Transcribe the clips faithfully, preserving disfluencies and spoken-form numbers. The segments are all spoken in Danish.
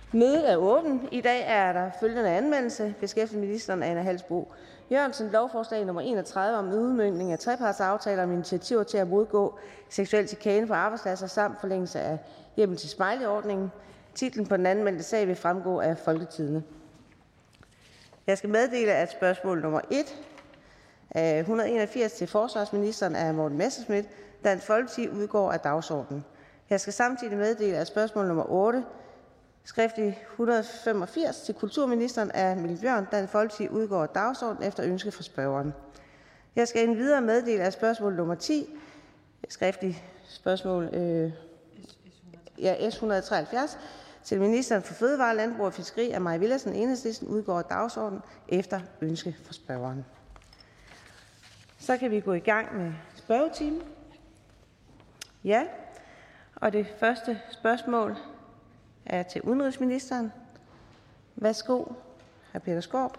Mødet er åbent. I dag er der følgende anmeldelse. Beskæftigelsesministeren Ane Halsboe Jørgensen. Lovforslag nummer enogtredive om udmøntning af trepartsaftaler om initiativer til at modgå seksuel chikane på arbejdspladser samt forlængelse af hjemmel til smiley-ordningen. Titlen på den anmeldte sag vil fremgå af Folketidende. Jeg skal meddele, at spørgsmål nummer et af et hundrede og enogfirs til forsvarsministeren af Morten Messerschmidt, Dansk Folkeparti, udgår af dagsordenen. Jeg skal samtidig meddele, at spørgsmål nummer otte, skriftlig et hundrede og femogfirs til kulturministeren af Mikkel Bjørn, Dansk Folkeparti, udgår af dagsordenen efter ønske fra spørgeren. Jeg skal endvidere meddele, at spørgsmål nummer ti, skriftlig spørgsmål øh, ja, S et hundrede og treoghalvfjerds, til ministeren for Fødevare, Landbrug og Fiskeri af Mai Villadsen, Enhedslisten, udgår af dagsordenen efter ønske fra spørgeren. Så kan vi gå i gang med spørgetimen. Ja, og det første spørgsmål er til udenrigsministeren. Værsgo, hr. Peter Skaarup.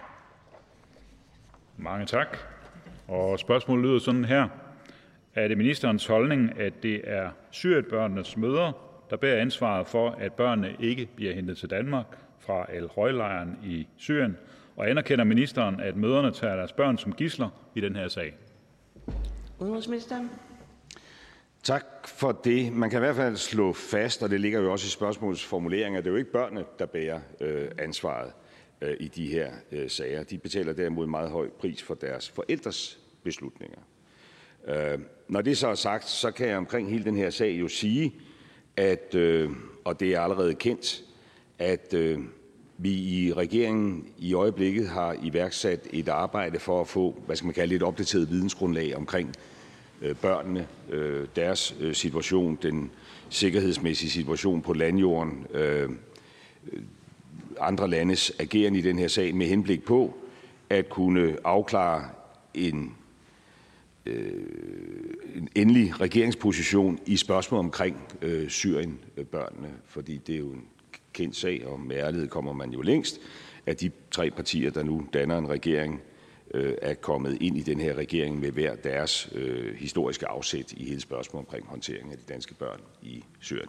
Mange tak. Og spørgsmålet lyder sådan her. Er det ministerens holdning, at det er syrienbørnenes mødre, der bærer ansvaret for, at børnene ikke bliver hentet til Danmark fra Al-Roj-lejren i Syrien? Og anerkender ministeren, at mødrene tager deres børn som gidsler i den her sag? Udenrigsministeren. Tak for det. Man kan i hvert fald slå fast, og det ligger jo også i spørgsmålets formulering, at det er jo ikke børnene, der bærer øh, ansvaret øh, i de her øh, sager. De betaler derimod en meget høj pris for deres forældres beslutninger. Øh, når det så er sagt, så kan jeg omkring hele den her sag jo sige, at, øh, og det er allerede kendt, at øh, vi i regeringen i øjeblikket har iværksat et arbejde for at få, hvad skal man kalde, et opdateret vidensgrundlag omkring børnene, deres situation, den sikkerhedsmæssige situation på landjorden, andre landes ageren i den her sag med henblik på at kunne afklare en, en endelig regeringsposition i spørgsmålet omkring Syrien-børnene, fordi det er jo en kendt sag, og med ærlighed kommer man jo længst, at de tre partier, der nu danner en regering, er kommet ind i den her regering med hver deres øh, historiske afsæt i hele spørgsmålet omkring håndtering af de danske børn i Syrien.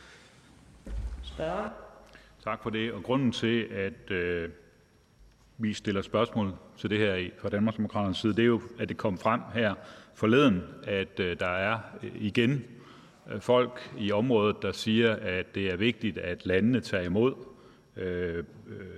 Spørger. Tak for det. Og grunden til, at øh, vi stiller spørgsmål til det her fra Danmarksdemokraternes side, det er jo, at det kom frem her forleden, at øh, der er øh, igen øh, folk i området, der siger, at det er vigtigt, at landene tager imod øh, øh,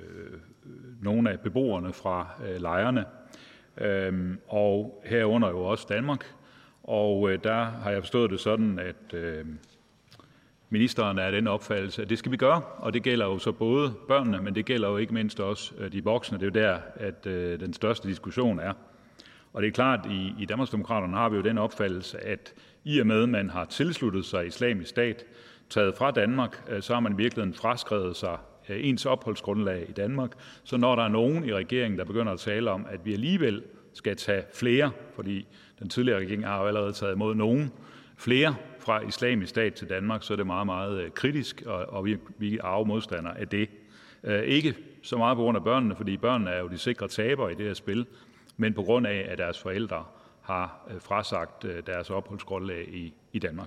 nogle af beboerne fra øh, lejrene. Øhm, og herunder jo også Danmark. Og øh, der har jeg forstået det sådan, at øh, ministeren er af den opfattelse, at det skal vi gøre. Og det gælder jo så både børnene, men det gælder jo ikke mindst også øh, de voksne. Det er jo der, at øh, den største diskussion er. Og det er klart, at i, i Danmarksdemokraterne har vi jo den opfattelse, at i og med, at man har tilsluttet sig Islamisk Stat, taget fra Danmark, øh, så har man virkelig fraskrevet sig ens opholdsgrundlag i Danmark. Så når der er nogen i regeringen, der begynder at tale om, at vi alligevel skal tage flere, fordi den tidligere regering har jo allerede taget imod nogen flere fra Islamisk Stat til Danmark, så er det meget, meget kritisk, og, og vi, vi er arvemodstandere af det. Øh, ikke så meget på grund af børnene, fordi børnene er jo de sikre tabere i det her spil, men på grund af, at deres forældre har frasagt deres opholdsgrundlag i, i Danmark.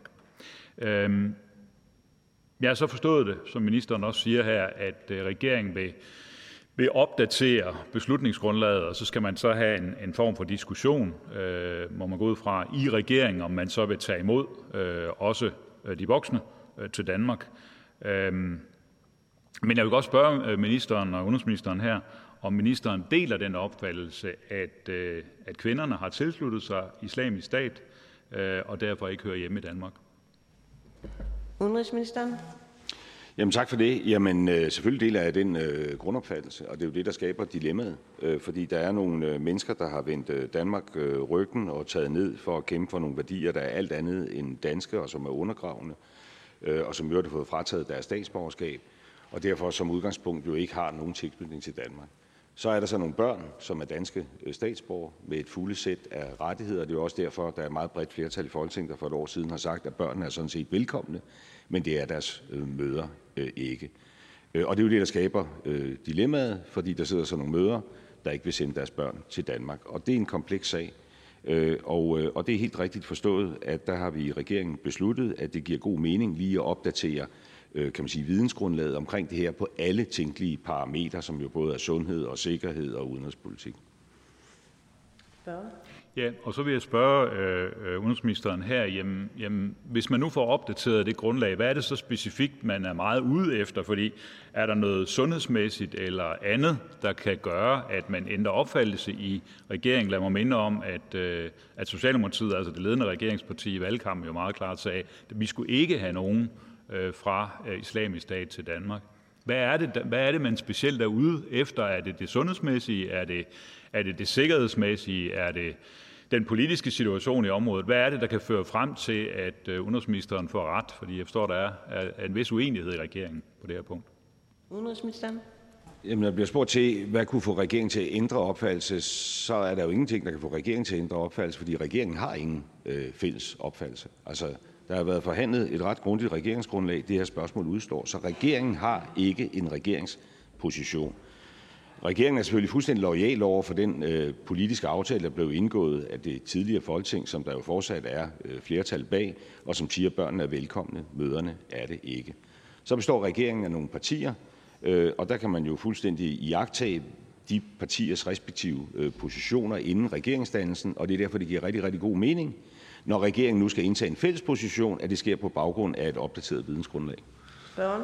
Øh, Jeg har så forstået det, som ministeren også siger her, at regeringen vil, vil opdatere beslutningsgrundlaget, og så skal man så have en, en form for diskussion, øh, må man gå ud fra, i regeringen, om man så vil tage imod øh, også de voksne øh, til Danmark. Øh, men jeg vil godt spørge ministeren og udenrigsministeren her, om ministeren deler den opfattelse, at, øh, at kvinderne har tilsluttet sig Islamisk Stat, øh, og derfor ikke hører hjemme i Danmark. Udenrigsministeren. Jamen tak for det. Jamen øh, selvfølgelig deler jeg den øh, grundopfattelse, og det er jo det, der skaber dilemmaet. Øh, fordi der er nogle øh, mennesker, der har vendt øh, Danmark øh, ryggen og taget ned for at kæmpe for nogle værdier, der er alt andet end danske, og som er undergravende, øh, og som jo har fået frataget deres statsborgerskab, og derfor som udgangspunkt jo ikke har nogen tilknytning til Danmark. Så er der så nogle børn, som er danske statsborgere med et fulde sæt af rettigheder. Det er jo også derfor, der er et meget bredt flertal i Folketinget, der for et år siden har sagt, at børnene er sådan set velkomne, men det er deres øh, mødre øh, ikke. Øh, og det er jo det, der skaber øh, dilemmaet, fordi der sidder sådan nogle mødre, der ikke vil sende deres børn til Danmark. Og det er en kompleks sag. Øh, og, øh, og det er helt rigtigt forstået, at der har vi i regeringen besluttet, at det giver god mening lige at opdatere kan man sige, vidensgrundlaget omkring det her på alle tænkelige parametre, som jo både er sundhed og sikkerhed og udenrigspolitik. Ja, og så vil jeg spørge øh, udenrigsministeren her, jamen, jamen, hvis man nu får opdateret det grundlag, hvad er det så specifikt, man er meget ude efter? Fordi er der noget sundhedsmæssigt eller andet, der kan gøre, at man ændrer opfattelse i regeringen? Lad mig minde om, at, øh, at Socialdemokratiet, altså det ledende regeringsparti i valgkampen, jo meget klart sagde, at vi skulle ikke have nogen øh, fra øh, Islamisk Stat til Danmark. Hvad er det, hvad er det man specielt er ude efter? Er det det sundhedsmæssige? Er det er det, det sikkerhedsmæssige? Er det den politiske situation i området? Hvad er det, der kan føre frem til, at udenrigsministeren får ret? Fordi jeg forstår, der er, er en vis uenighed i regeringen på det her punkt. Udenrigsministeren? Jamen, når jeg bliver spurgt til, hvad kunne få regeringen til at ændre opfattelse, så er der jo ingenting, der kan få regeringen til at ændre opfattelse, fordi regeringen har ingen øh, fælles opfattelse. Altså, der har været forhandlet et ret grundigt regeringsgrundlag. Det her spørgsmål udstår. Så regeringen har ikke en regeringsposition. Regeringen er selvfølgelig fuldstændig loyal over for den øh, politiske aftale, der blev indgået af det tidligere Folketing, som der jo fortsat er øh, flertal bag, og som siger, at børnene er velkomne, mødrene er det ikke. Så består regeringen af nogle partier, øh, og der kan man jo fuldstændig iagttage de partiers respektive øh, positioner inden regeringsdannelsen, og det er derfor, det giver rigtig, rigtig god mening, når regeringen nu skal indtage en fælles position, at det sker på baggrund af et opdateret vidensgrundlag. Spørgen?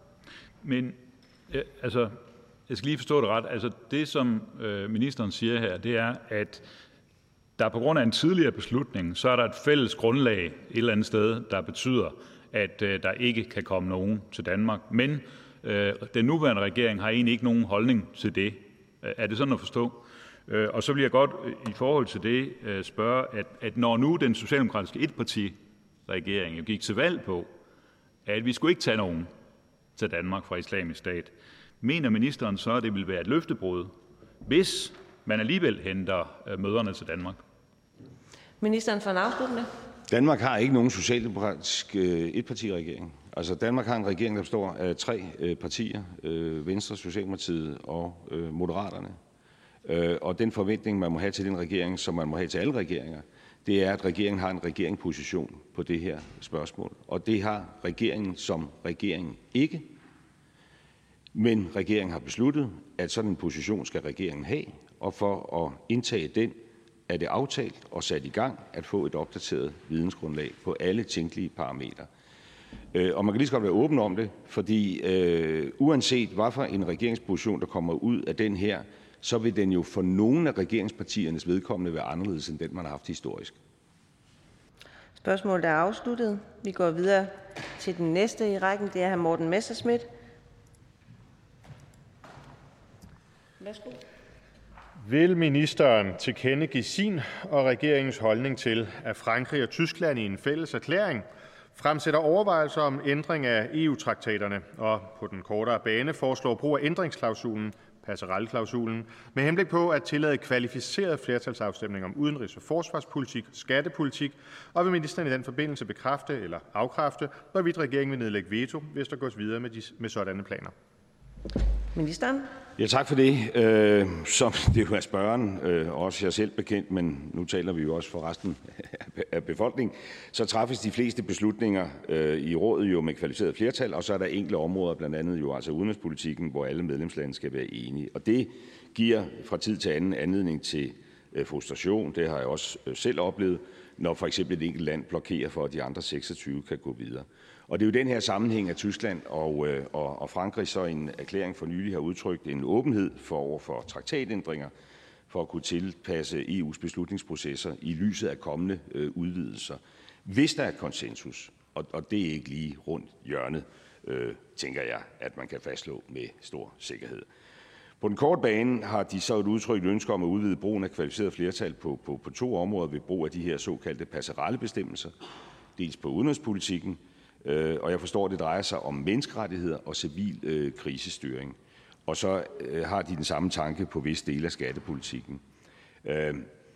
Men, ja, altså... Jeg skal lige forstå det ret. Altså det, som øh, ministeren siger her, det er, at der på grund af en tidligere beslutning, så er der et fælles grundlag et eller andet sted, der betyder, at øh, der ikke kan komme nogen til Danmark. Men øh, den nuværende regering har egentlig ikke nogen holdning til det. Er det sådan at forstå? Øh, og så vil jeg godt i forhold til det øh, spørge, at, at når nu den socialdemokratiske etpartiregering gik til valg på, at vi skulle ikke tage nogen til Danmark fra Islamisk Stat, mener ministeren så, at det vil være et løftebrud, hvis man alligevel henter mødrene til Danmark? Ministeren for en afslutning. Danmark har ikke nogen socialdemokratisk etpartiregering. Altså Danmark har en regering, der består af tre partier, Venstre, Socialdemokratiet og Moderaterne. Og den forventning, man må have til den regering, som man må have til alle regeringer, det er, at regeringen har en regeringsposition på det her spørgsmål. Og det har regeringen som regering ikke. Men regeringen har besluttet, at sådan en position skal regeringen have, og for at indtage den, er det aftalt og sat i gang at få et opdateret vidensgrundlag på alle tænkelige parametre. Og man kan lige så godt være åben om det, fordi øh, uanset hvad for en regeringsposition, der kommer ud af den her, så vil den jo for nogle af regeringspartiernes vedkommende være anderledes end den, man har haft historisk. Spørgsmålet er afsluttet. Vi går videre til den næste i rækken. Det er hr. Morten Messerschmidt. Værsgo. Vil ministeren tilkendegive sin og regeringens holdning til, at Frankrig og Tyskland i en fælles erklæring fremsætter overvejelser om ændring af E U-traktaterne og på den kortere bane foreslår brug af ændringsklausulen, passerelleklausulen, med henblik på at tillade kvalificeret flertalsafstemning om udenrigs- og forsvarspolitik og skattepolitik, og vil ministeren i den forbindelse bekræfte eller afkræfte, hvorvidt regeringen vil nedlægge veto, hvis der gås videre med, de, med sådanne planer? Ministeren. Ja, tak for det. Øh, som det jo er spørgeren, øh, også jeg selv bekendt, men nu taler vi jo også for resten af befolkningen, så træffes de fleste beslutninger øh, i rådet jo med kvalificeret flertal, og så er der enkelte områder, blandt andet jo altså udenrigspolitikken, hvor alle medlemslande skal være enige. Og det giver fra tid til anden anledning til øh, frustration. Det har jeg også øh, selv oplevet, når for eksempel et enkelt land blokerer for, at de andre seksogtyve kan gå videre. Og det er jo den her sammenhæng, at Tyskland og, og, og Frankrig så i en erklæring for nylig har udtrykt en åbenhed for over for traktatændringer, for at kunne tilpasse E U's beslutningsprocesser i lyset af kommende øh, udvidelser. Hvis der er konsensus, og, og det er ikke lige rundt hjørnet, øh, tænker jeg, at man kan fastslå med stor sikkerhed. På den korte bane har de så et udtrykt ønske om at udvide brugen af kvalificeret flertal på, på, på to områder ved brug af de her såkaldte passerellebestemmelser, dels på udenrigspolitikken, og jeg forstår, at det drejer sig om menneskerettigheder og civil øh, krisestyring. Og så øh, har de den samme tanke på visse dele af skattepolitikken. Øh,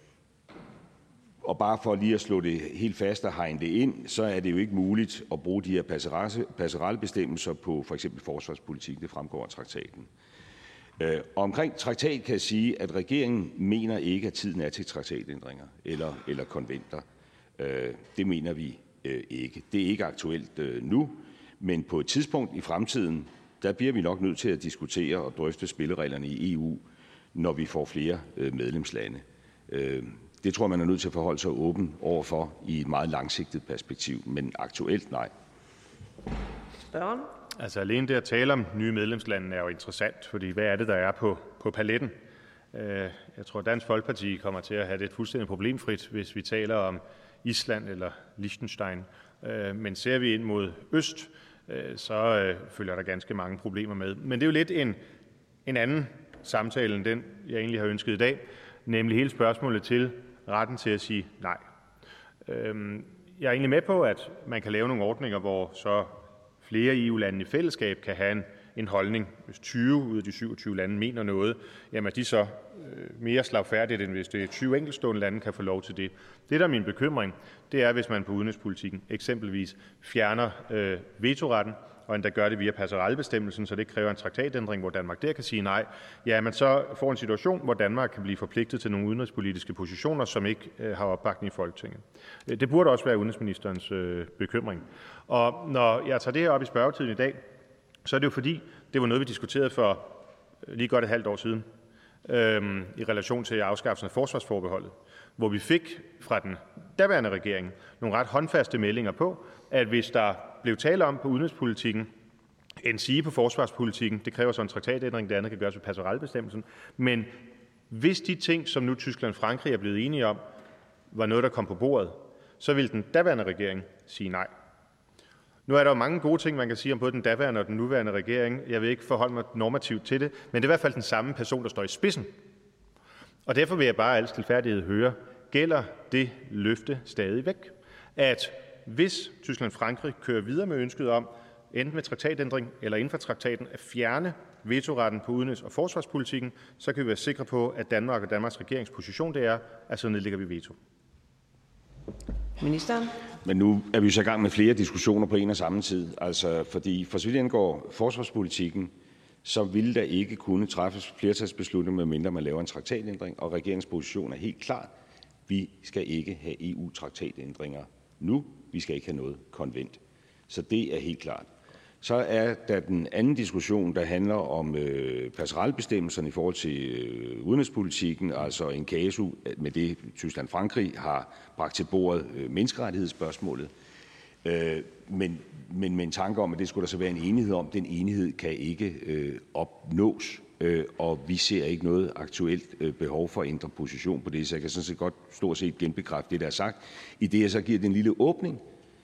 og bare for lige at slå det helt fast og hegne det ind, så er det jo ikke muligt at bruge de her passerellebestemmelser på for eksempel forsvarspolitik. Det fremgår af traktaten. Øh, og omkring traktat kan jeg sige, at regeringen mener ikke, at tiden er til traktatændringer eller, eller konventer. Øh, det mener vi ikke. Det er ikke aktuelt nu, Men på et tidspunkt i fremtiden, der bliver vi nok nødt til at diskutere og drøfte spillereglerne i E U, når vi får flere medlemslande. Det tror jeg, man er nødt til at forholde sig åben overfor i et meget langsigtet perspektiv, men aktuelt nej. Spørgen? Altså alene det at tale om nye medlemslande er jo interessant, fordi hvad er det, der er på, på paletten? Jeg tror, Dansk Folkeparti kommer til at have det fuldstændig problemfrit, hvis vi taler om Island eller Liechtenstein. Men ser vi ind mod øst, så følger der ganske mange problemer med. Men det er jo lidt en, en anden samtale end den, jeg egentlig har ønsket i dag, nemlig hele spørgsmålet til retten til at sige nej. Jeg er egentlig med på, at man kan lave nogle ordninger, hvor så flere E U-lande i fællesskab kan have en, en holdning. Hvis tyve ud af de syvogtyve lande mener noget, jamen er de så øh, mere slagfærdigt, end hvis det er tyve enkeltstående lande kan få lov til det. Det, der er min bekymring, det er, hvis man på udenrigspolitikken eksempelvis fjerner øh, vetoretten, og endda gør det via passerellebestemmelsen, så det kræver en traktatændring, hvor Danmark der kan sige nej, ja, man så får en situation, hvor Danmark kan blive forpligtet til nogle udenrigspolitiske positioner, som ikke øh, har opbakning i Folketinget. Det burde også være udenrigsministerens øh, bekymring. Og når jeg tager det her op i spørgetiden i dag, så er det jo fordi, det var noget, vi diskuterede for lige godt et halvt år siden, øh, i relation til afskaffelsen af forsvarsforbeholdet, hvor vi fik fra den daværende regering nogle ret håndfaste meldinger på, at hvis der blev tale om på udenrigspolitikken, end sige på forsvarspolitikken, det kræver så en traktatændring, det andet kan gøres ved passerellebestemmelsen, men hvis de ting, som nu Tyskland og Frankrig er blevet enige om, var noget, der kom på bordet, så ville den daværende regering sige nej. Nu er der jo mange gode ting, man kan sige om både den daværende og den nuværende regering. Jeg vil ikke forholde mig normativt til det, men det er i hvert fald den samme person, der står i spidsen. Og derfor vil jeg bare al stilfærdighed høre, gælder det løfte stadig væk, at hvis Tyskland og Frankrig kører videre med ønsket om, enten med traktatændring eller inden for traktaten, at fjerne vetoretten på udenrigs- og forsvarspolitikken, så kan vi være sikre på, at Danmark og Danmarks regeringsposition det er, at så nedlægger vi veto. Ministeren? Men nu er vi så i gang med flere diskussioner på en og samme tid. Altså, fordi for så vidt angår forsvarspolitikken, så ville der ikke kunne træffes flertalsbeslutninger, medmindre man laver en traktatændring, og regeringens position er helt klar. Vi skal ikke have E U-traktatændringer nu. Vi skal ikke have noget konvent. Så det er helt klart. Så er der den anden diskussion, der handler om øh, passerellebestemmelserne i forhold til øh, udenrigspolitikken, altså en casu med det Tyskland og Frankrig har bragt til bordet øh, menneskerettighedsspørgsmålet. Øh, men, men med en tanke om, at det skulle der så være en enighed om. Den enighed kan ikke øh, opnås, øh, og vi ser ikke noget aktuelt øh, behov for at ændre position på det. Så jeg kan sådan set godt stort set genbekræfte det, der er sagt. I det jeg så giver den lille åbning,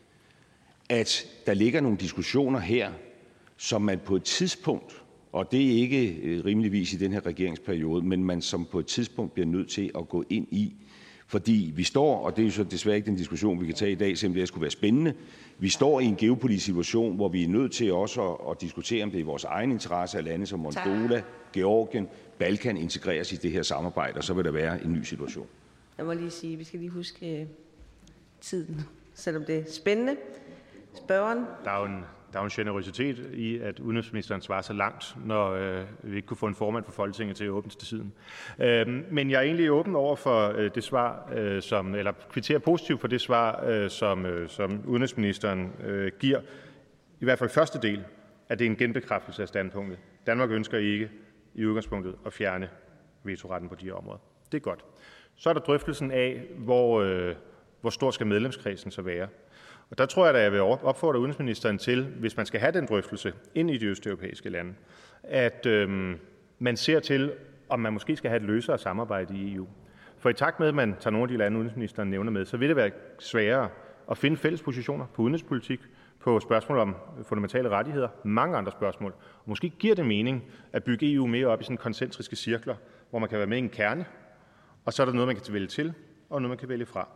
at der ligger nogle diskussioner her, som man på et tidspunkt, og det er ikke rimeligvis i den her regeringsperiode, men man som på et tidspunkt bliver nødt til at gå ind i, fordi vi står, og det er jo så desværre ikke den diskussion, vi kan tage i dag, selvom det skulle være spændende, vi står i en geopolitisk situation, hvor vi er nødt til også at, at diskutere, om det er i vores egen interesse, at lande som Moldova, Georgien, Balkan integreres i det her samarbejde, og så vil der være en ny situation. Jeg må lige sige, at vi skal lige huske tiden, selvom det er spændende. Spørgeren? Der er jo en, der er en generøsitet i, at udenrigsministeren svarer så langt, når øh, vi ikke kunne få en formand for Folketinget til at åbne til tiden. Øh, men jeg er egentlig åben over for øh, det svar, øh, som, eller kvitterer positivt for det svar, øh, som, øh, som udenrigsministeren øh, giver. I hvert fald første del, at det er en genbekræftelse af standpunktet. Danmark ønsker ikke i udgangspunktet at fjerne vetoretten på de her områder. Det er godt. Så er der drøftelsen af, hvor, øh, hvor stor skal medlemskredsen så være. Og der tror jeg, at jeg vil opfordre udenrigsministeren til, hvis man skal have den drøftelse ind i de østeuropæiske lande, at øhm, man ser til, om man måske skal have et løsere samarbejde i E U. For i takt med, at man tager nogle af de lande, udenrigsministeren nævner med, så vil det være sværere at finde fælles positioner på udenrigspolitik, på spørgsmål om fundamentale rettigheder, mange andre spørgsmål. Og måske giver det mening at bygge E U mere op i sådan koncentriske cirkler, hvor man kan være med i en kerne, og så er der noget, man kan vælge til, og noget, man kan vælge fra.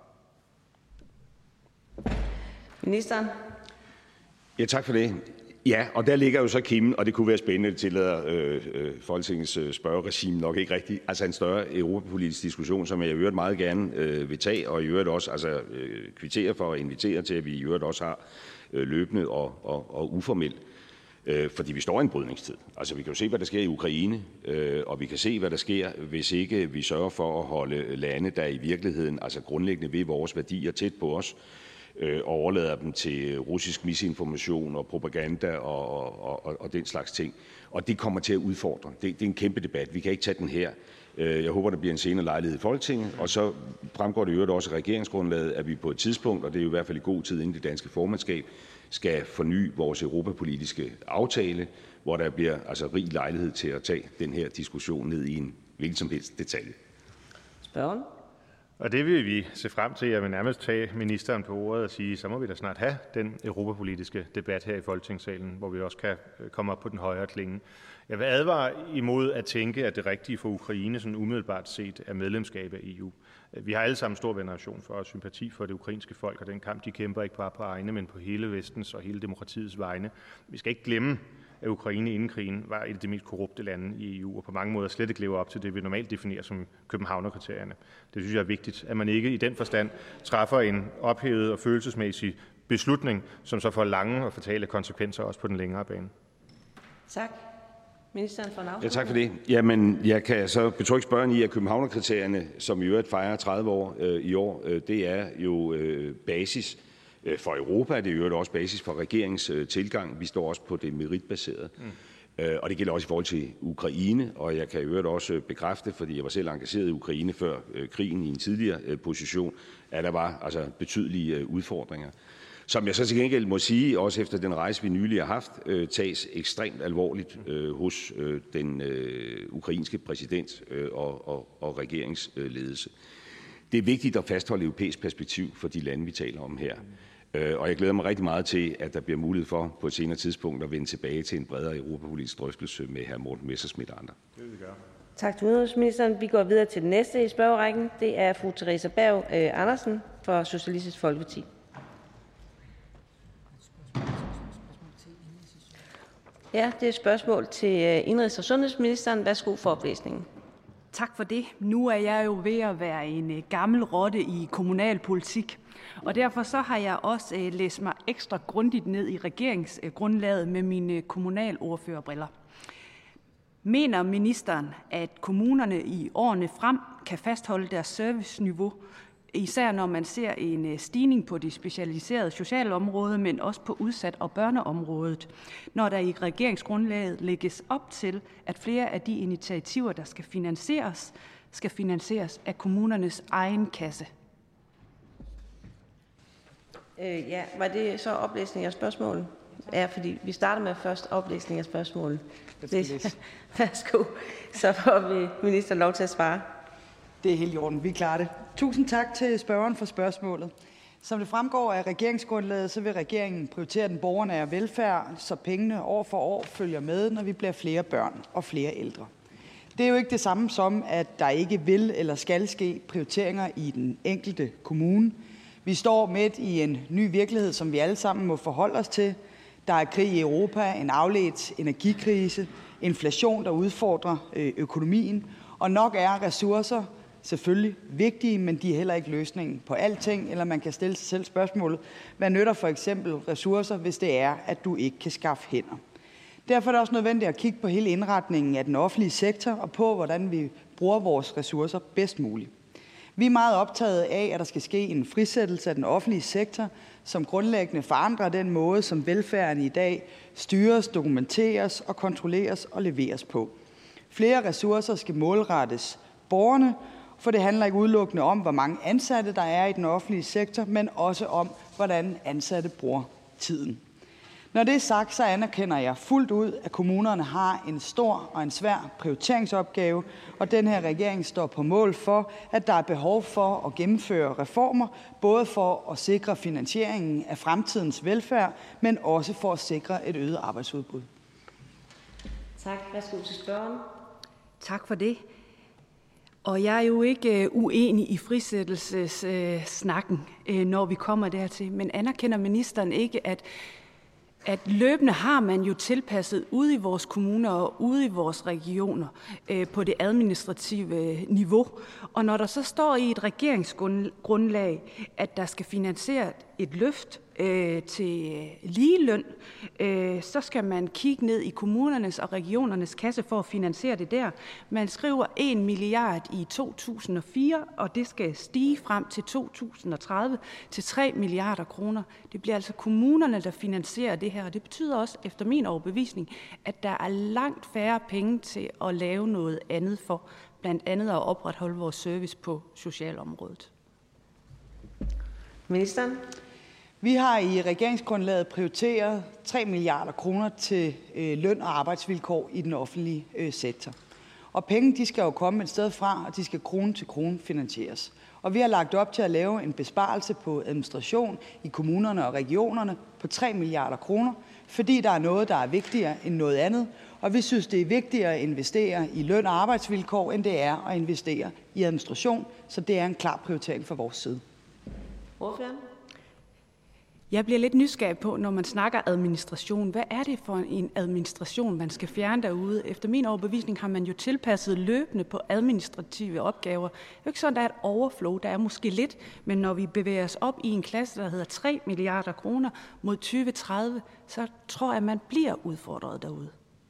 Ministeren? Ja, tak for det. Ja, og der ligger jo så kimen, og det kunne være spændende, det tillader øh, øh, Folketingets øh, spørgeregime nok ikke rigtigt, altså en større europapolitisk diskussion, som jeg i øvrigt meget gerne øh, vil tage, og i øvrigt også altså, øh, kvittere for og invitere til, at vi i øvrigt også har øh, løbende og, og, og uformelt, øh, fordi vi står i en brydningstid. Altså vi kan jo se, hvad der sker i Ukraine, øh, og vi kan se, hvad der sker, hvis ikke vi sørger for at holde lande, der i virkeligheden altså grundlæggende ved vores værdier tæt på os, øh, og overlader dem til russisk misinformation og propaganda og, og, og, og den slags ting. Og det kommer til at udfordre. Det, det er en kæmpe debat. Vi kan ikke tage den her. Jeg håber, der bliver en senere lejlighed i Folketinget, og så fremgår det i øvrigt også af regeringsgrundlaget, at vi på et tidspunkt, og det er jo i hvert fald i god tid inden det danske formandskab, skal forny vores europapolitiske aftale, hvor der bliver altså rig lejlighed til at tage den her diskussion ned i en hvilken som helst detalje. Spørgen? Og det vil vi se frem til. Jeg vil nærmest tage ministeren på ordet og sige, så må vi da snart have den europapolitiske debat her i Folketingssalen, hvor vi også kan komme op på den højere klinge. Jeg vil advare imod at tænke, at det rigtige for Ukraine sådan umiddelbart set er medlemskab af E U. Vi har alle sammen stor veneration for og sympati for det ukrainske folk, og den kamp, de kæmper ikke bare på egne, men på hele vestens og hele demokratiets vegne. Vi skal ikke glemme, at Ukraine inden krigen var et af de mest korrupte lande i E U, og på mange måder slet ikke lever op til det, vi normalt definerer som Københavnerkriterierne. Det synes jeg er vigtigt, at man ikke i den forstand træffer en ophævet og følelsesmæssig beslutning, som så får lange og fatale konsekvenser også på den længere bane. Tak. Ministeren for en afslutning. Ja, tak for det. Jamen, jeg kan så betrygge spørgeren i, at Københavnerkriterierne, som i øvrigt fejrer tredive år øh, i år, øh, det er jo øh, basis øh, for Europa, det er i øvrigt også basis for regeringens øh, tilgang. Vi står også på det meritbaserede. Mm. Øh, og det gælder også i forhold til Ukraine, og jeg kan i øvrigt også bekræfte, fordi jeg var selv engageret i Ukraine før øh, krigen i en tidligere øh, position, at der var altså betydelige øh, udfordringer. Som jeg så til gengæld må sige, også efter den rejse, vi nylig har haft, øh, tages ekstremt alvorligt øh, hos øh, den øh, ukrainske præsident øh, og, og, og regeringsledelse. Det er vigtigt at fastholde europæisk perspektiv for de lande, vi taler om her. Øh, og jeg glæder mig rigtig meget til, at der bliver mulighed for på et senere tidspunkt at vende tilbage til en bredere europapolitisk drøftelse med hr. Morten Messerschmidt og andre. Det vil vi gøre. Tak til udenrigsministeren. Vi går videre til den næste i spørgerækken. Det er fru Theresa Berg øh, Andersen fra Socialistisk Folkeparti. Ja, det er et spørgsmål til indrigs- og sundhedsministeren. Værsgo for oplæsningen. Tak for det. Nu er jeg jo ved at være en gammel rotte i kommunalpolitik, og derfor så har jeg også læst mig ekstra grundigt ned i regeringsgrundlaget med mine kommunalordførerbriller. Mener ministeren, at kommunerne i årene frem kan fastholde deres serviceniveau, især når man ser en stigning på det specialiserede socialområde, men også på udsat- og børneområdet, når der i regeringsgrundlaget lægges op til, at flere af de initiativer, der skal finansieres, skal finansieres af kommunernes egen kasse? Øh, ja, var det så oplæsning af spørgsmålet? Ja, fordi vi starter med først oplæsning af spørgsmålet. Det, værsgo, så får vi ministeren lov til at svare. Det er helt i orden. Vi klarer det. Tusind tak til spørgeren for spørgsmålet. Som det fremgår af regeringsgrundlaget, så vil regeringen prioritere den borgernære velfærd, så pengene år for år følger med, når vi bliver flere børn og flere ældre. Det er jo ikke det samme som, at der ikke vil eller skal ske prioriteringer i den enkelte kommune. Vi står midt i en ny virkelighed, som vi alle sammen må forholde os til. Der er krig i Europa, en afledt energikrise, inflation, der udfordrer økonomien, og nok er ressourcer selvfølgelig vigtige, men de er heller ikke løsningen på alting, eller man kan stille sig selv spørgsmålet, hvad nytter for eksempel ressourcer, hvis det er, at du ikke kan skaffe hænder. Derfor er det også nødvendigt at kigge på hele indretningen af den offentlige sektor og på, hvordan vi bruger vores ressourcer bedst muligt. Vi er meget optaget af, at der skal ske en frisættelse af den offentlige sektor, som grundlæggende forandrer den måde, som velfærden i dag styres, dokumenteres og kontrolleres og leveres på. Flere ressourcer skal målrettes borgerne, for det handler ikke udelukkende om, hvor mange ansatte der er i den offentlige sektor, men også om, hvordan ansatte bruger tiden. Når det er sagt, så anerkender jeg fuldt ud, at kommunerne har en stor og en svær prioriteringsopgave, og den her regering står på mål for, at der er behov for at gennemføre reformer, både for at sikre finansieringen af fremtidens velfærd, men også for at sikre et øget arbejdsudbud. Tak. Værsgo til spørgeren. Tak for det. Og jeg er jo ikke uenig i frisættelsessnakken, når vi kommer dertil, men anerkender ministeren ikke, at at løbende har man jo tilpasset ude i vores kommuner og ude i vores regioner øh, på det administrative niveau. Og når der så står i et regeringsgrundlag, at der skal finansieres et løft øh, til ligeløn, øh, så skal man kigge ned i kommunernes og regionernes kasse for at finansiere det der. Man skriver en milliard i to tusind og fire, og det skal stige frem til to tusind og tredive til tre milliarder kroner. Det bliver altså kommunerne, der finansierer det her, og det betyder også, efter min overbevisning, at der er langt færre penge til at lave noget andet for, blandt andet at opretholde vores service på socialområdet. Ministeren. Vi har i regeringsgrundlaget prioriteret tre milliarder kroner til øh, løn og arbejdsvilkår i den offentlige øh, sektor. Og penge de skal jo komme et sted fra, og de skal krone til krone finansieres. Og vi har lagt op til at lave en besparelse på administration i kommunerne og regionerne på tre milliarder kroner, fordi der er noget, der er vigtigere end noget andet. Og vi synes, det er vigtigere at investere i løn og arbejdsvilkår, end det er at investere i administration. Så det er en klar prioritering fra vores side. Ordføreren. Jeg bliver lidt nysgerrig på, når man snakker administration. Hvad er det for en administration, man skal fjerne derude? Efter min overbevisning har man jo tilpasset løbende på administrative opgaver. Det er jo ikke sådan, der er et overflow, der er måske lidt, men når vi bevæger os op i en klasse, der hedder tre milliarder kroner mod tyve tredive, så tror jeg, at man bliver udfordret derude.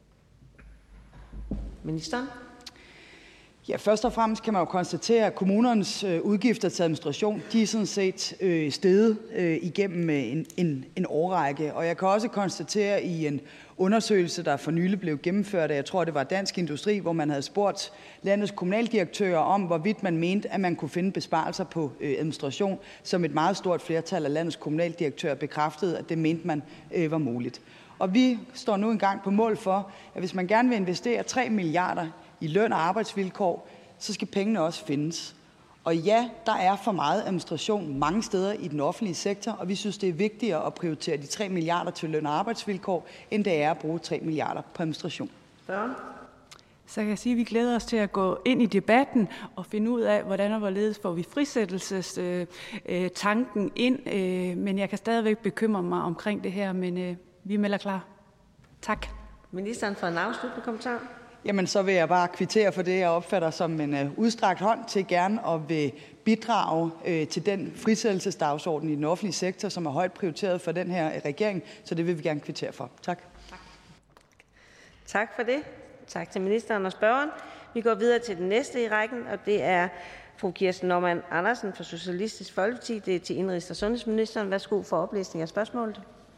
Ministeren. Ja, først og fremmest kan man jo konstatere, at kommunernes øh, udgifter til administration, de er sådan set øh, steget øh, igennem en, en, en årrække. Og jeg kan også konstatere i en undersøgelse, der for nylig blev gennemført af, jeg tror det var Dansk Industri, hvor man havde spurgt landets kommunaldirektører om, hvorvidt man mente, at man kunne finde besparelser på øh, administration, som et meget stort flertal af landets kommunaldirektører bekræftede, at det mente man øh, var muligt. Og vi står nu engang på mål for, at hvis man gerne vil investere tre milliarder i løn og arbejdsvilkår, så skal pengene også findes. Og ja, der er for meget administration mange steder i den offentlige sektor, og vi synes, det er vigtigere at prioritere de tre milliarder til løn og arbejdsvilkår, end det er at bruge tre milliarder på administration. Børn. Så kan jeg sige, at vi glæder os til at gå ind i debatten og finde ud af, hvordan og hvorledes får vi frisættelsestanken ind. Øh, men jeg kan stadigvæk bekymre mig omkring det her, men øh, vi melder klar. Tak. Ministeren for en afsluttende kommentar. Jamen, så vil jeg bare kvittere for det, jeg opfatter som en uh, udstrakt hånd til gerne at vil bidrage uh, til den frisættelsesdagsorden i den offentlige sektor, som er højt prioriteret for den her uh, regering. Så det vil vi gerne kvittere for. Tak. Tak. Tak for det. Tak til ministeren og spørgeren. Vi går videre til den næste i rækken, og det er fru Kirsten Normann Andersen fra Socialistisk Folkeparti. Det er til indrigs- og sundhedsministeren. Værsgo for oplæsning af spørgsmålet.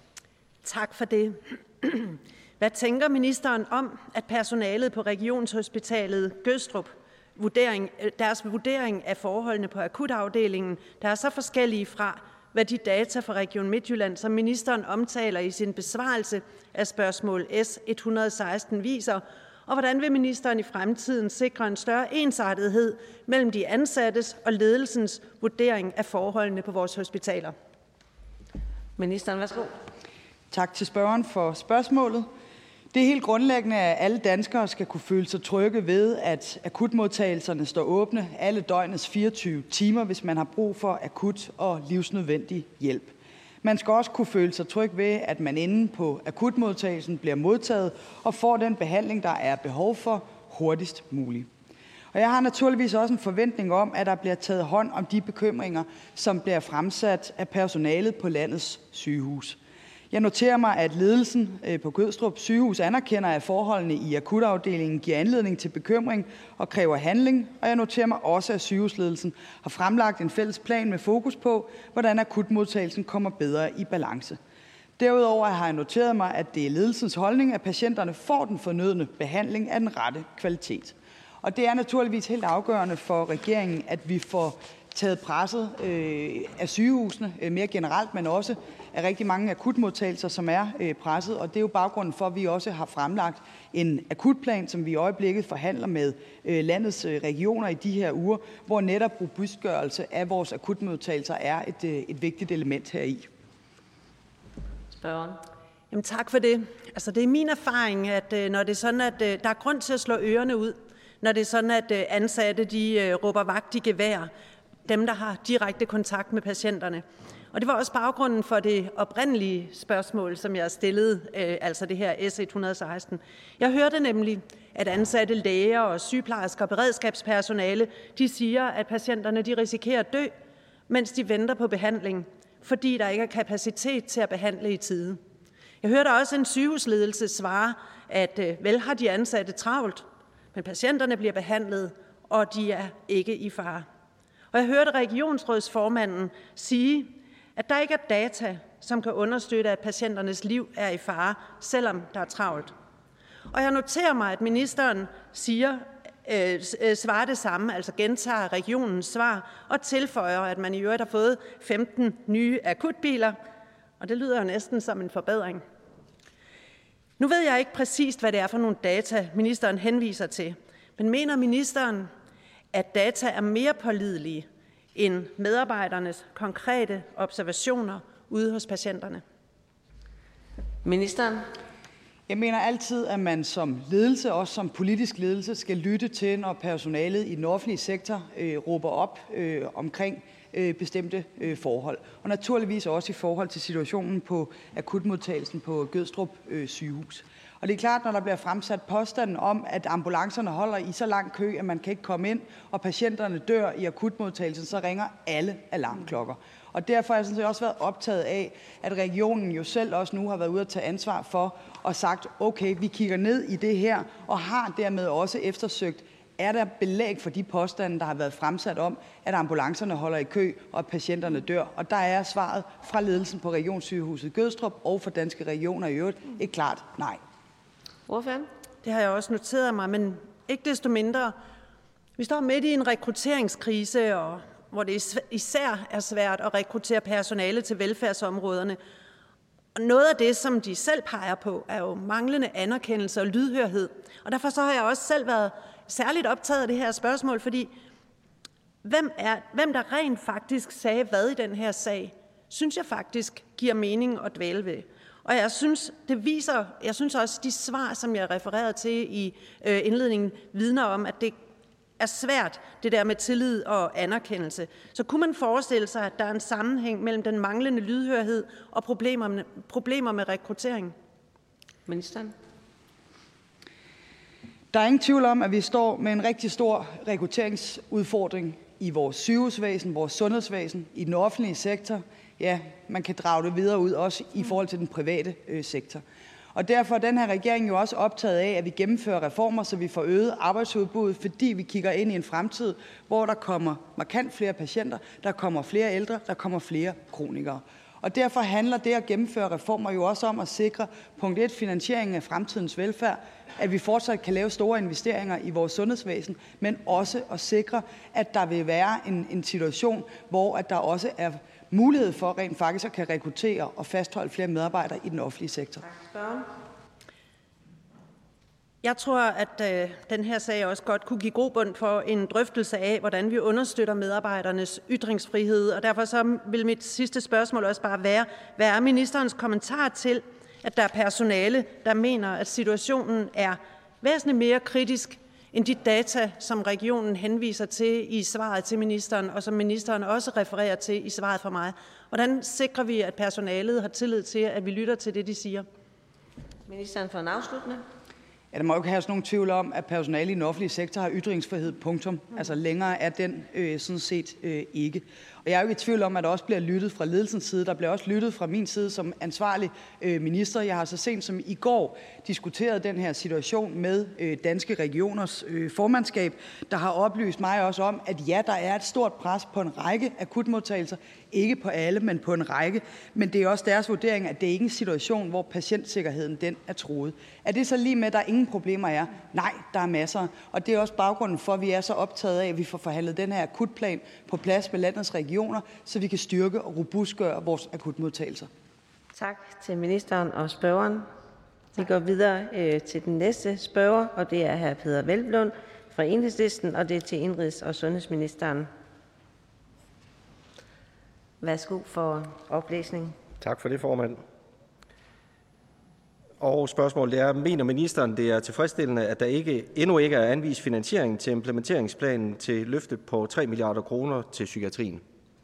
Tak for det. Hvad tænker ministeren om, at personalet på Regionshospitalet Gødstrup, vurdering, deres vurdering af forholdene på akutafdelingen, der er så forskellige fra, hvad de data fra Region Midtjylland, som ministeren omtaler i sin besvarelse af spørgsmål S et hundrede og seksten, viser, og hvordan vil ministeren i fremtiden sikre en større ensartethed mellem de ansattes og ledelsens vurdering af forholdene på vores hospitaler? Ministeren, værsgo. Tak til spørgeren for spørgsmålet. Det er helt grundlæggende, at alle danskere skal kunne føle sig trygge ved, at akutmodtagelserne står åbne alle døgnets fireogtyve timer, hvis man har brug for akut og livsnødvendig hjælp. Man skal også kunne føle sig tryg ved, at man inde på akutmodtagelsen bliver modtaget og får den behandling, der er behov for, hurtigst muligt. Og jeg har naturligvis også en forventning om, at der bliver taget hånd om de bekymringer, som bliver fremsat af personalet på landets sygehus. Jeg noterer mig, at ledelsen på Gødstrup Sygehus anerkender, at forholdene i akutafdelingen giver anledning til bekymring og kræver handling, og jeg noterer mig også, at sygehusledelsen har fremlagt en fælles plan med fokus på, hvordan akutmodtagelsen kommer bedre i balance. Derudover har jeg noteret mig, at det er ledelsens holdning, at patienterne får den fornødne behandling af den rette kvalitet. Og det er naturligvis helt afgørende for regeringen, at vi får taget presset øh, af sygehusene øh, mere generelt, men også af rigtig mange akutmodtagelser, som er øh, presset. Og det er jo baggrunden for, at vi også har fremlagt en akutplan, som vi i øjeblikket forhandler med øh, landets øh, regioner i de her uger, hvor netop robustgørelse af vores akutmodtagelser er et, øh, et vigtigt element heri. Spørgeren. Jamen, tak for det. Altså, det er min erfaring, at øh, når det er sådan, at øh, der er grund til at slå ørerne ud, når det er sådan, at øh, ansatte de øh, råber vagt i gevær, dem, der har direkte kontakt med patienterne. Og det var også baggrunden for det oprindelige spørgsmål, som jeg stillede, øh, altså det her S et hundrede og seksten. Jeg hørte nemlig, at ansatte læger og sygeplejersker og beredskabspersonale, de siger, at patienterne de risikerer at dø, mens de venter på behandling, fordi der ikke er kapacitet til at behandle i tide. Jeg hørte også en sygehusledelse svare, at øh, vel har de ansatte travlt, men patienterne bliver behandlet, og de er ikke i fare. Og jeg hørte regionsrådsformanden sige, at der ikke er data, som kan understøtte, at patienternes liv er i fare, selvom der er travlt. Og jeg noterer mig, at ministeren siger, øh, svarer det samme, altså gentager regionens svar, og tilføjer, at man i øvrigt har fået femten nye akutbiler, og det lyder jo næsten som en forbedring. Nu ved jeg ikke præcist, hvad det er for nogle data, ministeren henviser til, men mener ministeren, at data er mere pålidelige end medarbejdernes konkrete observationer ude hos patienterne? Ministeren. Jeg mener altid, at man som ledelse, også som politisk ledelse, skal lytte til, når personalet i den offentlige sektor øh, råber op øh, omkring øh, bestemte øh, forhold. Og naturligvis også i forhold til situationen på akutmodtagelsen på Gødstrup øh, sygehus. Og det er klart, når der bliver fremsat påstanden om, at ambulancerne holder i så lang kø, at man kan ikke komme ind, og patienterne dør i akutmodtagelsen, så ringer alle alarmklokker. Og derfor har jeg sådan set også været optaget af, at regionen jo selv også nu har været ude at tage ansvar for og sagt, okay, vi kigger ned i det her, og har dermed også eftersøgt, er der belæg for de påstande, der har været fremsat om, at ambulancerne holder i kø, og at patienterne dør. Og der er svaret fra ledelsen på Regionssygehuset Gødstrup og for Danske Regioner i øvrigt et klart nej. Ordføreren? Det har jeg også noteret mig, men ikke desto mindre. Vi står midt i en rekrutteringskrise, og hvor det især er svært at rekruttere personale til velfærdsområderne. Og noget af det, som de selv peger på, er jo manglende anerkendelse og lydhørhed. Og derfor så har jeg også selv været særligt optaget af det her spørgsmål, fordi hvem, er, hvem der rent faktisk sagde hvad i den her sag, synes jeg faktisk giver mening at dvæle ved. Og jeg synes, det viser, jeg synes også, de svar, som jeg refererede til i øh, indledningen, vidner om, at det er svært, det der med tillid og anerkendelse. Så kunne man forestille sig, at der er en sammenhæng mellem den manglende lydhørhed og problemer med, problemer med rekruttering? Ministeren. Der er ingen tvivl om, at vi står med en rigtig stor rekrutteringsudfordring i vores sygehusvæsen, vores sundhedsvæsen, i den offentlige sektor. Ja, man kan drage det videre ud, også i forhold til den private øh, sektor. Og derfor er den her regering jo også optaget af, at vi gennemfører reformer, så vi får øget arbejdsudbuddet, fordi vi kigger ind i en fremtid, hvor der kommer markant flere patienter, der kommer flere ældre, der kommer flere kronikere. Og derfor handler det at gennemføre reformer jo også om at sikre, punkt et, finansieringen af fremtidens velfærd, at vi fortsat kan lave store investeringer i vores sundhedsvæsen, men også at sikre, at der vil være en, en situation, hvor at der også er mulighed for rent faktisk at kan rekruttere og fastholde flere medarbejdere i den offentlige sektor. Jeg tror, at øh, den her sag også godt kunne give grobund for en drøftelse af, hvordan vi understøtter medarbejdernes ytringsfrihed. Og derfor så vil mit sidste spørgsmål også bare være, hvad er ministerens kommentar til, at der er personale, der mener, at situationen er væsentligt mere kritisk end de data, som regionen henviser til i svaret til ministeren, og som ministeren også refererer til i svaret fra mig. Hvordan sikrer vi, at personalet har tillid til, at vi lytter til det, de siger? Ministeren for en afslutning. Ja, der må jo ikke have sådan nogen tvivl om, at personale i den offentlige sektor har ytringsfrihed, punktum. Altså længere er den øh, sådan set øh, ikke. Og jeg er jo ikke i tvivl om, at der også bliver lyttet fra ledelsens side. Der bliver også lyttet fra min side som ansvarlig øh, minister. Jeg har så sent som i går diskuteret den her situation med øh, Danske Regioners øh, formandskab, der har oplyst mig også om, at ja, der er et stort pres på en række akutmodtagelser. Ikke på alle, men på en række. Men det er også deres vurdering, at det ikke er en situation, hvor patientsikkerheden den er truet. Er det så lige med, at der ingen problemer er? Nej, der er masser. Og det er også baggrunden for, at vi er så optaget af, at vi får forhandlet den her akutplan på plads med landets regioner, så vi kan styrke og robustgøre vores akutmodtagelser. Tak til ministeren og spørgeren. Vi går videre øh, til den næste spørger, og det er hr. Peder Hvelplund fra Enhedslisten, og det er til indenrigs- og sundhedsministeren. Værsgo for oplæsning. Tak for det, formand. Og spørgsmålet er, mener ministeren, det er tilfredsstillende, at der ikke, endnu ikke er anvist finansiering til implementeringsplanen til løftet på tre milliarder kroner til psykiatrien?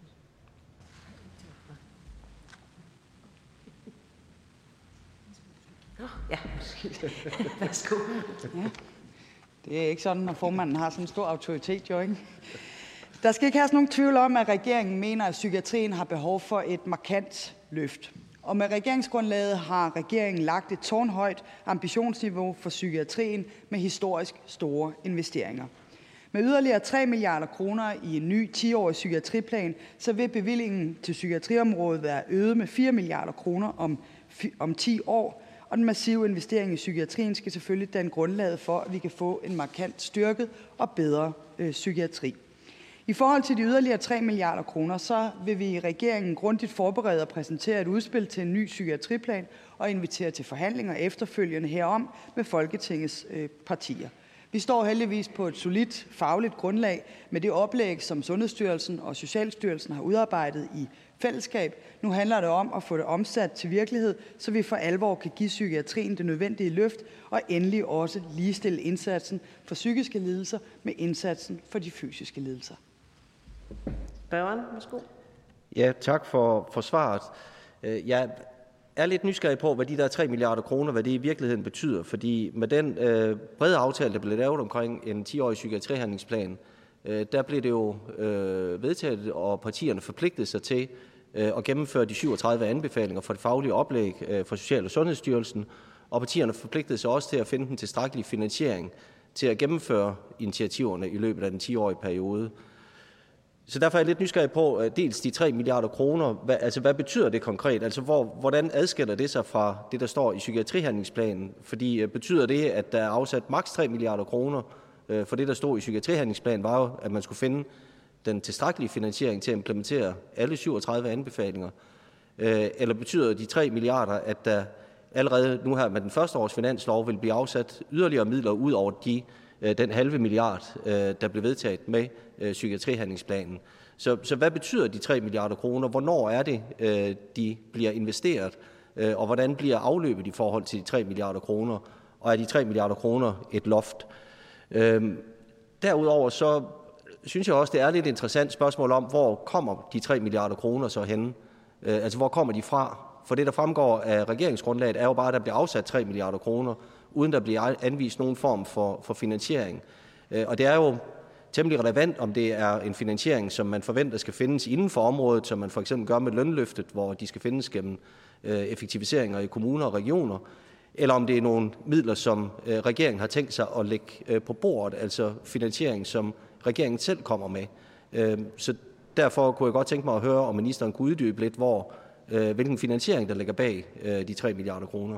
Ja, værsgo. Ja. Det er ikke sådan, at formanden har sådan en stor autoritet, jo ikke? Der skal ikke have nogen tvivl om, at regeringen mener, at psykiatrien har behov for et markant løft. Og med regeringsgrundlaget har regeringen lagt et tårnhøjt ambitionsniveau for psykiatrien med historisk store investeringer. Med yderligere tre milliarder kroner i en ny ti-årig psykiatriplan, så vil bevillingen til psykiatriområdet være øget med fire milliarder kroner om, om ti år, og den massive investering i psykiatrien skal selvfølgelig danne grundlaget for, at vi kan få en markant styrket og bedre øh, psykiatri. I forhold til de yderligere tre milliarder kroner, så vil vi i regeringen grundigt forberede og præsentere et udspil til en ny psykiatriplan og invitere til forhandlinger efterfølgende herom med Folketingets øh, partier. Vi står heldigvis på et solidt fagligt grundlag med det oplæg, som Sundhedsstyrelsen og Socialstyrelsen har udarbejdet i fællesskab. Nu handler det om at få det omsat til virkelighed, så vi for alvor kan give psykiatrien det nødvendige løft og endelig også ligestille indsatsen for psykiske lidelser med indsatsen for de fysiske lidelser. Spørgeren, værsgo. Ja, tak for, for svaret. Jeg er lidt nysgerrig på, hvad de der tre milliarder kroner, hvad det i virkeligheden betyder. Fordi med den øh, brede aftale, der blev lavet omkring en ti-årig psykiatrihandlingsplan, øh, der blev det jo øh, vedtaget, og partierne forpligtede sig til øh, at gennemføre de syvogtredive anbefalinger for det faglige oplæg øh, fra Social- og Sundhedsstyrelsen, og partierne forpligtede sig også til at finde den tilstrækkelige finansiering til at gennemføre initiativerne i løbet af den ti-årige periode. Så derfor er jeg lidt nysgerrig på, dels de tre milliarder kroner, hvad, altså hvad betyder det konkret? Altså hvor, hvordan adskiller det sig fra det, der står i psykiatrihandlingsplanen? Fordi betyder det, at der er afsat maks tre milliarder kroner, for det, der stod i psykiatrihandlingsplanen, var jo, at man skulle finde den tilstrækkelige finansiering til at implementere alle syvogtredive anbefalinger? Eller betyder de tre milliarder, at der allerede nu her med den første års finanslov vil blive afsat yderligere midler ud over de den halve milliard, der blev vedtaget med psykiatrihandlingsplanen. Så, så hvad betyder de tre milliarder kroner? Hvornår er det, de bliver investeret? Og hvordan bliver afløbet i forhold til de tre milliarder kroner? Og er de tre milliarder kroner et loft? Derudover så synes jeg også, det er lidt interessant spørgsmål om, hvor kommer de tre milliarder kroner så henne? Altså hvor kommer de fra? For det, der fremgår af regeringsgrundlaget, er jo bare, at der bliver afsat tre milliarder kroner, uden der bliver anvist nogen form for, for finansiering. Og det er jo temmelig relevant, om det er en finansiering, som man forventer skal findes inden for området, som man for eksempel gør med lønløftet, hvor de skal findes gennem effektiviseringer i kommuner og regioner, eller om det er nogle midler, som regeringen har tænkt sig at lægge på bordet, altså finansiering, som regeringen selv kommer med. Så derfor kunne jeg godt tænke mig at høre, om ministeren kunne uddybe lidt, hvor, hvilken finansiering, der ligger bag de tre milliarder kroner.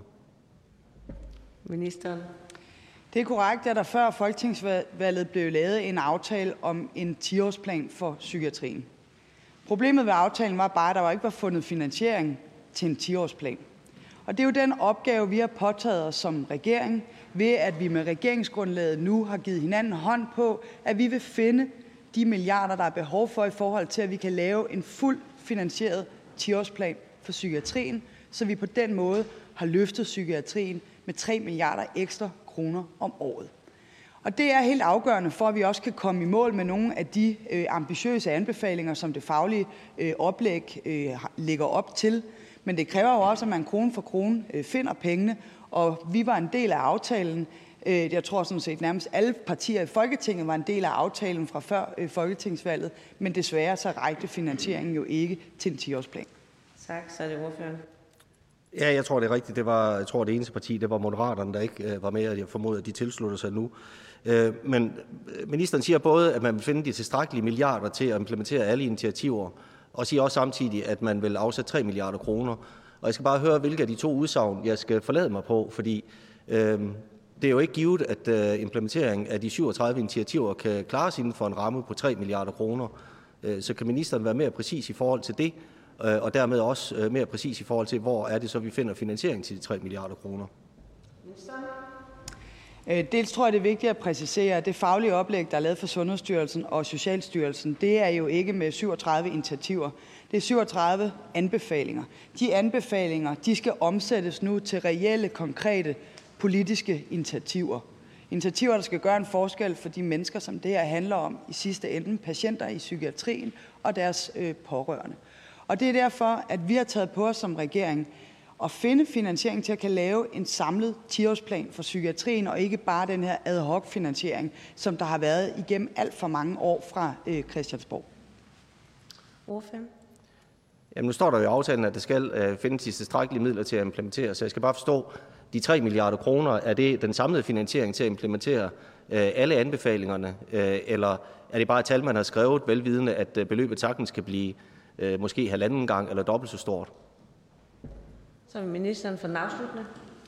Ministeren. Det er korrekt, at der før folketingsvalget blev lavet en aftale om en ti-årsplan for psykiatrien. Problemet ved aftalen var bare, at der ikke var fundet finansiering til en ti-årsplan. Og det er jo den opgave, vi har påtaget os som regering, ved at vi med regeringsgrundlaget nu har givet hinanden hånd på, at vi vil finde de milliarder, der er behov for i forhold til, at vi kan lave en fuldt finansieret ti-årsplan for psykiatrien, så vi på den måde har løftet psykiatrien med tre milliarder ekstra kroner om året. Og det er helt afgørende for, at vi også kan komme i mål med nogle af de øh, ambitiøse anbefalinger, som det faglige øh, oplæg øh, lægger op til. Men det kræver jo også, at man krone for krone øh, finder pengene, og vi var en del af aftalen. Øh, jeg tror sådan set nærmest alle partier i Folketinget var en del af aftalen fra før øh, folketingsvalget, men desværre så rækte finansieringen jo ikke til en ti-årsplan. Tak, så er det ordføreren. Ja, jeg tror, det er rigtigt. Det var, jeg tror, det eneste parti, det var Moderaterne, der ikke øh, var med, og jeg formoder, at de tilslutter sig nu. Øh, men ministeren siger både, at man vil finde de tilstrækkelige milliarder til at implementere alle initiativer, og siger også samtidig, at man vil afsætte tre milliarder kroner. Og jeg skal bare høre, hvilke af de to udsagn, jeg skal forlade mig på, fordi øh, det er jo ikke givet, at øh, implementering af de syvogtredive initiativer kan klares inden for en ramme på tre milliarder kroner. Øh, så kan ministeren være mere præcis i forhold til det, og dermed også mere præcis i forhold til, hvor er det så, vi finder finansiering til de tre milliarder kroner? Dels tror jeg, det er vigtigt at præcisere, at det faglige oplæg, der er lavet for Sundhedsstyrelsen og Socialstyrelsen, det er jo ikke med syvogtredive initiativer. Det er syvogtredive anbefalinger. De anbefalinger, de skal omsættes nu til reelle, konkrete politiske initiativer. Initiativer, der skal gøre en forskel for de mennesker, som det her handler om i sidste ende, patienter i psykiatrien og deres øh, pårørende. Og det er derfor, at vi har taget på os som regering at finde finansiering til at kan lave en samlet ti-årsplan for psykiatrien, og ikke bare den her ad hoc finansiering, som der har været igennem alt for mange år fra øh, Christiansborg. Ordfører. Jamen, nu står der jo i aftalen, at der skal øh, findes de tilstrækkelige midler til at implementere, så jeg skal bare forstå, de tre milliarder kroner, er det den samlede finansiering til at implementere øh, alle anbefalingerne, øh, eller er det bare et tal, man har skrevet, velvidende, at øh, beløbet sagtens kan blive øh, måske halvanden gang eller dobbelt så stort? Så vil ministeren for den afsluttende.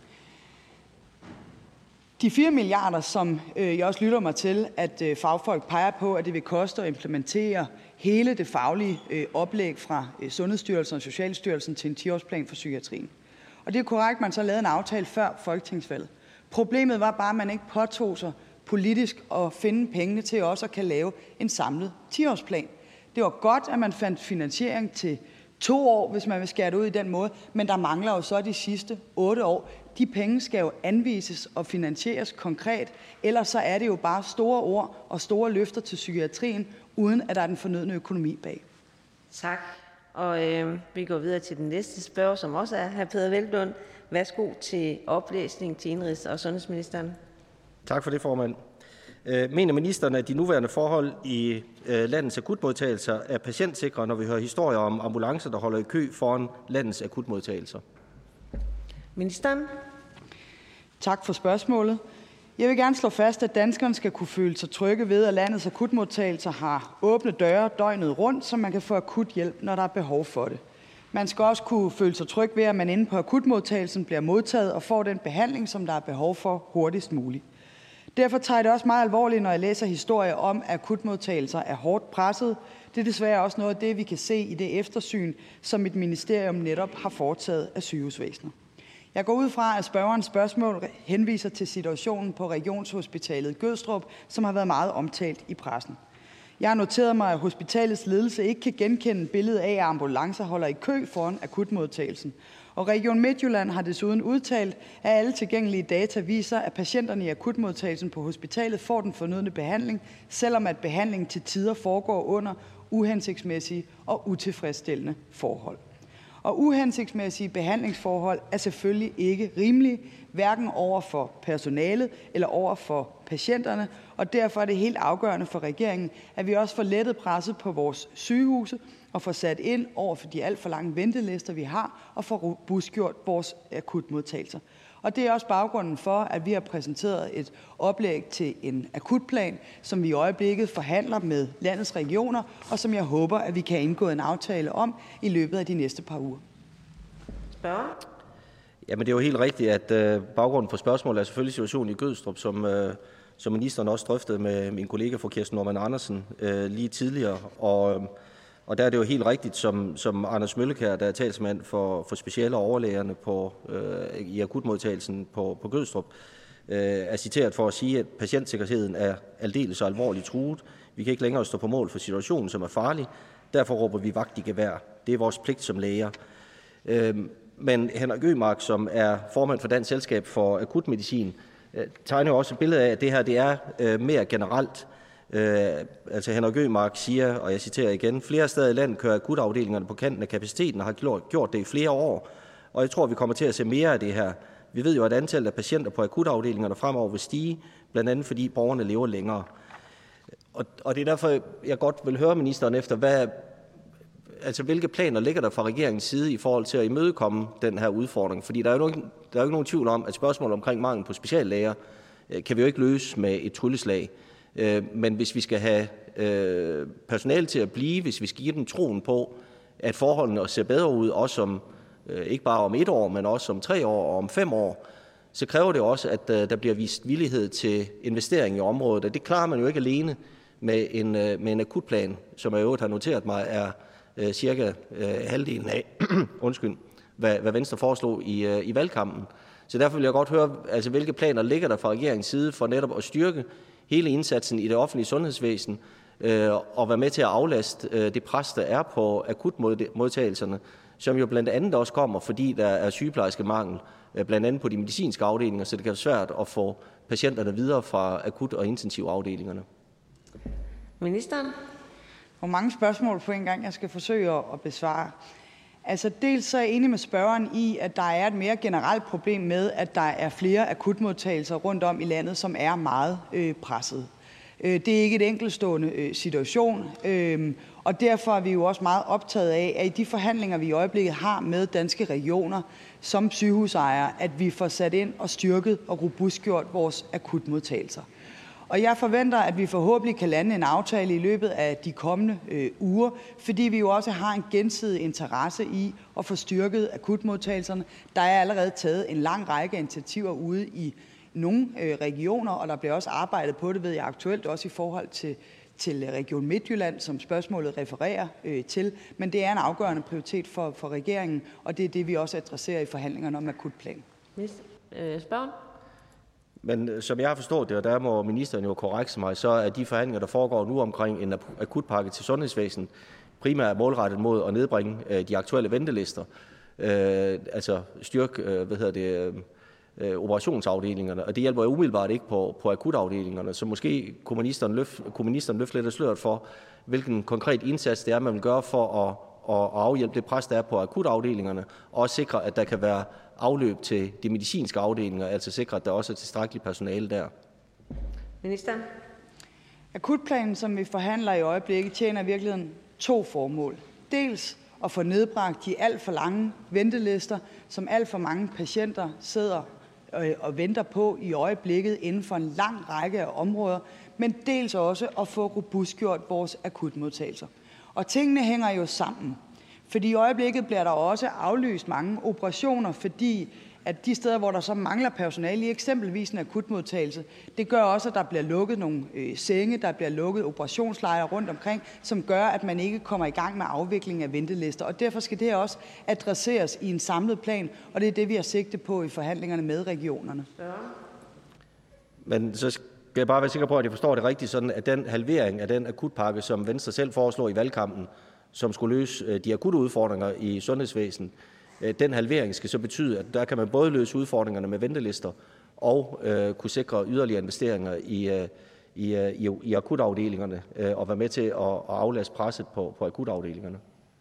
De fire milliarder, som øh, jeg også lytter mig til, at øh, fagfolk peger på, at det vil koste at implementere hele det faglige øh, oplæg fra øh, Sundhedsstyrelsen og Socialstyrelsen til en ti-årsplan for psykiatrien. Og det er korrekt, at man så lavede en aftale før folketingsvalget. Problemet var bare, at man ikke påtog sig politisk at finde pengene til også at kan lave en samlet ti-årsplan. Det var godt, at man fandt finansiering til to år, hvis man vil skære det ud i den måde, men der mangler jo så de sidste otte år. De penge skal jo anvises og finansieres konkret, ellers så er det jo bare store ord og store løfter til psykiatrien, uden at der er den fornødne økonomi bag. Tak. Og øh, vi går videre til den næste spørger, som også er hr. Peder Hvelplund. Værsgo til oplæsning til indrigs- og sundhedsministeren. Tak for det, formand. Mener ministeren, at de nuværende forhold i landets akutmodtagelser er patientsikre, når vi hører historier om ambulancer, der holder i kø foran landets akutmodtagelser? Ministeren. Tak for spørgsmålet. Jeg vil gerne slå fast, at danskerne skal kunne føle sig trygge ved, at landets akutmodtagelser har åbne døre døgnet rundt, så man kan få akut hjælp, når der er behov for det. Man skal også kunne føle sig tryg ved, at man inde på akutmodtagelsen bliver modtaget og får den behandling, som der er behov for hurtigst muligt. Derfor tager jeg det også meget alvorligt, når jeg læser historier om, at akutmodtagelser er hårdt presset. Det er desværre også noget af det, vi kan se i det eftersyn, som mit ministerium netop har foretaget af sygehusvæsenet. Jeg går ud fra, at spørgerens spørgsmål henviser til situationen på Regionshospitalet Gødstrup, som har været meget omtalt i pressen. Jeg har noteret mig, at hospitalets ledelse ikke kan genkende billedet af, at ambulancer holder i kø foran akutmodtagelsen. Og Region Midtjylland har desuden udtalt, at alle tilgængelige data viser, at patienterne i akutmodtagelsen på hospitalet får den fornødne behandling, selvom at behandlingen til tider foregår under uhensigtsmæssige og utilfredsstillende forhold. Og uhensigtsmæssige behandlingsforhold er selvfølgelig ikke rimelige, hverken over for personalet eller over for patienterne, og derfor er det helt afgørende for regeringen, at vi også får lettet presset på vores sygehuse og får sat ind over for de alt for lange ventelister, vi har, og får robustgjort vores akutmodtagelser. Og det er også baggrunden for, at vi har præsenteret et oplæg til en akutplan, som vi i øjeblikket forhandler med landets regioner, og som jeg håber, at vi kan indgå en aftale om i løbet af de næste par uger. Spørger? Jamen, det er jo helt rigtigt, at øh, baggrunden for spørgsmålet er selvfølgelig situationen i Gødstrup, som, øh, som ministeren også drøftede med min kollega fru Kirsten Normann Andersen øh, lige tidligere. Og, øh, og der er det jo helt rigtigt, som, som Anders Møllekær, der er talsmand for, for speciale overlægerne på, øh, i akutmodtagelsen på, på Gødstrup, øh, er citeret for at sige, at patientsikkerheden er aldeles og alvorligt truet. Vi kan ikke længere stå på mål for situationen, som er farlig. Derfor råber vi vagt i gevær. Det er vores pligt som læger. Øh, Men Henrik Ømark, som er formand for Dansk Selskab for Akutmedicin, tegner også et billede af, at det her det er øh, mere generelt. Øh, altså Henrik Ømark siger, og jeg citerer igen, flere steder i landet kører akutafdelingerne på kanten af kapaciteten og har gjort det i flere år. Og jeg tror, vi kommer til at se mere af det her. Vi ved jo, at antallet af patienter på akutafdelingerne fremover vil stige, blandt andet fordi borgerne lever længere. Og, og det er derfor, jeg godt vil høre ministeren efter, hvad Altså, hvilke planer ligger der fra regeringens side i forhold til at imødekomme den her udfordring? Fordi der er jo, nogen, der er jo ikke nogen tvivl om, at spørgsmålet omkring mangel på speciallæger kan vi jo ikke løse med et trylleslag. Men hvis vi skal have personale til at blive, hvis vi skal give dem troen på, at forholdene ser bedre ud, også om, ikke bare om et år, men også om tre år og om fem år, så kræver det også, at der bliver vist villighed til investering i området. Og det klarer man jo ikke alene med en, med en akutplan, som jeg i øvrigt har noteret mig er cirka øh, halvdelen af, undskyld, hvad, hvad Venstre foreslog i, øh, i valgkampen. Så derfor vil jeg godt høre, altså, hvilke planer ligger der fra regeringens side for netop at styrke hele indsatsen i det offentlige sundhedsvæsen øh, og være med til at aflaste øh, det pres, der er på akutmodtagelserne, som jo blandt andet også kommer, fordi der er sygeplejerskemangel, øh, blandt andet på de medicinske afdelinger, så det kan være svært at få patienterne videre fra akut- og intensivafdelingerne. Ministeren? Hvor mange spørgsmål på en gang, jeg skal forsøge at besvare. Altså dels så er jeg enig med spørgeren i, at der er et mere generelt problem med, at der er flere akutmodtagelser rundt om i landet, som er meget øh, presset. Det er ikke et enkeltstående øh, situation, øh, og derfor er vi jo også meget optaget af, at i de forhandlinger, vi i øjeblikket har med Danske Regioner som sygehusejere, at vi får sat ind og styrket og robustgjort vores akutmodtagelser. Og jeg forventer, at vi forhåbentlig kan lande en aftale i løbet af de kommende øh, uger, fordi vi jo også har en gensidig interesse i at få styrket akutmodtagelserne. Der er allerede taget en lang række initiativer ude i nogle øh, regioner, og der bliver også arbejdet på det, ved jeg aktuelt, også i forhold til, til Region Midtjylland, som spørgsmålet refererer øh, til. Men det er en afgørende prioritet for, for regeringen, og det er det, vi også adresserer i forhandlingerne om akutplan. Øh, spørgen? Men som jeg har forstået det, og der må ministeren jo korrekse mig, så er de forhandlinger, der foregår nu omkring en akutpakke til sundhedsvæsenet, primært målrettet mod at nedbringe øh, de aktuelle ventelister. Øh, altså styrke, øh, hvad hedder det, øh, operationsafdelingerne, og det hjælper jo umiddelbart ikke på, på akutafdelingerne, så måske kunne ministeren, løfte, kunne ministeren løfte lidt af sløret for, hvilken konkret indsats det er, man vil gøre for at, at afhjælpe det pres, der er på akutafdelingerne, og også sikre, at der kan være afløb til de medicinske afdelinger, altså sikre, at der også er tilstrækkeligt personale der. Ministeren. Akutplanen, som vi forhandler i øjeblikket, tjener i virkeligheden to formål. Dels at få nedbragt de alt for lange ventelister, som alt for mange patienter sidder og venter på i øjeblikket inden for en lang række af områder, men dels også at få robustgjort vores akutmodtagelser. Og tingene hænger jo sammen, fordi i øjeblikket bliver der også aflyst mange operationer, fordi at de steder, hvor der så mangler personale i eksempelvis en akutmodtagelse, det gør også, at der bliver lukket nogle øh, senge, der bliver lukket operationslejre rundt omkring, som gør, at man ikke kommer i gang med afvikling af ventelister. Og derfor skal det også adresseres i en samlet plan, og det er det, vi har sigte på i forhandlingerne med regionerne. Ja. Men så skal jeg bare være sikker på, at jeg forstår det rigtigt, sådan at den halvering af den akutpakke, som Venstre selv foreslår i valgkampen, som skulle løse de akutte udfordringer i sundhedsvæsenet, den halvering skal så betyde, at der kan man både løse udfordringerne med ventelister og øh, kunne sikre yderligere investeringer i, i, i, i akutafdelingerne øh, og være med til at, at aflaste presset på, på akutafdelingerne.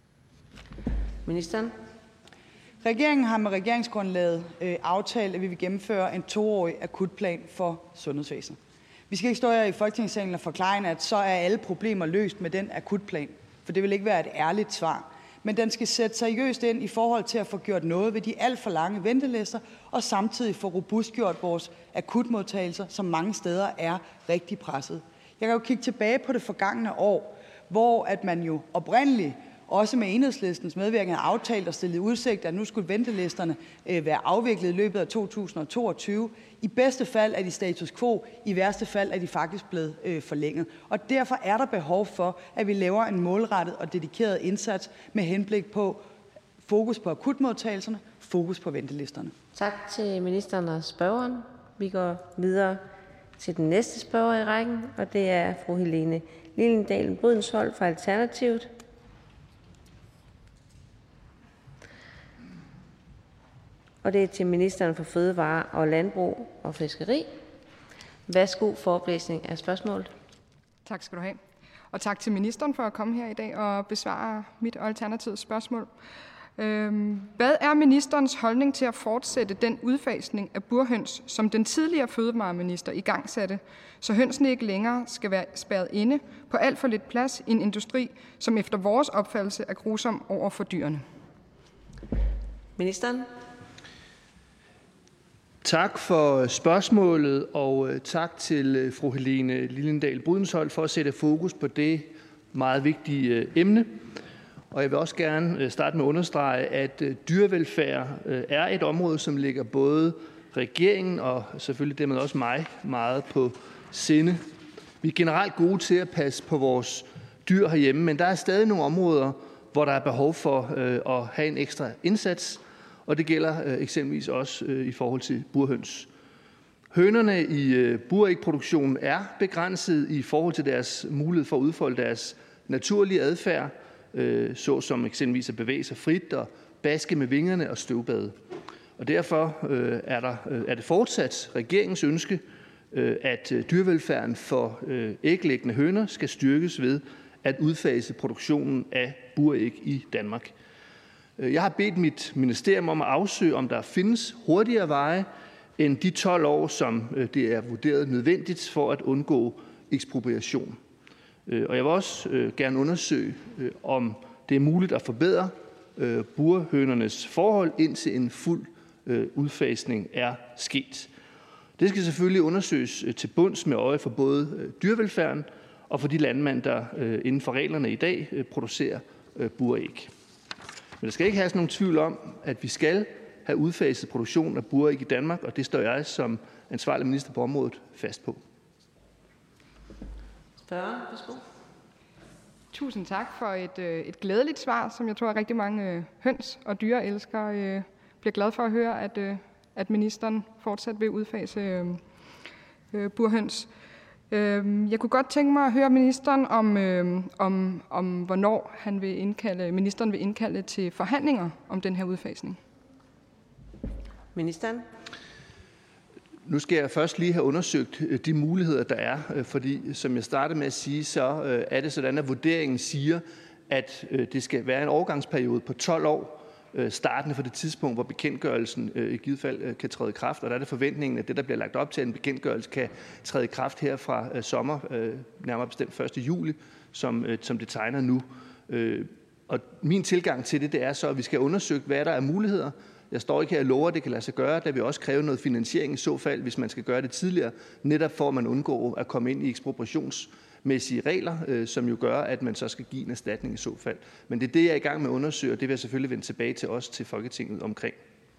Ministeren. Regeringen har med regeringsgrundlaget øh, aftalt, at vi vil gennemføre en toårig akutplan for sundhedsvæsenet. Vi skal ikke stå her i Folketingssalen og forklare, at så er alle problemer løst med den akutplan, for det vil ikke være et ærligt svar. Men den skal sætte seriøst ind i forhold til at få gjort noget ved de alt for lange ventelister, og samtidig få robustgjort vores akutmodtagelser, som mange steder er rigtig presset. Jeg kan jo kigge tilbage på det forgangne år, hvor at man jo oprindeligt, også med Enhedslistens medvirkende, aftalt og stillet i udsigt, at nu skulle ventelisterne øh, være afviklet i løbet af to tusind og toogtyve. I bedste fald er de status quo, i værste fald er de faktisk blevet øh, forlænget. Og derfor er der behov for, at vi laver en målrettet og dedikeret indsats med henblik på fokus på akutmodtagelserne, fokus på ventelisterne. Tak til ministeren og spørgeren. Vi går videre til den næste spørger i rækken, og det er fru Helene Liliendahl Brydensholt fra Alternativet. Og det er til ministeren for Fødevare og Landbrug og Fiskeri. Værsgo for oplæsning af spørgsmålet. Tak skal du have. Og tak til ministeren for at komme her i dag og besvare mit og Alternativets spørgsmål. Hvad er ministerens holdning til at fortsætte den udfasning af burhøns, som den tidligere fødevareminister igangsatte, så hønsene ikke længere skal være spærret inde på alt for lidt plads i en industri, som efter vores opfattelse er grusom over for dyrene? Ministeren. Tak for spørgsmålet, og tak til fru Helene Liliendahl Brydensholt for at sætte fokus på det meget vigtige emne. Og jeg vil også gerne starte med at understrege, at dyrevelfærd er et område, som ligger både regeringen og selvfølgelig dermed også mig meget på sinde. Vi er generelt gode til at passe på vores dyr herhjemme, men der er stadig nogle områder, hvor der er behov for at have en ekstra indsats, og det gælder eksempelvis også i forhold til burhøns. Hønerne i burægproduktionen er begrænset i forhold til deres mulighed for at udfolde deres naturlige adfærd, såsom eksempelvis at bevæge sig frit og baske med vingerne og støvbade. Og derfor er, der, er det fortsat regeringens ønske, at dyrevelfærden for æglæggende høner skal styrkes ved at udfase produktionen af buræg i Danmark. Jeg har bedt mit ministerium om at afsøge, om der findes hurtigere veje end de tolv år, som det er vurderet nødvendigt for at undgå ekspropriation. Og jeg vil også gerne undersøge, om det er muligt at forbedre burhønernes forhold, indtil en fuld udfasning er sket. Det skal selvfølgelig undersøges til bunds med øje for både dyrevelfærden og for de landmænd, der inden for reglerne i dag producerer buræg. Men der skal ikke have nogen tvivl om, at vi skal have udfaset produktionen af buræg i Danmark, og det står jeg som ansvarlig minister på området fast på. Spørger, værsgo. Tusind tak for et, et glædeligt svar, som jeg tror, at rigtig mange høns og dyreelskere bliver glade for at høre, at, at ministeren fortsat vil udfase øh, burhøns. Øh, jeg kunne godt tænke mig at høre ministeren om, øh, om, om hvornår han vil indkalde, ministeren vil indkalde til forhandlinger om den her udfasning. Ministeren. Nu skal jeg først lige have undersøgt de muligheder, der er, fordi som jeg startede med at sige, så er det sådan, at vurderingen siger, at det skal være en overgangsperiode på tolv år, startende fra det tidspunkt, hvor bekendtgørelsen i givet fald kan træde i kraft. Og der er det forventningen, at det, der bliver lagt op til, at en bekendtgørelse kan træde i kraft her fra sommer, nærmere bestemt første juli, som, som det tegner nu. Og min tilgang til det, det er så, at vi skal undersøge, hvad der er muligheder. Jeg står ikke her og lover, at det kan lade sig gøre. Der vil også kræve noget finansiering i så fald, hvis man skal gøre det tidligere, netop for at man undgår at komme ind i ekspropriationsmæssige regler, øh, som jo gør, at man så skal give en erstatning i så fald. Men det er det, jeg er i gang med at undersøge, og det vil jeg selvfølgelig vende tilbage til os til Folketinget omkring.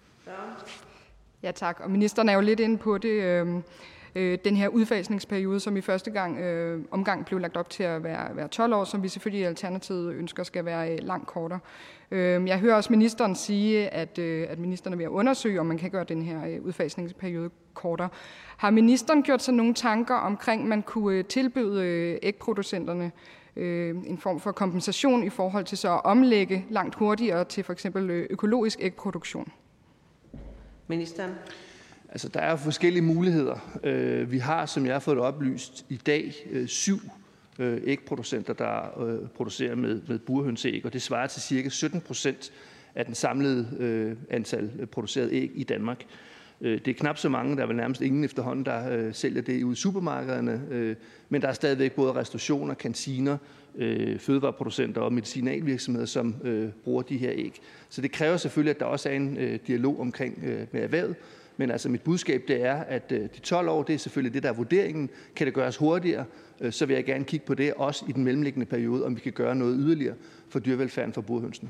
Ja, tak. Og ministeren er jo lidt inde på det. Øh... den her udfasningsperiode, som i første gang, øh, omgang blev lagt op til at være, være tolv år, som vi selvfølgelig i Alternativet ønsker skal være øh, langt kortere. Øh, jeg hører også ministeren sige, at, øh, at ministeren er ved at undersøge, om man kan gøre den her øh, udfasningsperiode kortere. Har ministeren gjort sig nogle tanker omkring, at man kunne øh, tilbyde øh, ægproducenterne øh, en form for kompensation i forhold til så at omlægge langt hurtigere til for eksempel øh, økologisk ægproduktion? Ministeren. Altså, der er forskellige muligheder. Vi har, som jeg har fået oplyst, i dag syv ægproducenter, der producerer med, med burhønseæg, og det svarer til cirka sytten procent af den samlede antal producerede æg i Danmark. Det er knap så mange, der er vel nærmest ingen efterhånden, der sælger det ude i supermarkederne, men der er stadigvæk både restaurationer, kantiner, fødevareproducenter og medicinalvirksomheder, som bruger de her æg. Så det kræver selvfølgelig, at der også er en dialog omkring med erhvervet. Men altså mit budskab det er, at de tolv år, det er selvfølgelig det, der er vurderingen. Kan det gøres hurtigere, så vil jeg gerne kigge på det, også i den mellemliggende periode, om vi kan gøre noget yderligere for dyrevelfærden for burhønsene.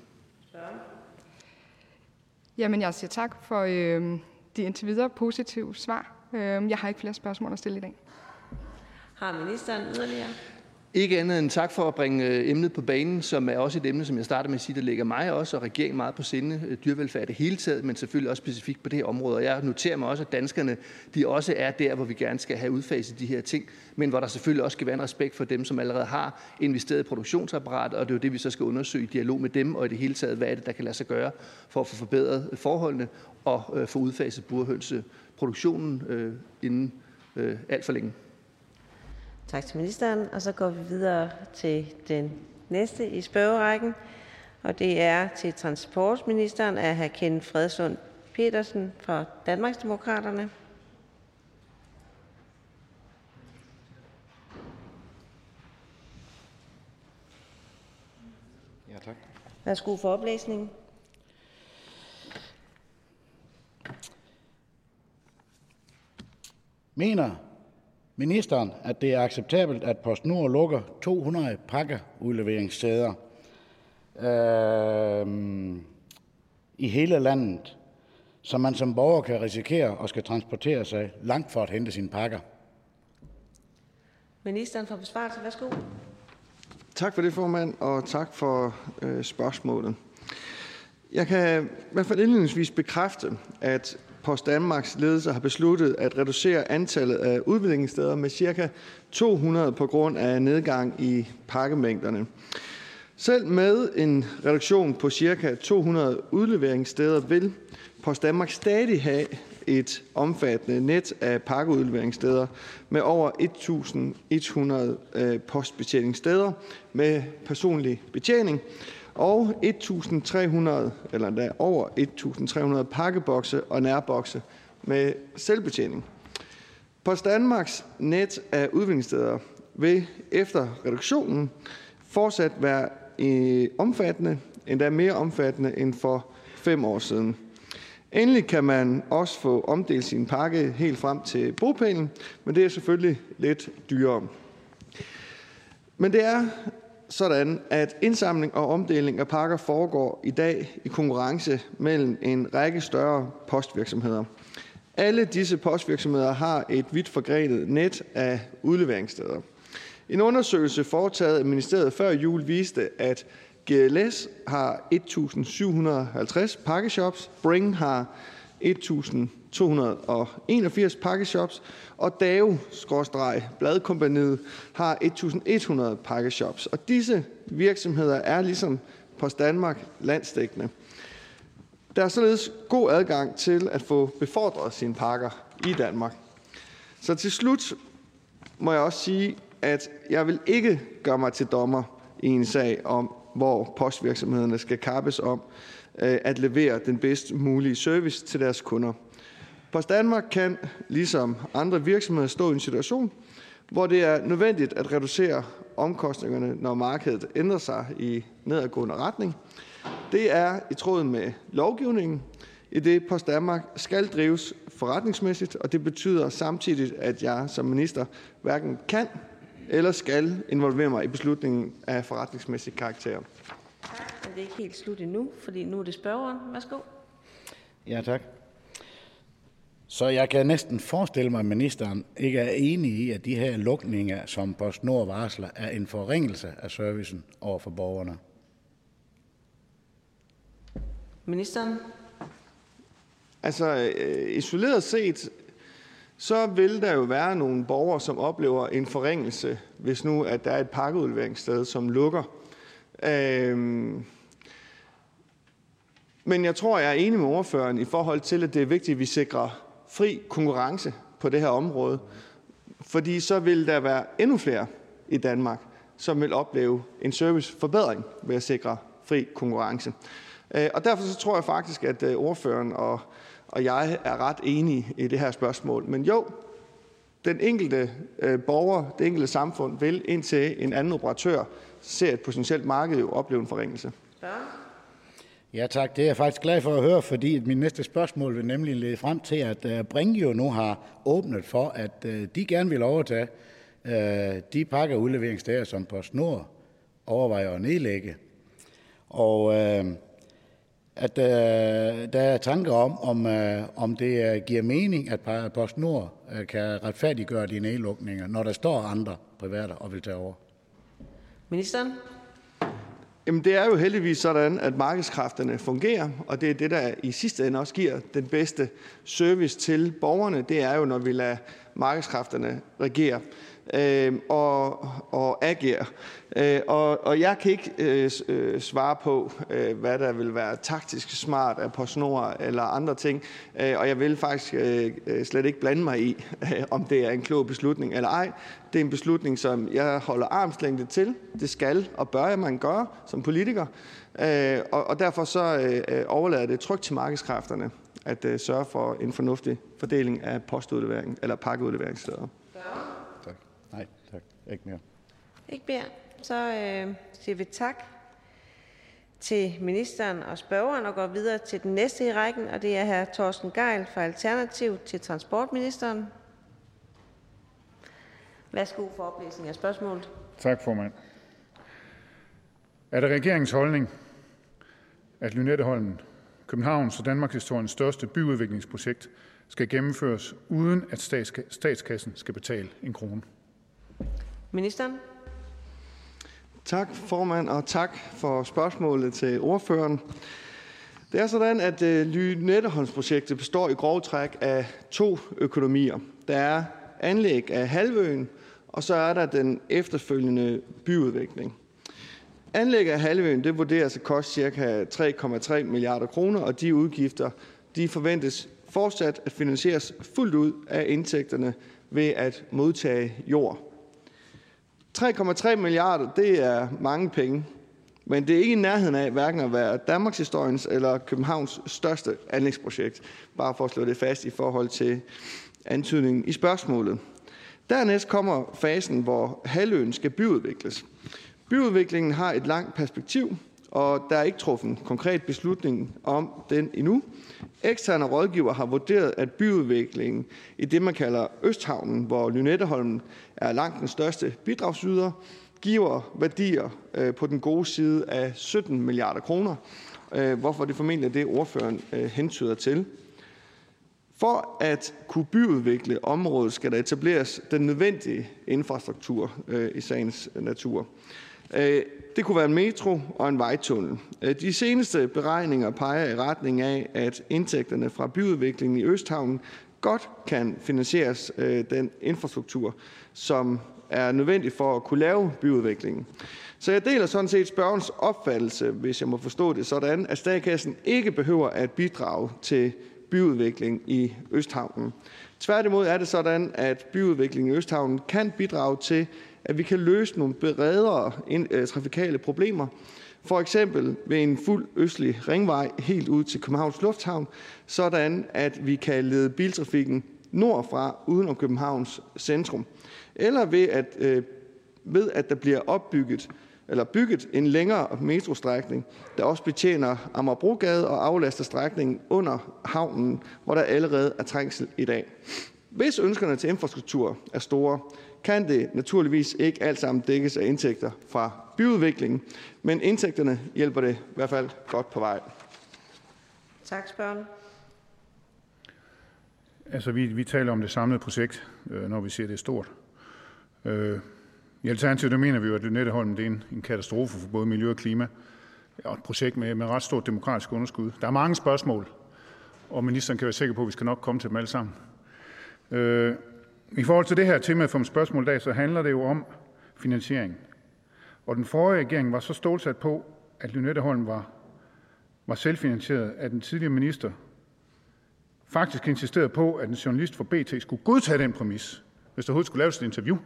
Jamen, jeg siger tak for øh, de indtil videre positive svar. Øh, jeg har ikke flere spørgsmål at stille i dag. Har ministeren yderligere? Ikke andet end tak for at bringe emnet på banen, som er også et emne, som jeg starter med at sige, der ligger mig også og regeringen meget på sinde. Dyrevelfærd det hele taget, men selvfølgelig også specifikt på det her område. Og jeg noterer mig også, at danskerne de også er der, hvor vi gerne skal have udfaset de her ting, men hvor der selvfølgelig også skal være en respekt for dem, som allerede har investeret i produktionsapparat, og det er jo det, vi så skal undersøge i dialog med dem, og i det hele taget, hvad er det, der kan lade sig gøre for at få forbedret forholdene og øh, få udfaset burhønseproduktionen øh, inden øh, alt for længe. Tak til ministeren, og så går vi videre til den næste i spørgerækken, og det er til transportministeren af hr. Kenneth Fredslund Petersen fra Danmarksdemokraterne. Ja, tak. Værsgo for oplæsningen. Mener ministeren, at det er acceptabelt, at PostNord lukker to hundrede pakkeudleveringssteder øh, i hele landet, så man som borger kan risikere at skal transportere sig langt for at hente sine pakker? Ministeren for besvarelse. Værsgo. Tak for det, formand, og tak for øh, spørgsmålet. Jeg kan i hvert fald indledningsvis bekræfte, at Post Danmarks ledelse har besluttet at reducere antallet af udleveringssteder med ca. to hundrede på grund af nedgang i pakkemængderne. Selv med en reduktion på ca. to hundrede udleveringssteder vil Post Danmark stadig have et omfattende net af pakkeudleveringssteder med over et tusind et hundrede postbetjeningssteder med personlig betjening, og et tusind tre hundrede eller endda over et tusind tre hundrede pakkebokse og nærbokse med selvbetjening. Post Danmarks net af udviklingssteder vil efter reduktionen fortsat være omfattende, endda mere omfattende end for fem år siden. Endelig kan man også få omdelt sin pakke helt frem til bopælen, men det er selvfølgelig lidt dyrere. Men det er sådan, at indsamling og omdeling af pakker foregår i dag i konkurrence mellem en række større postvirksomheder. Alle disse postvirksomheder har et vidt forgrenet net af udleveringssteder. En undersøgelse foretaget af ministeriet før jul viste, at G L S har et tusind syv hundrede og halvtreds pakkeshops, Bring har et tusind to hundrede og enogfirs pakkeshops, og Dao-Bladkompagniet har et tusind et hundrede pakkeshops. Og disse virksomheder er ligesom Post Danmark landsdækkende. Der er således god adgang til at få befordret sine pakker i Danmark. Så til slut må jeg også sige, at jeg vil ikke gøre mig til dommer i en sag om, hvor postvirksomhederne skal kappes om at levere den bedst mulige service til deres kunder. Post Danmark kan, ligesom andre virksomheder, stå i en situation, hvor det er nødvendigt at reducere omkostningerne, når markedet ændrer sig i nedadgående retning. Det er i tråd med lovgivningen, i det Post Danmark skal drives forretningsmæssigt, og det betyder samtidig, at jeg som minister hverken kan eller skal involvere mig i beslutningen af forretningsmæssig karakter. Tak, men det er ikke helt slut endnu, fordi nu er det spørgeren. Værsgo. Ja, tak. Så jeg kan næsten forestille mig, at ministeren ikke er enig i, at de her lukninger, som PostNord varsler, er en forringelse af servicen over for borgerne. Ministeren? Altså, isoleret set, så vil der jo være nogle borgere, som oplever en forringelse, hvis nu at der er et pakkeudleveringssted, som lukker. Øhm, men jeg tror, jeg er enig med ordføreren i forhold til, at det er vigtigt, at vi sikrer fri konkurrence på det her område. Fordi så vil der være endnu flere i Danmark, som vil opleve en serviceforbedring ved at sikre fri konkurrence. Og derfor så tror jeg faktisk, at ordføreren og, og jeg er ret enige i det her spørgsmål. Men jo, den enkelte borger, det enkelte samfund vil indtil en anden operatør ser et potentielt marked jo opleve en forringelse. Ja. Ja tak, det er jeg faktisk glad for at høre, fordi mit næste spørgsmål vil nemlig lede frem til, at Bring jo nu har åbnet for, at de gerne vil overtage de pakkeudleveringssteder, som PostNord overvejer at nedlægge. Og øh, at øh, der er tanker om, om, øh, om det giver mening, at PostNord øh, kan retfærdiggøre de nedlukninger, når der står andre private og vil tage over. Ministeren? Jamen, det er jo heldigvis sådan, at markedskræfterne fungerer, og det er det, der i sidste ende også giver den bedste service til borgerne. Det er jo, når vi lader markedskræfterne regere øh, og, og agere. Øh, og, og jeg kan ikke øh, svare på, øh, hvad der vil være taktisk smart af PostNord eller andre ting, øh, og jeg vil faktisk øh, slet ikke blande mig i, øh, om det er en klog beslutning eller ej. Det er en beslutning, som jeg holder armslængde til. Det skal og bør man gøre som politiker, øh, og, og derfor så øh, overlader det trygt til markedskræfterne at øh, sørge for en fornuftig fordeling af postudlevering eller pakkeudleveringssteder. Tak. Nej, tak. Ikke mere. Ikke mere. Så øh, siger vi tak til ministeren og spørgeren og går videre til den næste i rækken, og det er hr. Torsten Gejl fra Alternativ til transportministeren. Værsgo for oplæsning af spørgsmålet. Tak, formand. Er det regeringens holdning, at Lynetteholmen, Københavns og Danmarkshistoriens største byudviklingsprojekt, skal gennemføres, uden at statskassen skal betale en krone? Ministeren? Tak, formand, og tak for spørgsmålet til ordføreren. Det er sådan, at Lynetteholmsprojektet består i grove træk af to økonomier. Der er anlæg af halvøen, og så er der den efterfølgende byudvikling. Anlæg af halvøen det vurderes at koste ca. tre komma tre milliarder kroner, og de udgifter de forventes fortsat at finansieres fuldt ud af indtægterne ved at modtage jord. tre komma tre milliarder det er mange penge, Men det er ikke i nærheden af hverken at være Danmarks historiens eller Københavns største anlægsprojekt, bare for at slå det fast i forhold til antydningen i spørgsmålet. Dernæst kommer fasen, hvor halvøen skal byudvikles. Byudviklingen har et langt perspektiv, og der er ikke truffet en konkret beslutning om den endnu. Eksterne rådgiver har vurderet, at byudviklingen i det, man kalder Østhavnen, hvor Lynetteholmen er langt den største bidragsyder, giver værdier på den gode side af sytten milliarder kroner, hvorfor det formentlig er det, ordføreren hentyder til. For at kunne byudvikle området, skal der etableres den nødvendige infrastruktur i sagens natur. Det kunne være en metro og en vejtunnel. De seneste beregninger peger i retning af, at indtægterne fra byudviklingen i Østhavnen godt kan finansieres den infrastruktur, som er nødvendig for at kunne lave byudviklingen. Så jeg deler sådan set spørgerens opfattelse, hvis jeg må forstå det sådan, at statskassen ikke behøver at bidrage til byudvikling i Østhavnen. Tværtimod er det sådan, at byudviklingen i Østhavnen kan bidrage til, at vi kan løse nogle bredere trafikale problemer, for eksempel ved en fuld østlig ringvej helt ud til Københavns Lufthavn, sådan at vi kan lede biltrafikken nordfra uden om Københavns centrum. Eller ved at, øh, ved at der bliver opbygget eller bygget en længere metrostrækning, der også betjener Amagerbrogade og aflaster strækningen under havnen, hvor der allerede er trængsel i dag. Hvis ønskerne til infrastruktur er store, kan det naturligvis ikke alt sammen dækkes af indtægter fra byudviklingen, men indtægterne hjælper det i hvert fald godt på vej. Tak, spørgeren. Altså, vi, vi taler om det samlede projekt, øh, når vi siger, det er stort. Øh, I Alternativet der mener vi jo, at Lynetteholmen det er en, en katastrofe for både miljø og klima, og et projekt med, med ret stort demokratisk underskud. Der er mange spørgsmål, og ministeren kan være sikker på, at vi skal nok komme til dem alle sammen. Øh, I forhold til det her tema for spørgsmål i dag, så handler det jo om finansiering. Og den forrige regering var så stålsat på, at Lynetteholmen var, var selvfinansieret, at den tidligere minister faktisk insisterede på, at en journalist fra B T skulle godtage den præmis, hvis der overhovedet skulle laves et interview.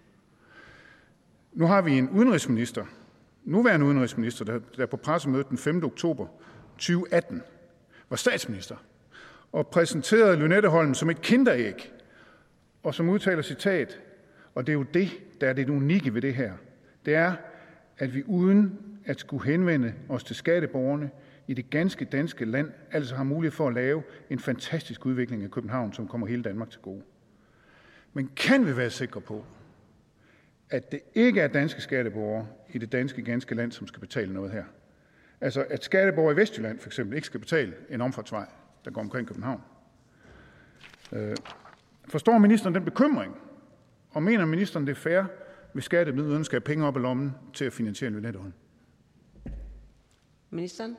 Nu har vi en udenrigsminister, nuværende udenrigsminister, der, der på pressemødet den femte oktober tyve atten var statsminister og præsenterede Lynetteholmen som et kinderæg, og som udtaler citat, og det er jo det, der er det unikke ved det her, det er, at vi uden at skulle henvende os til skatteborgerne i det ganske danske land, altså har mulighed for at lave en fantastisk udvikling af København, som kommer hele Danmark til gode. Men kan vi være sikre på, at det ikke er danske skatteborgere i det danske ganske land, som skal betale noget her? Altså at skatteborgere i Vestjylland for eksempel ikke skal betale en omfartsvej, der går omkring København. Øh, forstår ministeren den bekymring? Og mener ministeren, det er fair, hvis skatteyderne skal have penge op i lommen til at finansiere Lynetteholmen? Ministeren?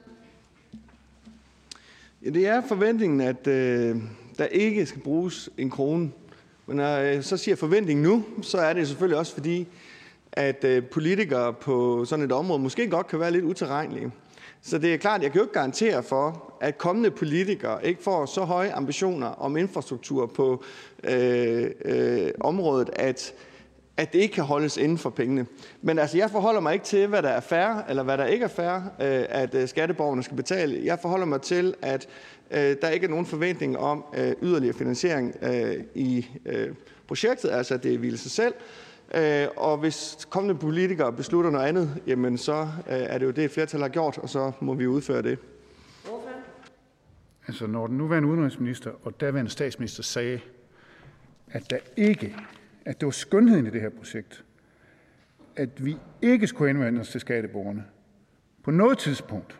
Ja, det er forventningen, at øh, der ikke skal bruges en krone. Men når jeg så siger forventning nu, så er det selvfølgelig også fordi, at øh, politikere på sådan et område måske godt kan være lidt utilregnelige. Så det er klart, jeg kan jo ikke garantere for, at kommende politikere ikke får så høje ambitioner om infrastruktur på øh, øh, området, at, at det ikke kan holdes inden for pengene. Men altså, jeg forholder mig ikke til, hvad der er fair, eller hvad der ikke er fair, øh, at øh, skatteborgerne skal betale. Jeg forholder mig til, at øh, der ikke er nogen forventning om øh, yderligere finansiering øh, i øh, projektet, altså det hviler sig selv. Øh, og hvis kommende politikere beslutter noget andet, jamen så øh, er det jo det, et flertal har gjort, og så må vi udføre det. Altså, når den nuværende udenrigsminister og daværende statsminister sagde, at der ikke, at det var skønheden i det her projekt, at vi ikke skulle henvende os til skatteborgerne på noget tidspunkt,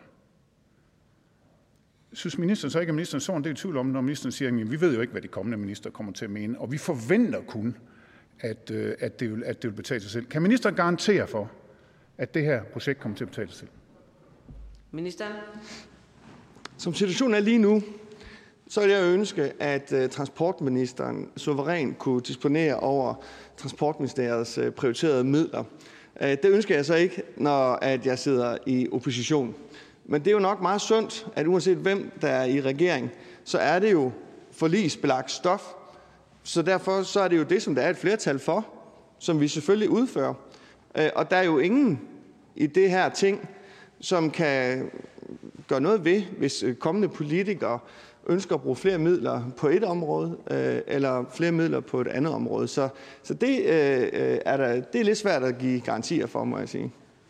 synes ministeren så ikke, at ministeren så en del tvivl om, når ministeren siger, at vi ved jo ikke, hvad de kommende minister kommer til at mene, og vi forventer kun, at, at, det vil, at det vil betale sig selv. Kan ministeren garantere for, at det her projekt kommer til at betale sig selv? Ministeren? Som situationen er lige nu, så vil jeg ønske, at uh, transportministeren suverænt kunne disponere over Transportministeriets uh, prioriterede midler. Uh, det ønsker jeg så ikke, når at jeg sidder i opposition. Men det er jo nok meget sundt, at uanset hvem der er i regering, så er det jo forligsbelagt stof. Så derfor så er det jo det, som der er et flertal for, som vi selvfølgelig udfører. Uh, og der er jo ingen i det her ting, som kan gøre noget ved, hvis kommende politikere ønsker at bruge flere midler på et område, øh, eller flere midler på et andet område. Så, så det, øh, er der, det er lidt svært at give garantier for, må jeg sige.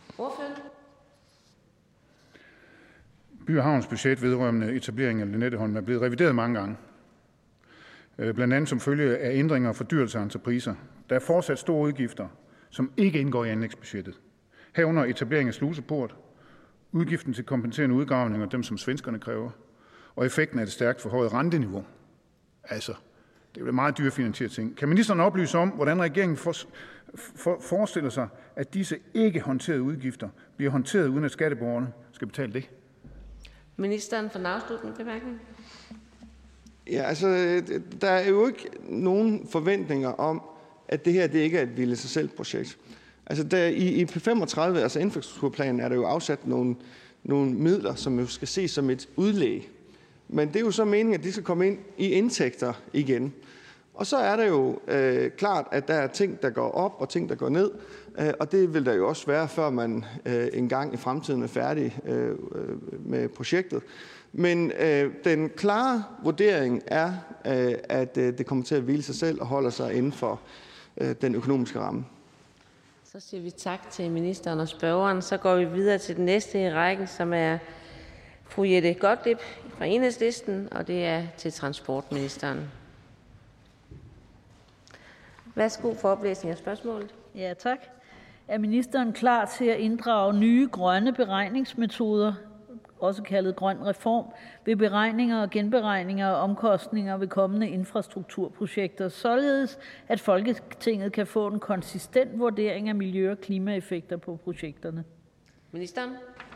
By og Havns budget vedrørende etablering af Lynetteholm er blevet revideret mange gange. Blandt andet som følge af ændringer og fordyrelser af entrepriser. Der er fortsat store udgifter, som ikke indgår i anlægsbudgettet. Herunder etablering af sluseport, udgiften til kompenserende udgravninger, dem som svenskerne kræver, og effekten af det stærkt forhøjet renteniveau. Altså, det er jo meget dyre finansierede ting. Kan ministeren oplyse om, hvordan regeringen for, for, forestiller sig, at disse ikke håndterede udgifter bliver håndteret, uden at skatteborgerne skal betale det? Ministeren for en afsluttende bemærkning. Ja, altså, der er jo ikke nogen forventninger om, at det her det ikke er et hvile sig selv projekt. Altså, der, i, i P femogtredive, altså infrastrukturplanen, er der jo afsat nogle, nogle midler, som jo skal ses som et udlæg. Men det er jo så meningen, at de skal komme ind i indtægter igen. Og så er det jo øh, klart, at der er ting, der går op, og ting, der går ned. Øh, og det vil der jo også være, før man øh, engang i fremtiden er færdig øh, med projektet. Men øh, den klare vurdering er, øh, at øh, det kommer til at hvile sig selv og holder sig inden for øh, den økonomiske ramme. Så siger vi tak til ministeren og spørgeren. Så går vi videre til den næste i rækken, som er fru Jette Gottlieb fra Enhedslisten, og det er til transportministeren. Værsgo for oplæsning af spørgsmålet. Ja, tak. Er ministeren klar til at inddrage nye grønne beregningsmetoder, også kaldet grøn reform, ved beregninger og genberegninger af omkostninger ved kommende infrastrukturprojekter, således at Folketinget kan få en konsistent vurdering af miljø- og klimaeffekter på projekterne? Ministeren.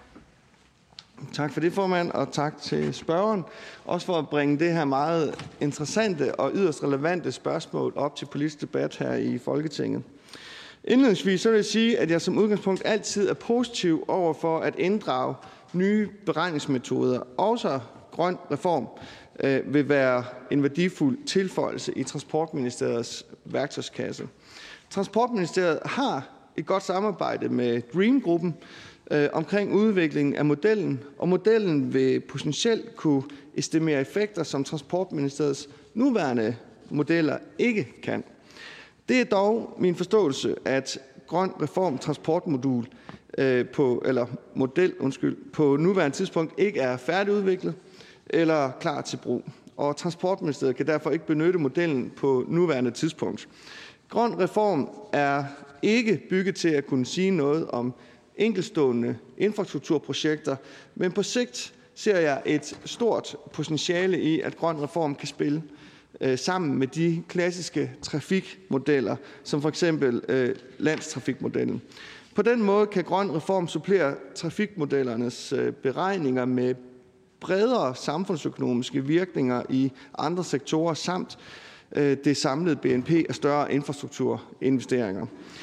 Tak for det, formand, og tak til spørgeren. Også for at bringe det her meget interessante og yderst relevante spørgsmål op til politisk debat her i Folketinget. Indledningsvis så vil jeg sige, at jeg som udgangspunkt altid er positiv over for at inddrage nye beregningsmetoder. Også grøn reform øh, vil være en værdifuld tilføjelse i Transportministeriets værktøjskasse. Transportministeriet har et godt samarbejde med Dream-gruppen øh, omkring udviklingen af modellen, og modellen vil potentielt kunne estimere effekter, som Transportministeriets nuværende modeller ikke kan. Det er dog min forståelse, at grøn reform transportmodul øh, på, eller model undskyld, på nuværende tidspunkt ikke er færdigudviklet eller klar til brug, og Transportministeriet kan derfor ikke benytte modellen på nuværende tidspunkt. Grøn reform er ikke bygget til at kunne sige noget om enkeltstående infrastrukturprojekter, men på sigt ser jeg et stort potentiale i, at grøn reform kan spille øh, sammen med de klassiske trafikmodeller, som for eksempel øh, landstrafikmodellen. På den måde kan grøn reform supplere trafikmodellernes øh, beregninger med bredere samfundsøkonomiske virkninger i andre sektorer samt øh, det samlede B N P og større infrastrukturinvesteringer.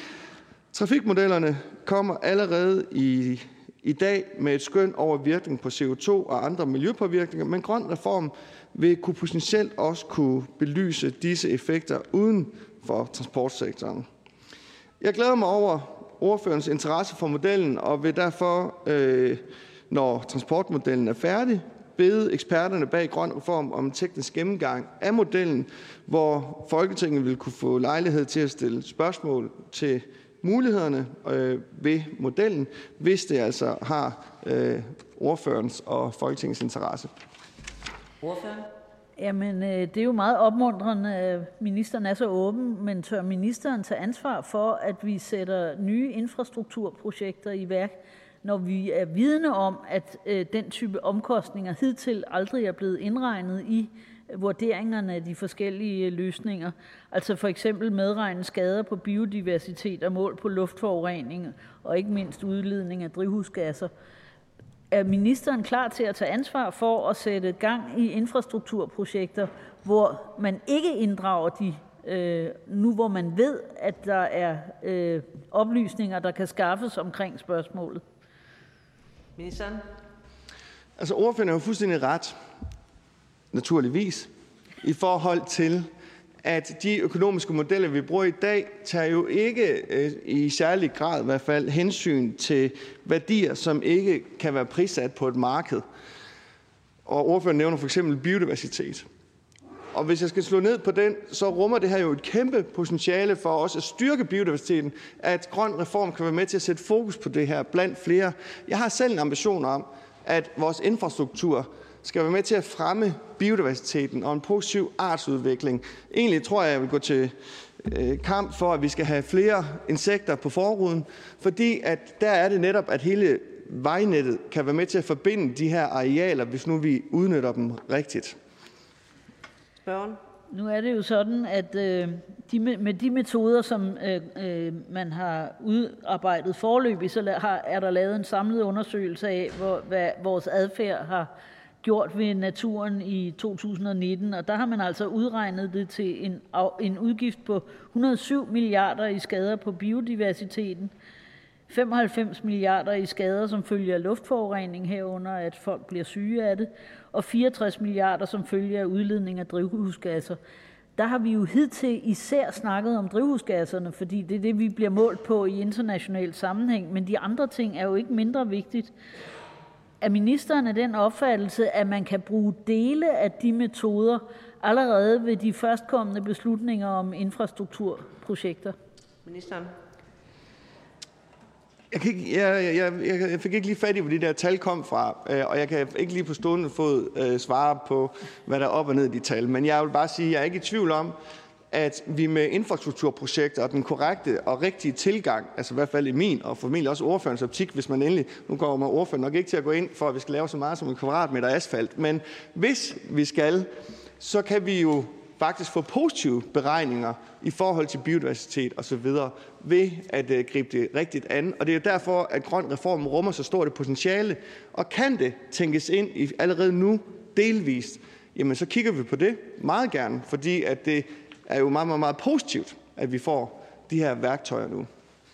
Trafikmodellerne kommer allerede i, i dag med et skøn over virkning på C O to og andre miljøpåvirkninger, men grøn reform vil kunne potentielt også kunne belyse disse effekter uden for transportsektoren. Jeg glæder mig over ordførerens interesse for modellen og vil derfor, øh, når transportmodellen er færdig, bede eksperterne bag grøn reform om en teknisk gennemgang af modellen, hvor Folketinget vil kunne få lejlighed til at stille spørgsmål til mulighederne øh, ved modellen, hvis det altså har øh, ordførens og Folketingets interesse. Ordføreren? Jamen, øh, det er jo meget opmuntrende, at ministeren er så åben, men tør ministeren tage ansvar for, at vi sætter nye infrastrukturprojekter i værk, når vi er vidne om, at øh, den type omkostninger hidtil aldrig er blevet indregnet i vurderingerne af de forskellige løsninger. Altså for eksempel medregne skader på biodiversitet og mål på luftforurening og ikke mindst udledning af drivhusgasser. Er ministeren klar til at tage ansvar for at sætte gang i infrastrukturprojekter, hvor man ikke inddrager de, øh, nu hvor man ved, at der er øh, oplysninger, der kan skaffes omkring spørgsmålet? Ministeren? Altså ordføreren er jo fuldstændig ret, naturligvis, i forhold til, at de økonomiske modeller, vi bruger i dag, tager jo ikke øh, i særlig grad i hvert fald hensyn til værdier, som ikke kan være prissat på et marked. Og ordføreren nævner for eksempel biodiversitet. Og hvis jeg skal slå ned på den, så rummer det her jo et kæmpe potentiale for os at styrke biodiversiteten, at grøn reform kan være med til at sætte fokus på det her blandt flere. Jeg har selv en ambition om, at vores infrastruktur skal være med til at fremme biodiversiteten og en positiv artsudvikling. Egentlig tror jeg, jeg vil gå til kamp for, at vi skal have flere insekter på forruden, fordi at der er det netop, at hele vejnettet kan være med til at forbinde de her arealer, hvis nu vi udnytter dem rigtigt. Spørgen. Nu er det jo sådan, at øh, de, med de metoder, som øh, øh, man har udarbejdet foreløbig, så har, er der lavet en samlet undersøgelse af, hvor, hvad vores adfærd har gjort ved naturen i to tusind og nitten, og der har man altså udregnet det til en, en udgift på et hundrede og syv milliarder i skader på biodiversiteten, femoghalvfems milliarder i skader, som følge af luftforurening herunder, at folk bliver syge af det, og fireogtres milliarder som følge af udledning af drivhusgasser. Der har vi jo hidtil især snakket om drivhusgasserne, fordi det er det, vi bliver målt på i international sammenhæng, men de andre ting er jo ikke mindre vigtigt. Er ministeren af den opfattelse, at man kan bruge dele af de metoder allerede ved de førstkommende beslutninger om infrastrukturprojekter? Ministeren. Jeg, kan ikke, jeg, jeg, jeg fik ikke lige fat i, hvor de der tal kom fra, og jeg kan ikke lige på stående fod øh, svare på, hvad der er op og ned i de tal. Men jeg vil bare sige, at jeg er ikke i tvivl om, at vi med infrastrukturprojekter og den korrekte og rigtige tilgang, altså i hvert fald i min og formentlig også ordførens optik, hvis man endelig, nu kommer ordføreren nok ikke til at gå ind for, at vi skal lave så meget som en kvadratmeter asfalt, men hvis vi skal, så kan vi jo faktisk få positive beregninger i forhold til biodiversitet osv. ved at uh, gribe det rigtigt an. Og det er jo derfor, at grøn reform rummer så stort et potentiale, og kan det tænkes ind i allerede nu delvist, jamen så kigger vi på det meget gerne, fordi at det er jo meget, meget, meget positivt, at vi får de her værktøjer nu.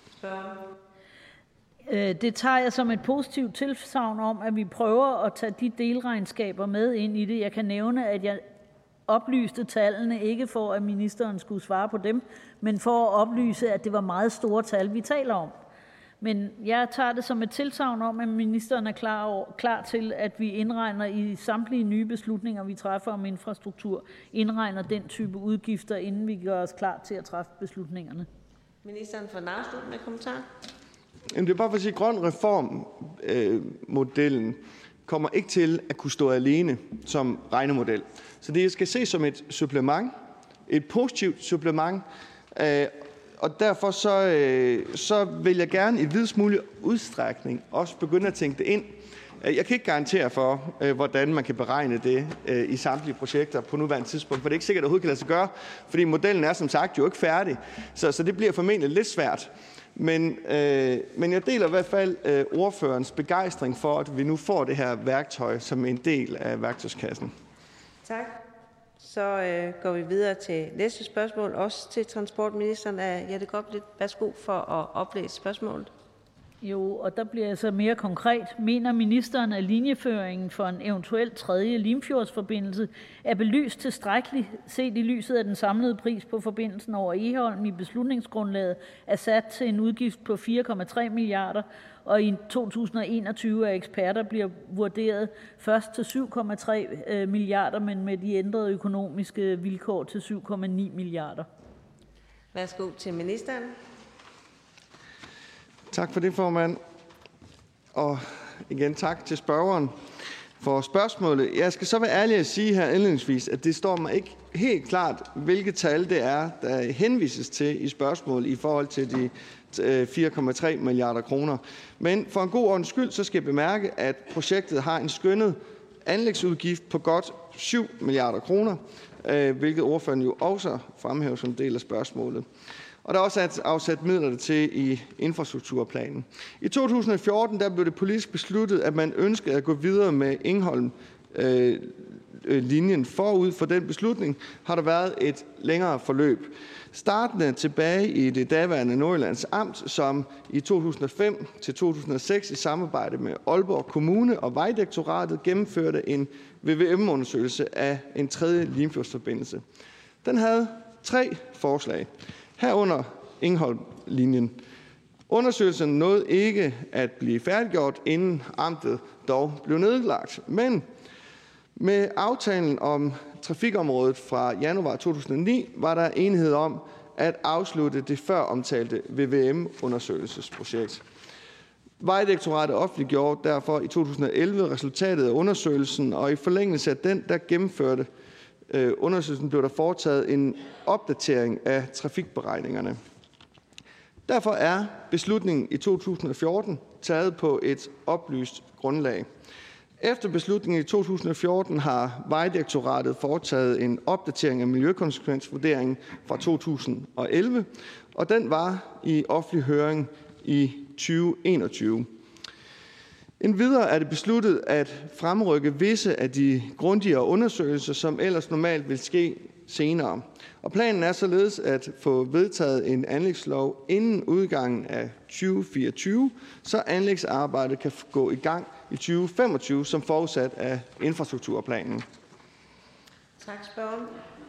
Det tager jeg som et positivt tilsagn om, at vi prøver at tage de delregnskaber med ind i det. Jeg kan nævne, at jeg oplyste tallene, ikke for at ministeren skulle svare på dem, men for at oplyse, at det var meget store tal, vi taler om. Men jeg tager det som et tilsagn om, at ministeren er klar, over, klar til, at vi indregner i samtlige nye beslutninger, vi træffer om infrastruktur, indregner den type udgifter, inden vi gør os klar til at træffe beslutningerne. Ministeren for en afsluttende kommentar. Jamen, det er bare for at sige, at grøn reformmodellen øh, kommer ikke til at kunne stå alene som regnemodel. Så det skal ses som et supplement, et positivt supplement, øh, og derfor så, øh, så vil jeg gerne i videst mulig udstrækning også begynde at tænke det ind. Jeg kan ikke garantere for, øh, hvordan man kan beregne det øh, i samtlige projekter på nuværende tidspunkt, for det er ikke sikkert, at det overhovedet kan lade sig gøre, fordi modellen er som sagt jo ikke færdig, så, så det bliver formentlig lidt svært. Men, øh, men jeg deler i hvert fald øh, ordførerens begejstring for, at vi nu får det her værktøj som en del af værktøjskassen. Tak. Så øh, går vi videre til næste spørgsmål, også til transportministeren af Jette Gottlieb. Værsgo for at oplæse spørgsmålet. Jo, og der bliver så mere konkret. Mener ministeren, at linjeføringen for en eventuel tredje Limfjordsforbindelse er belyst tilstrækkeligt, set i lyset af den samlede pris på forbindelsen over Egholm i beslutningsgrundlaget er sat til en udgift på fire komma tre milliarder, og i to tusind og enogtyve af eksperter bliver vurderet først til syv komma tre milliarder, men med de ændrede økonomiske vilkår til syv komma ni milliarder. Værsgo til ministeren. Tak for det, formand. Og igen tak til spørgeren for spørgsmålet. Jeg skal så være ærlig at sige her indledningsvis, at det står mig ikke helt klart, hvilke tal det er, der henvises til i spørgsmålet i forhold til de fire komma tre milliarder kroner. Men for en god ordens skyld, så skal jeg bemærke, at projektet har en skønnet anlægsudgift på godt syv milliarder kroner, hvilket ordføreren jo også fremhæver som del af spørgsmålet. Og der er også afsat midler til i infrastrukturplanen. I to tusind og fjorten der blev det politisk besluttet, at man ønskede at gå videre med Egholm-linjen. Forud for den beslutning har der været et længere forløb. Startende tilbage i det daværende Nordjyllands Amt, som i to tusind og fem til to tusind og seks i samarbejde med Aalborg Kommune og Vejdirektoratet gennemførte en V V M-undersøgelse af en tredje Limfjordsforbindelse. Den havde tre forslag, herunder Ingholm-linjen. Undersøgelsen nåede ikke at blive færdiggjort, inden amtet dog blev nedlagt. Men med aftalen om trafikområdet fra januar to tusind og ni var der enighed om at afslutte det før omtalte V V M-undersøgelsesprojekt. Vejdirektoratet offentliggjorde derfor i to tusind og elleve resultatet af undersøgelsen, og i forlængelse af den, der gennemførte øh, undersøgelsen, blev der foretaget en opdatering af trafikberegningerne. Derfor er beslutningen i to tusind og fjorten taget på et oplyst grundlag. Efter beslutningen i to tusind og fjorten har Vejdirektoratet foretaget en opdatering af miljøkonsekvensvurderingen fra to tusind og elleve, og den var i offentlig høring i tyve enogtyve. Endvidere er det besluttet at fremrykke visse af de grundigere undersøgelser, som ellers normalt vil ske senere. Og planen er således at få vedtaget en anlægslov inden udgangen af tyve fireogtyve, så anlægsarbejdet kan gå i gang i tyve femogtyve, som forudsat af infrastrukturplanen. Tak, spørgeren.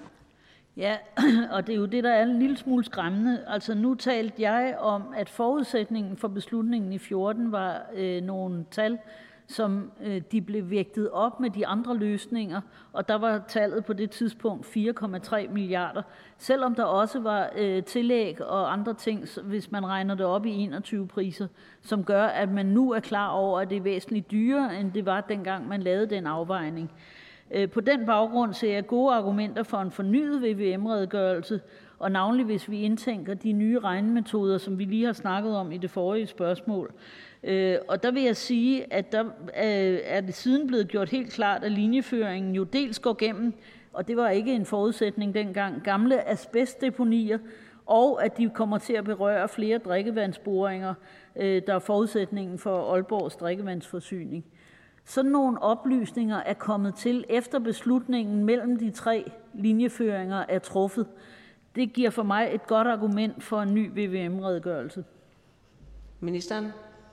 Ja, og det er jo det, der er en lille smule skræmmende. Altså nu talte jeg om, at forudsætningen for beslutningen i fjorten var øh, nogle tal, som øh, de blev vægtet op med de andre løsninger, og der var tallet på det tidspunkt fire komma tre milliarder, selvom der også var øh, tillæg og andre ting, hvis man regner det op i enogtyve priser, som gør, at man nu er klar over, at det er væsentligt dyrere, end det var dengang man lavede den afvejning. På den baggrund ser jeg gode argumenter for en fornyet V V M-redegørelse, og navnlig hvis vi indtænker de nye regnemetoder, som vi lige har snakket om i det forrige spørgsmål. Og der vil jeg sige, at der er det siden blevet gjort helt klart, at linjeføringen jo dels går gennem, og det var ikke en forudsætning dengang, gamle asbestdeponier, og at de kommer til at berøre flere drikkevandsboringer, der er forudsætningen for Aalborgs drikkevandsforsyning. Sådan nogle oplysninger er kommet til efter beslutningen mellem de tre linjeføringer er truffet. Det giver for mig et godt argument for en ny V V M-redegørelse. Ministeren?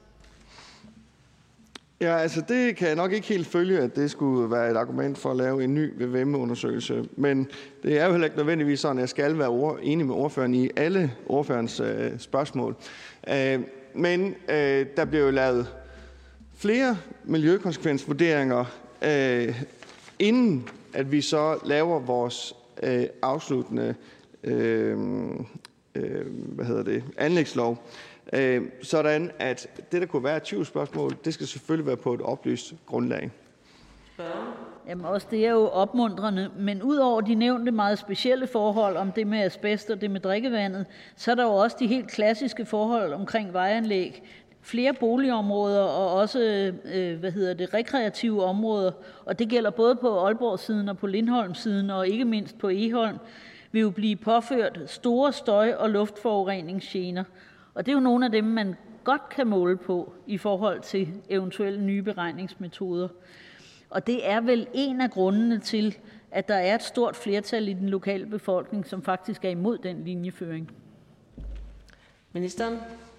Ja, altså det kan jeg nok ikke helt følge, at det skulle være et argument for at lave en ny V V M-undersøgelse. Men det er jo heller ikke nødvendigvis sådan, at jeg skal være enig med ordføreren i alle ordførens øh, spørgsmål. Øh, men øh, der bliver jo lavet flere miljøkonsekvensvurderinger, øh, inden at vi så laver vores øh, afsluttende øh, øh, hvad hedder det, anlægslov. Øh, sådan at det, der kunne være et tvivlsspørgsmål, det skal selvfølgelig være på et oplyst grundlag. Jamen også det er jo opmuntrende, men udover de nævnte meget specielle forhold om det med asbest og det med drikkevandet, så er der jo også de helt klassiske forhold omkring vejanlæg. Flere boligområder og også øh, hvad hedder det, rekreative områder, og det gælder både på Aalborg-siden og på Lindholm-siden og ikke mindst på Egholm, vil jo blive påført store støj- og luftforureningsgener. Og det er jo nogle af dem, man godt kan måle på i forhold til eventuelle nye beregningsmetoder. Og det er vel en af grundene til, at der er et stort flertal i den lokale befolkning, som faktisk er imod den linjeføring. Ministeren?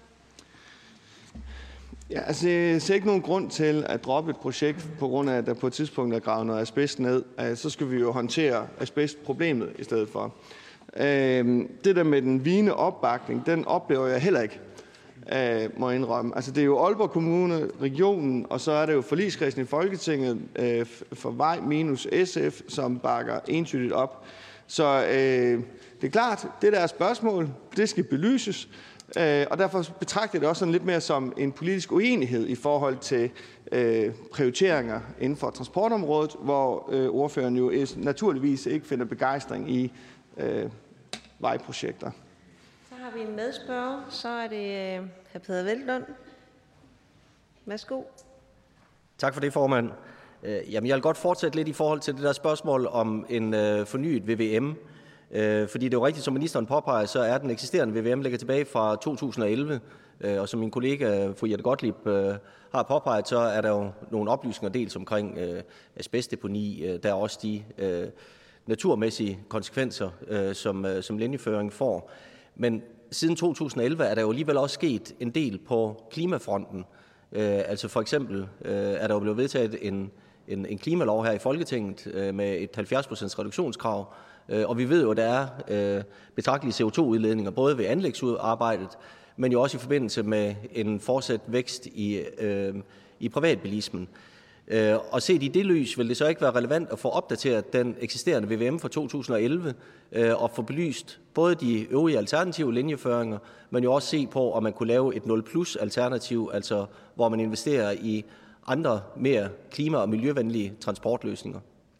Ja, altså, jeg ser ikke nogen grund til at droppe et projekt, på grund af, at der på et tidspunkt er gravet noget asbest ned. Så skal vi jo håndtere asbestproblemet i stedet for. Det der med den vigende opbakning, den oplever jeg heller ikke, må jeg indrømme. Altså, det er jo Aalborg Kommune, regionen, og så er det jo forligskredsen i Folketinget for Vej minus S F, som bakker entydigt op. Så øh, det er klart, det der er spørgsmål, det skal belyses. Og derfor betragter jeg det også sådan lidt mere som en politisk uenighed i forhold til øh, prioriteringer inden for transportområdet, hvor øh, ordføreren jo naturligvis ikke finder begejstring i øh, vejprojekter. Så har vi en medspørger, så er det øh, hr. Peder Hvelplund. Værsgo. Tak for det, formand. Jamen, jeg vil godt fortsætte lidt i forhold til det der spørgsmål om en øh, fornyet V V M. Fordi det er jo rigtigt, som ministeren påpeger, så er den eksisterende V V M ligger tilbage fra to tusind og elleve, og som min kollega fru Jette Gottlieb har påpeget, så er der jo nogle oplysninger dels omkring asbestdeponi. Der er også de naturmæssige konsekvenser, som, som linjeføring får. Men siden to tusind og elleve er der jo alligevel også sket en del på klimafronten. Altså for eksempel er der jo blevet vedtaget en, en, en klimalov her i Folketinget med et halvfjerds procent reduktionskrav Og vi ved jo, at der er betragtelige C O to udledninger, både ved anlægsarbejdet, men jo også i forbindelse med en fortsat vækst i, øh, i privatbilismen. Og set i det lys vil det så ikke være relevant at få opdateret den eksisterende V V M fra to tusind og elleve og få belyst både de øvrige alternative linjeføringer, men jo også se på, om man kunne lave et nul plus alternativ, altså hvor man investerer i andre mere klima- og miljøvenlige transportløsninger.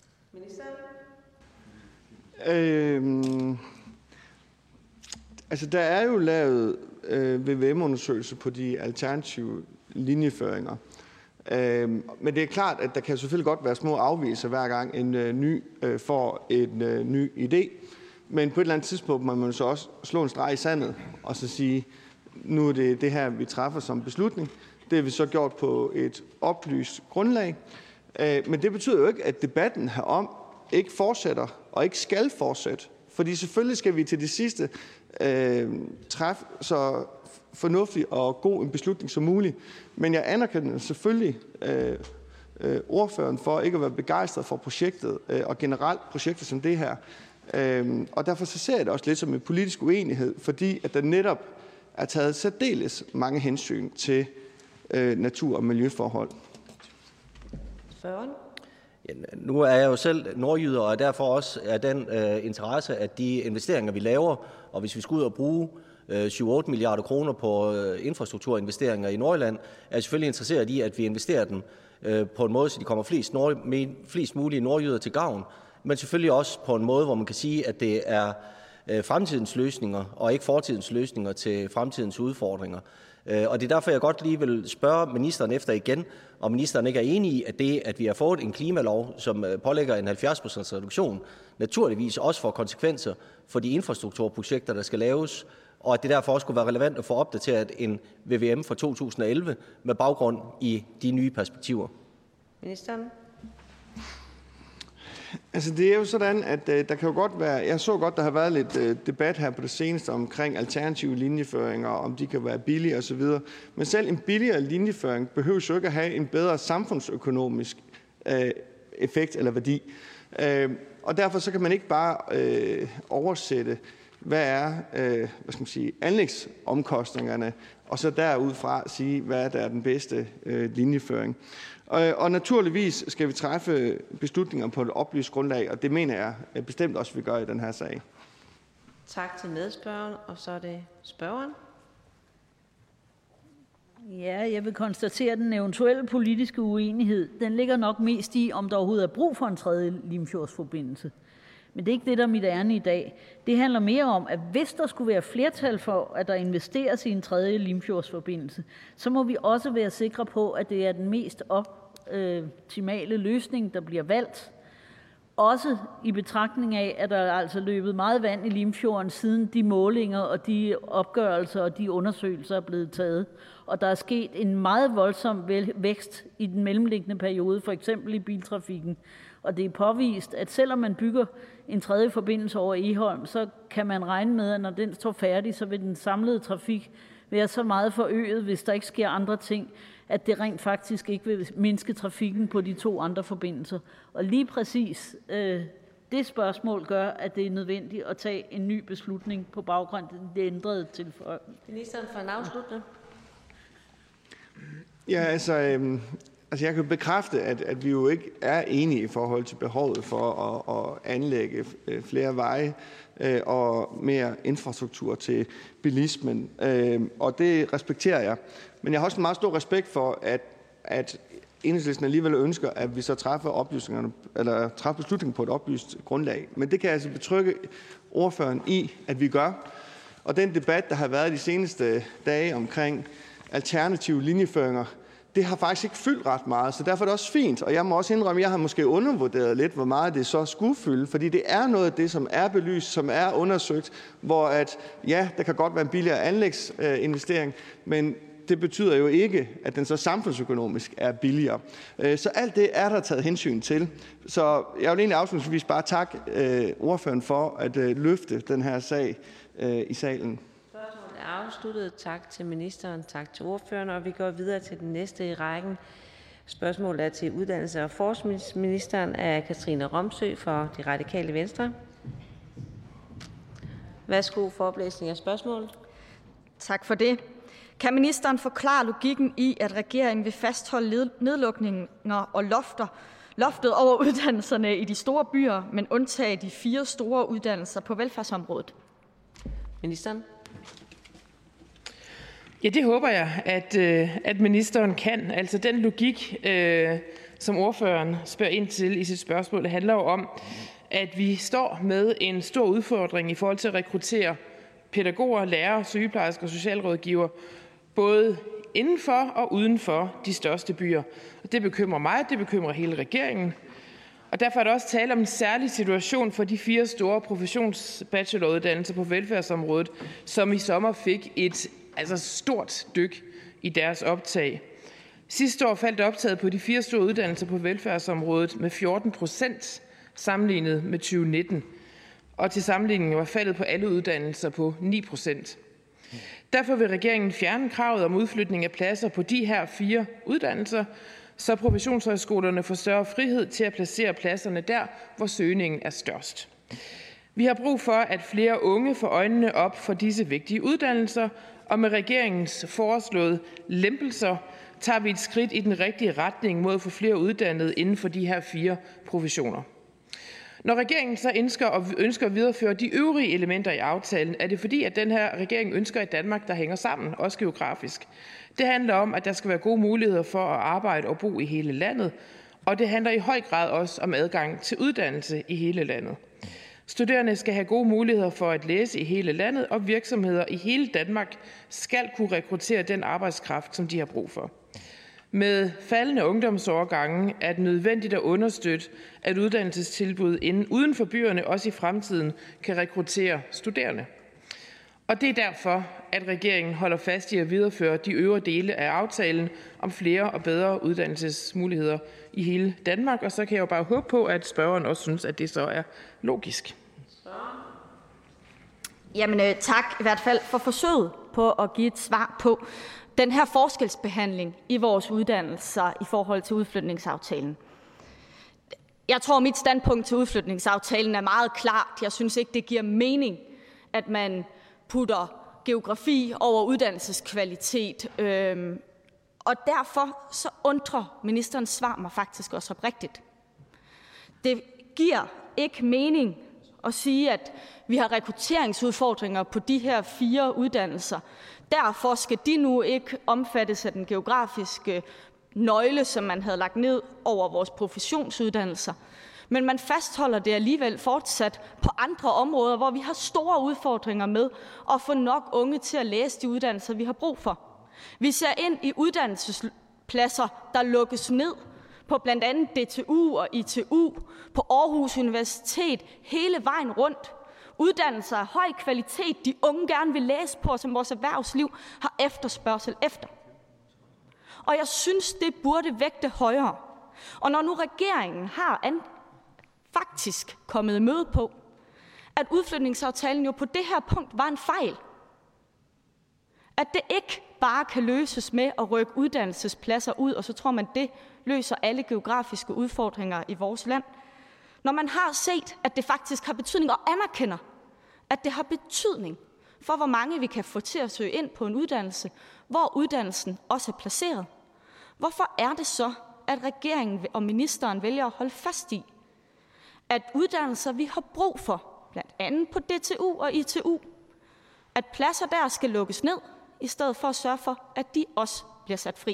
Øhm, altså der er jo lavet øh, V V M-undersøgelser på de alternative linjeføringer. Øhm, men det er klart, at der kan selvfølgelig godt være små afvigelser hver gang en øh, ny øh, får en øh, ny idé. Men på et eller andet tidspunkt må man så også slå en streg i sandet og så sige, nu er det det her, vi træffer som beslutning. Det har vi så gjort på et oplyst grundlag. Øh, men det betyder jo ikke, at debatten herom ikke fortsætter og ikke skal fortsætte. Fordi selvfølgelig skal vi til det sidste øh, træffe så fornuftig og god en beslutning som muligt. Men jeg anerkender selvfølgelig øh, øh, ordføreren for ikke at være begejstret for projektet øh, og generelt projekter som det her. Øh, og derfor så ser jeg det også lidt som en politisk uenighed, fordi at der netop er taget særdeles mange hensyn til øh, natur- og miljøforhold. Spørgen? Ja, nu er jeg jo selv nordjyder, og derfor også er den øh, interesse, at de investeringer, vi laver, og hvis vi skal ud og bruge syv otte milliarder kroner på infrastrukturinvesteringer i Nordjylland, er jeg selvfølgelig interesseret i, at vi investerer dem på en måde, så de kommer flest, nord, flest mulige nordjyder til gavn, men selvfølgelig også på en måde, hvor man kan sige, at det er fremtidens løsninger og ikke fortidens løsninger til fremtidens udfordringer. Og det er derfor, jeg godt lige vil spørge ministeren efter igen, om ministeren ikke er enig i, at det, at vi har fået en klimalov, som pålægger en halvfjerds procent reduktion, naturligvis også får konsekvenser for de infrastrukturprojekter, der skal laves, og at det derfor også kunne være relevant at få opdateret en V V M fra to tusind og elleve med baggrund i de nye perspektiver. Ministeren? Altså det er jo sådan, at øh, der kan jo godt være, jeg så godt, der har været lidt øh, debat her på det seneste omkring alternative linjeføringer, om de kan være billige osv. Men selv en billigere linjeføring behøver jo ikke at have en bedre samfundsøkonomisk øh, effekt eller værdi. Øh, og derfor så kan man ikke bare øh, oversætte, hvad er øh, hvad skal man sige, anlægsomkostningerne, og så derudfra sige, hvad der er den bedste øh, linjeføring. Og, og naturligvis skal vi træffe beslutninger på et oplyst grundlag, og det mener jeg bestemt også, vi gør i den her sag. Tak til medspørgeren, og så er det spørgeren. Ja, jeg vil konstatere, at den eventuelle politiske uenighed, den ligger nok mest i, om der overhovedet er brug for en tredje Limfjordsforbindelse. Men det er ikke det, der er mit ærne i dag. Det handler mere om, at hvis der skulle være flertal for, at der investeres i en tredje Limfjordsforbindelse, så må vi også være sikre på, at det er den mest optimale løsning, der bliver valgt. Også i betragtning af, at der er altså løbet meget vand i Limfjorden, siden de målinger og de opgørelser og de undersøgelser er blevet taget. Og der er sket en meget voldsom vækst i den mellemliggende periode, for eksempel i biltrafikken. Og det er påvist, at selvom man bygger en tredje forbindelse over Egholm, så kan man regne med, at når den står færdig, så vil den samlede trafik være så meget forøget, hvis der ikke sker andre ting, at det rent faktisk ikke vil mindske trafikken på de to andre forbindelser. Og lige præcis øh, det spørgsmål gør, at det er nødvendigt at tage en ny beslutning på baggrund af det ændrede tilføj. Ministeren for en afslutning. Ja, altså, øh, altså jeg kan bekræfte, at, at vi jo ikke er enige i forhold til behovet for at, at anlægge flere veje øh, og mere infrastruktur til bilismen, øh, og det respekterer jeg. Men jeg har også en meget stor respekt for, at, at Enhedslisten alligevel ønsker, at vi så træffer, oplysningerne, eller træffer beslutningen på et oplyst grundlag. Men det kan jeg altså betrygge ordføreren i, at vi gør. Og den debat, der har været de seneste dage omkring alternative linjeføringer, det har faktisk ikke fyldt ret meget, så derfor er det også fint. Og jeg må også indrømme, at jeg har måske undervurderet lidt, hvor meget det så skulle fylde, fordi det er noget af det, som er belyst, som er undersøgt, hvor at, ja, der kan godt være en billigere anlægsinvestering, men det betyder jo ikke, at den så samfundsøkonomisk er billigere. Så alt det er der taget hensyn til. Så jeg vil egentlig afslutningsvis bare takke ordføreren for at løfte den her sag i salen. Spørgsmålet er afsluttet. Tak til ministeren, tak til ordføreren, og vi går videre til den næste i rækken. Spørgsmålet er til uddannelses- og forskningsministeren af Katrine Robsøe fra Det Radikale Venstre. Værsgo for oplæsning af spørgsmålet. Tak for det. Kan ministeren forklare logikken i, at regeringen vil fastholde nedlukninger og lofter, loftet over uddannelserne i de store byer, men undtage de fire store uddannelser på velfærdsområdet? Ministeren. Ja, det håber jeg, at, at ministeren kan. Altså den logik, øh, som ordføreren spørger ind til i sit spørgsmål, handler jo om, at vi står med en stor udfordring i forhold til at rekruttere pædagoger, lærere, sygeplejersker og socialrådgiver, både inden for og uden for de største byer. Og det bekymrer mig, det bekymrer hele regeringen. Og derfor er der også tale om en særlig situation for de fire store professionsbacheloruddannelser på velfærdsområdet, som i sommer fik et altså stort dyk i deres optag. Sidste år faldt optaget på de fire store uddannelser på velfærdsområdet med fjorten procent sammenlignet med tyve nitten. Og til sammenligning var faldet på alle uddannelser på ni procent. Derfor vil regeringen fjerne kravet om udflytning af pladser på de her fire uddannelser, så professionshøjskolerne får større frihed til at placere pladserne der, hvor søgningen er størst. Vi har brug for, at flere unge får øjnene op for disse vigtige uddannelser, og med regeringens foreslåede lempelser tager vi et skridt i den rigtige retning mod at få flere uddannede inden for de her fire professioner. Når regeringen så ønsker at, ønsker at videreføre de øvrige elementer i aftalen, er det fordi, at den her regering ønsker et Danmark, der hænger sammen, også geografisk. Det handler om, at der skal være gode muligheder for at arbejde og bo i hele landet, og det handler i høj grad også om adgang til uddannelse i hele landet. Studerende skal have gode muligheder for at læse i hele landet, og virksomheder i hele Danmark skal kunne rekruttere den arbejdskraft, som de har brug for. Med faldende ungdomsårgange er det nødvendigt at understøtte, at uddannelsestilbud inden uden for byerne også i fremtiden kan rekruttere studerende. Og det er derfor, at regeringen holder fast i at videreføre de øvrige dele af aftalen om flere og bedre uddannelsesmuligheder i hele Danmark. Og så kan jeg jo bare håbe på, at spørgeren også synes, at det så er logisk. Jamen tak i hvert fald for forsøget på at give et svar på den her forskelsbehandling i vores uddannelser i forhold til udflytningsaftalen. Jeg tror, mit standpunkt til udflytningsaftalen er meget klart. Jeg synes ikke, det giver mening, at man putter geografi over uddannelseskvalitet. Øhm, og derfor så undrer ministerens svar mig faktisk også oprigtigt. Det giver ikke mening at sige, at vi har rekrutteringsudfordringer på de her fire uddannelser. Derfor skal de nu ikke omfattes af den geografiske nøgle, som man havde lagt ned over vores professionsuddannelser. Men man fastholder det alligevel fortsat på andre områder, hvor vi har store udfordringer med at få nok unge til at læse de uddannelser, vi har brug for. Vi ser ind i uddannelsespladser, der lukkes ned på blandt andet D T U og I T U, på Aarhus Universitet, hele vejen rundt. Uddannelser af høj kvalitet, de unge gerne vil læse på, som vores erhvervsliv har efterspørgsel efter. Og jeg synes, det burde vægte højere. Og når nu regeringen har an- faktisk kommet møde på, at udflytningsaftalen jo på det her punkt var en fejl, at det ikke bare kan løses med at rykke uddannelsespladser ud, og så tror man, det løser alle geografiske udfordringer i vores land. Når man har set, at det faktisk har betydning, og anerkender, at det har betydning for, hvor mange vi kan få til at søge ind på en uddannelse, hvor uddannelsen også er placeret. Hvorfor er det så, at regeringen og ministeren vælger at holde fast i, at uddannelser, vi har brug for, blandt andet på D T U og I T U, at pladser der skal lukkes ned, i stedet for at sørge for, at de også bliver sat fri?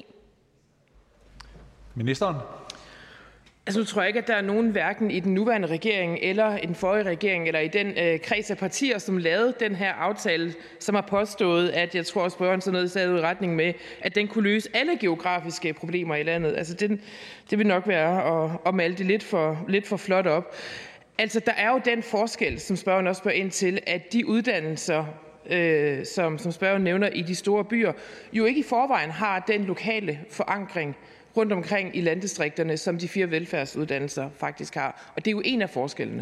Ministeren. Altså, nu tror jeg ikke, at der er nogen hverken i den nuværende regering eller i den forrige regering eller i den øh, kreds af partier, som lavede den her aftale, som har påstået, at jeg tror, at spørgeren sådan noget sad ud i retning med, at den kunne løse alle geografiske problemer i landet. Altså, den, det vil nok være at, at male det lidt for, lidt for flot op. Altså, der er jo den forskel, som spørgeren også spørger ind til, at de uddannelser, øh, som, som spørgeren nævner i de store byer, jo ikke i forvejen har den lokale forankring rundt omkring i landdistrikterne, som de fire velfærdsuddannelser faktisk har. Og det er jo en af forskellene.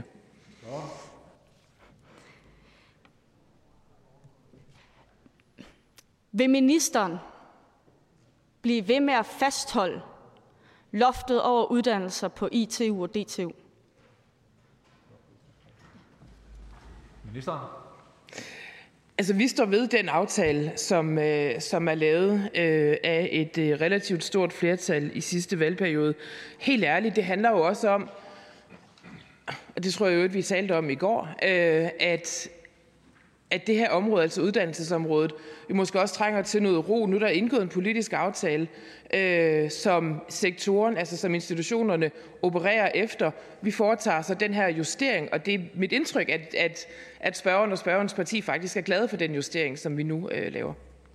Vil ministeren blive ved med at fastholde loftet over uddannelser på I T U og D T U? Ministeren. Altså, vi står ved den aftale, som, øh, som er lavet øh, af et øh, relativt stort flertal i sidste valgperiode. Helt ærligt, det handler jo også om, og det tror jeg jo, at vi talte om i går, øh, at at det her område, altså uddannelsesområdet, vi måske også trænger til noget ro. Nu er der indgået en politisk aftale, øh, som sektoren, altså som institutionerne, opererer efter. Vi foretager så den her justering, og det er mit indtryk, at, at, at spørgeren og spørgerens parti faktisk er glade for den justering, som vi nu øh, laver.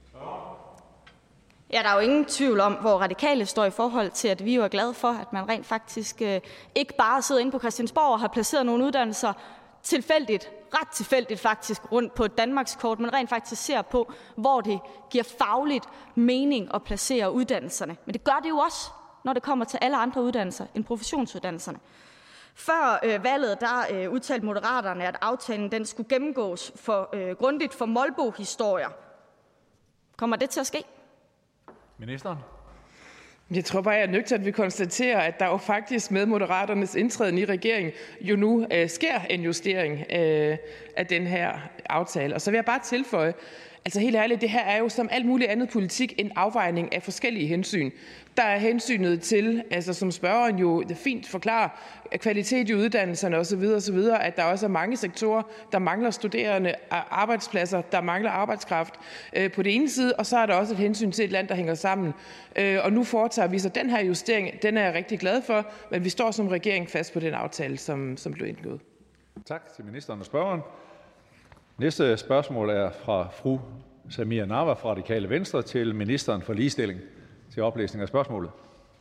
Ja, der er jo ingen tvivl om, hvor Radikale står i forhold til, at vi jo er glade for, at man rent faktisk øh, ikke bare sidder inde på Christiansborg og har placeret nogle uddannelser tilfældigt, ret tilfældigt faktisk, rundt på et Danmarkskort, men rent faktisk ser på, hvor det giver fagligt mening at placere uddannelserne. Men det gør det jo også, når det kommer til alle andre uddannelser end professionsuddannelserne. Før øh, valget, der øh, udtalte Moderaterne, at aftalen den skulle gennemgås for, øh, grundigt for Molbo-historier. Kommer det til at ske? Ministeren? Jeg tror bare, jeg er nødt til, at vi konstaterer, at der jo faktisk med Moderaternes indtræden i regeringen jo nu øh, sker en justering øh, af den her aftale. Og så vil jeg bare tilføje, altså helt ærligt, det her er jo som alt muligt andet politik en afvejning af forskellige hensyn. Der er hensynet til, altså som spørgeren jo fint forklarer, kvalitet i uddannelserne osv. osv., at der også er mange sektorer, der mangler studerende, arbejdspladser, der mangler arbejdskraft øh, på det ene side, og så er der også et hensyn til et land, der hænger sammen. Øh, og nu foretager vi så den her justering, den er jeg rigtig glad for, men vi står som regering fast på den aftale, som, som blev indgået. Tak til ministeren og spørgeren. Næste spørgsmål er fra fru Samira Nawa fra Radikale Venstre til ministeren for ligestilling. Til oplæsning af spørgsmålet.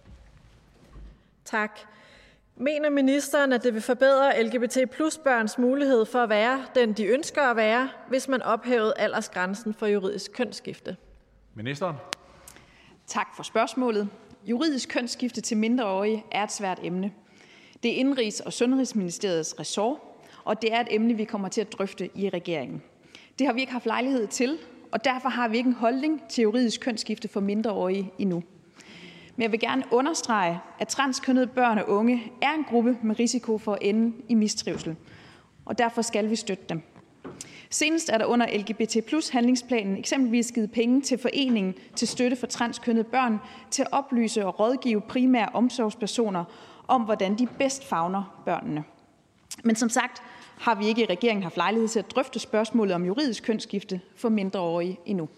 Tak. Mener ministeren, at det vil forbedre L G B T plus børns mulighed for at være den, de ønsker at være, hvis man ophævede aldersgrænsen for juridisk kønsskifte? Ministeren. Tak for spørgsmålet. Juridisk kønsskifte til mindreårige er et svært emne. Det er Indenrigs- og Sundhedsministeriets ressort, og det er et emne, vi kommer til at drøfte i regeringen. Det har vi ikke haft lejlighed til, og derfor har vi ikke en holdning til juridisk kønsskifte for mindreårige endnu. Men jeg vil gerne understrege, at transkønnede børn og unge er en gruppe med risiko for at ende i mistrivsel, og derfor skal vi støtte dem. Senest er der under L G B T plus handlingsplanen eksempelvis givet penge til Foreningen til støtte for transkønnede børn til at oplyse og rådgive primære omsorgspersoner om, hvordan de bedst favner børnene. Men som sagt har vi ikke i regeringen haft lejlighed til at drøfte spørgsmålet om juridisk kønsskifte for mindreårige endnu.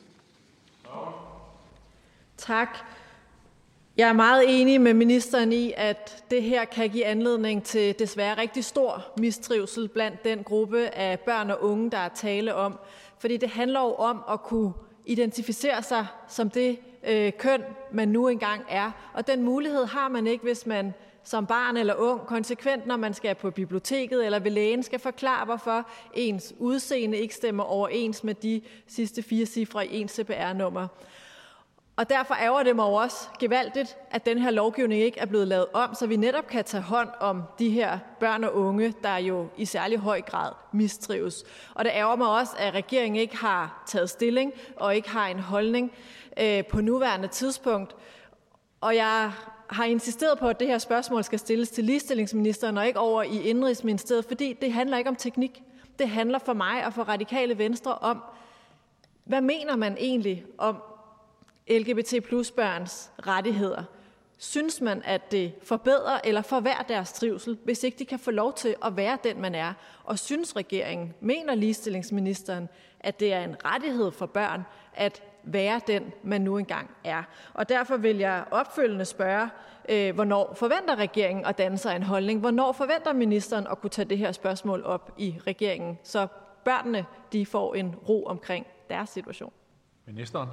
Tak. Jeg er meget enig med ministeren i, at det her kan give anledning til desværre rigtig stor mistrivsel blandt den gruppe af børn og unge, der er tale om. Fordi det handler jo om at kunne identificere sig som det øh, køn, man nu engang er. Og den mulighed har man ikke, hvis man som barn eller ung konsekvent, når man skal på biblioteket eller ved lægen, skal forklare, hvorfor ens udseende ikke stemmer overens med de sidste fire cifre i ens C P R-nummer. Og derfor ærger det mig også gevaldigt, at den her lovgivning ikke er blevet lavet om, så vi netop kan tage hånd om de her børn og unge, der jo i særlig høj grad mistrives. Og det ærger mig også, at regeringen ikke har taget stilling og ikke har en holdning øh, på nuværende tidspunkt. Og jeg har insisteret på, at det her spørgsmål skal stilles til ligestillingsministeren og ikke over i Indenrigsministeriet, fordi det handler ikke om teknik. Det handler for mig og for Radikale Venstre om, hvad mener man egentlig om L G B T plus børns rettigheder? Synes man, at det forbedrer eller forværrer deres trivsel, hvis ikke de kan få lov til at være den, man er? Og synes regeringen, mener ligestillingsministeren, at det er en rettighed for børn at være den, man nu engang er? Og derfor vil jeg opfølgende spørge, øh, hvornår forventer regeringen at danne sig en holdning? Hvornår forventer ministeren at kunne tage det her spørgsmål op i regeringen, så børnene de får en ro omkring deres situation? Ministeren.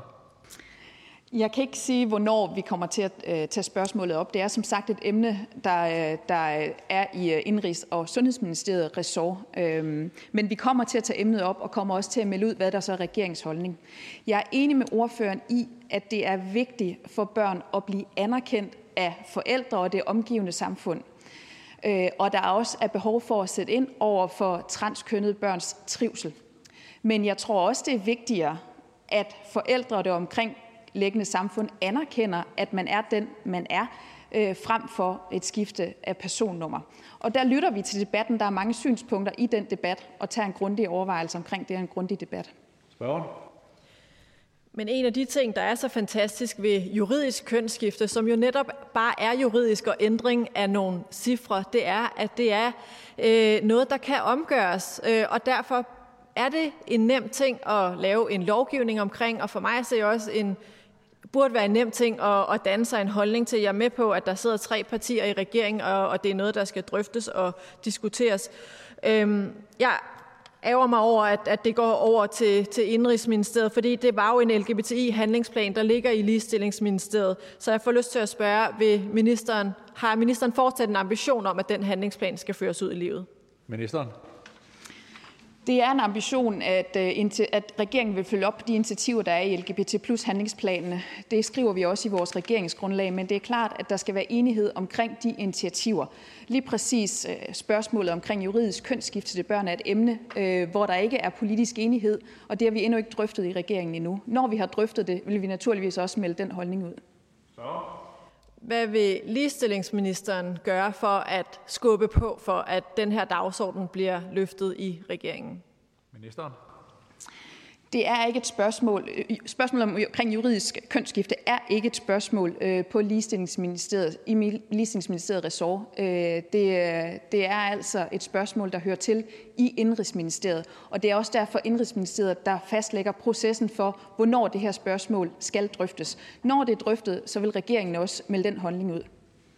Jeg kan ikke sige, hvornår vi kommer til at øh, tage spørgsmålet op. Det er som sagt et emne, der, der er i Indenrigs- og Sundhedsministeriet ressort. Øhm, men vi kommer til at tage emnet op og kommer også til at melde ud, hvad der så er regeringsholdning. Jeg er enig med ordføreren i, at det er vigtigt for børn at blive anerkendt af forældre og det omgivende samfund. Øh, og der er også er behov for at sætte ind over for transkønnede børns trivsel. Men jeg tror også, det er vigtigere, at forældre og det omkring liggende samfund anerkender, at man er den, man er, øh, frem for et skifte af personnummer. Og der lytter vi til debatten. Der er mange synspunkter i den debat, og tager en grundig overvejelse omkring det og en grundig debat. Spørgen? Men en af de ting, der er så fantastisk ved juridisk kønsskifte, som jo netop bare er juridisk og ændring af nogle cifre, det er, at det er øh, noget, der kan omgøres. Øh, og derfor er det en nem ting at lave en lovgivning omkring, og for mig er det også en burde være en nem ting at, at danne sig en holdning til. Jeg er med på, at der sidder tre partier i regeringen, og, og det er noget, der skal drøftes og diskuteres. Øhm, jeg ærger mig over, at, at det går over til, til Indenrigsministeriet, fordi det var jo en L G B T I-handlingsplan, der ligger i Ligestillingsministeriet. Så jeg får lyst til at spørge, vil ministeren, har ministeren fortsat en ambition om, at den handlingsplan skal føres ud i livet? Ministeren? Det er en ambition, at, at regeringen vil følge op på de initiativer, der er i L G B T plus handlingsplanene. Det skriver vi også i vores regeringsgrundlag, men det er klart, at der skal være enighed omkring de initiativer. Lige præcis spørgsmålet omkring juridisk kønsskifte til børn er et emne, hvor der ikke er politisk enighed, og det har vi endnu ikke drøftet i regeringen endnu. Når vi har drøftet det, vil vi naturligvis også melde den holdning ud. Så. Hvad vil ligestillingsministeren gøre for at skubbe på, for at den her dagsorden bliver løftet i regeringen? Ministeren? Det er ikke et spørgsmål. Spørgsmålet omkring juridisk kønsskifte er ikke et spørgsmål på Ligestillingsministeriet, i Ligestillingsministeriet ressort. Det, det er altså et spørgsmål, der hører til i Indenrigsministeriet. Og det er også derfor Indenrigsministeriet, der fastlægger processen for, hvornår det her spørgsmål skal drøftes. Når det er drøftet, så vil regeringen også melde den holdning ud.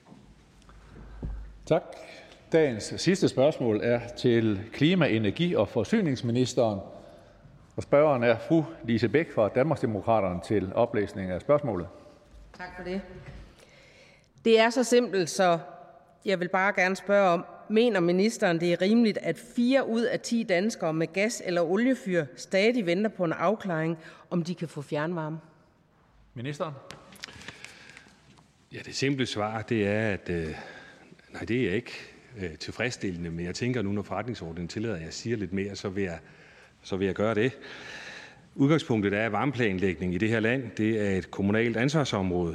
Tak. Dagens sidste spørgsmål er til klima-, energi- og forsyningsministeren. Og spørgeren er fru Lise Bech fra Danmarksdemokraterne til oplæsning af spørgsmålet. Tak for det. Det er så simpelt, så jeg vil bare gerne spørge om, mener ministeren, det er rimeligt, at fire ud af ti danskere med gas- eller oliefyr stadig venter på en afklaring, om de kan få fjernvarme? Ministeren? Ja, det simple svar, det er, at øh, nej, det er ikke øh, tilfredsstillende, men jeg tænker nu, når forretningsordenen tillader, at jeg siger lidt mere, så vil jeg så vil jeg gøre det. Udgangspunktet er, at varmeplanlægning i det her land, det er et kommunalt ansvarsområde.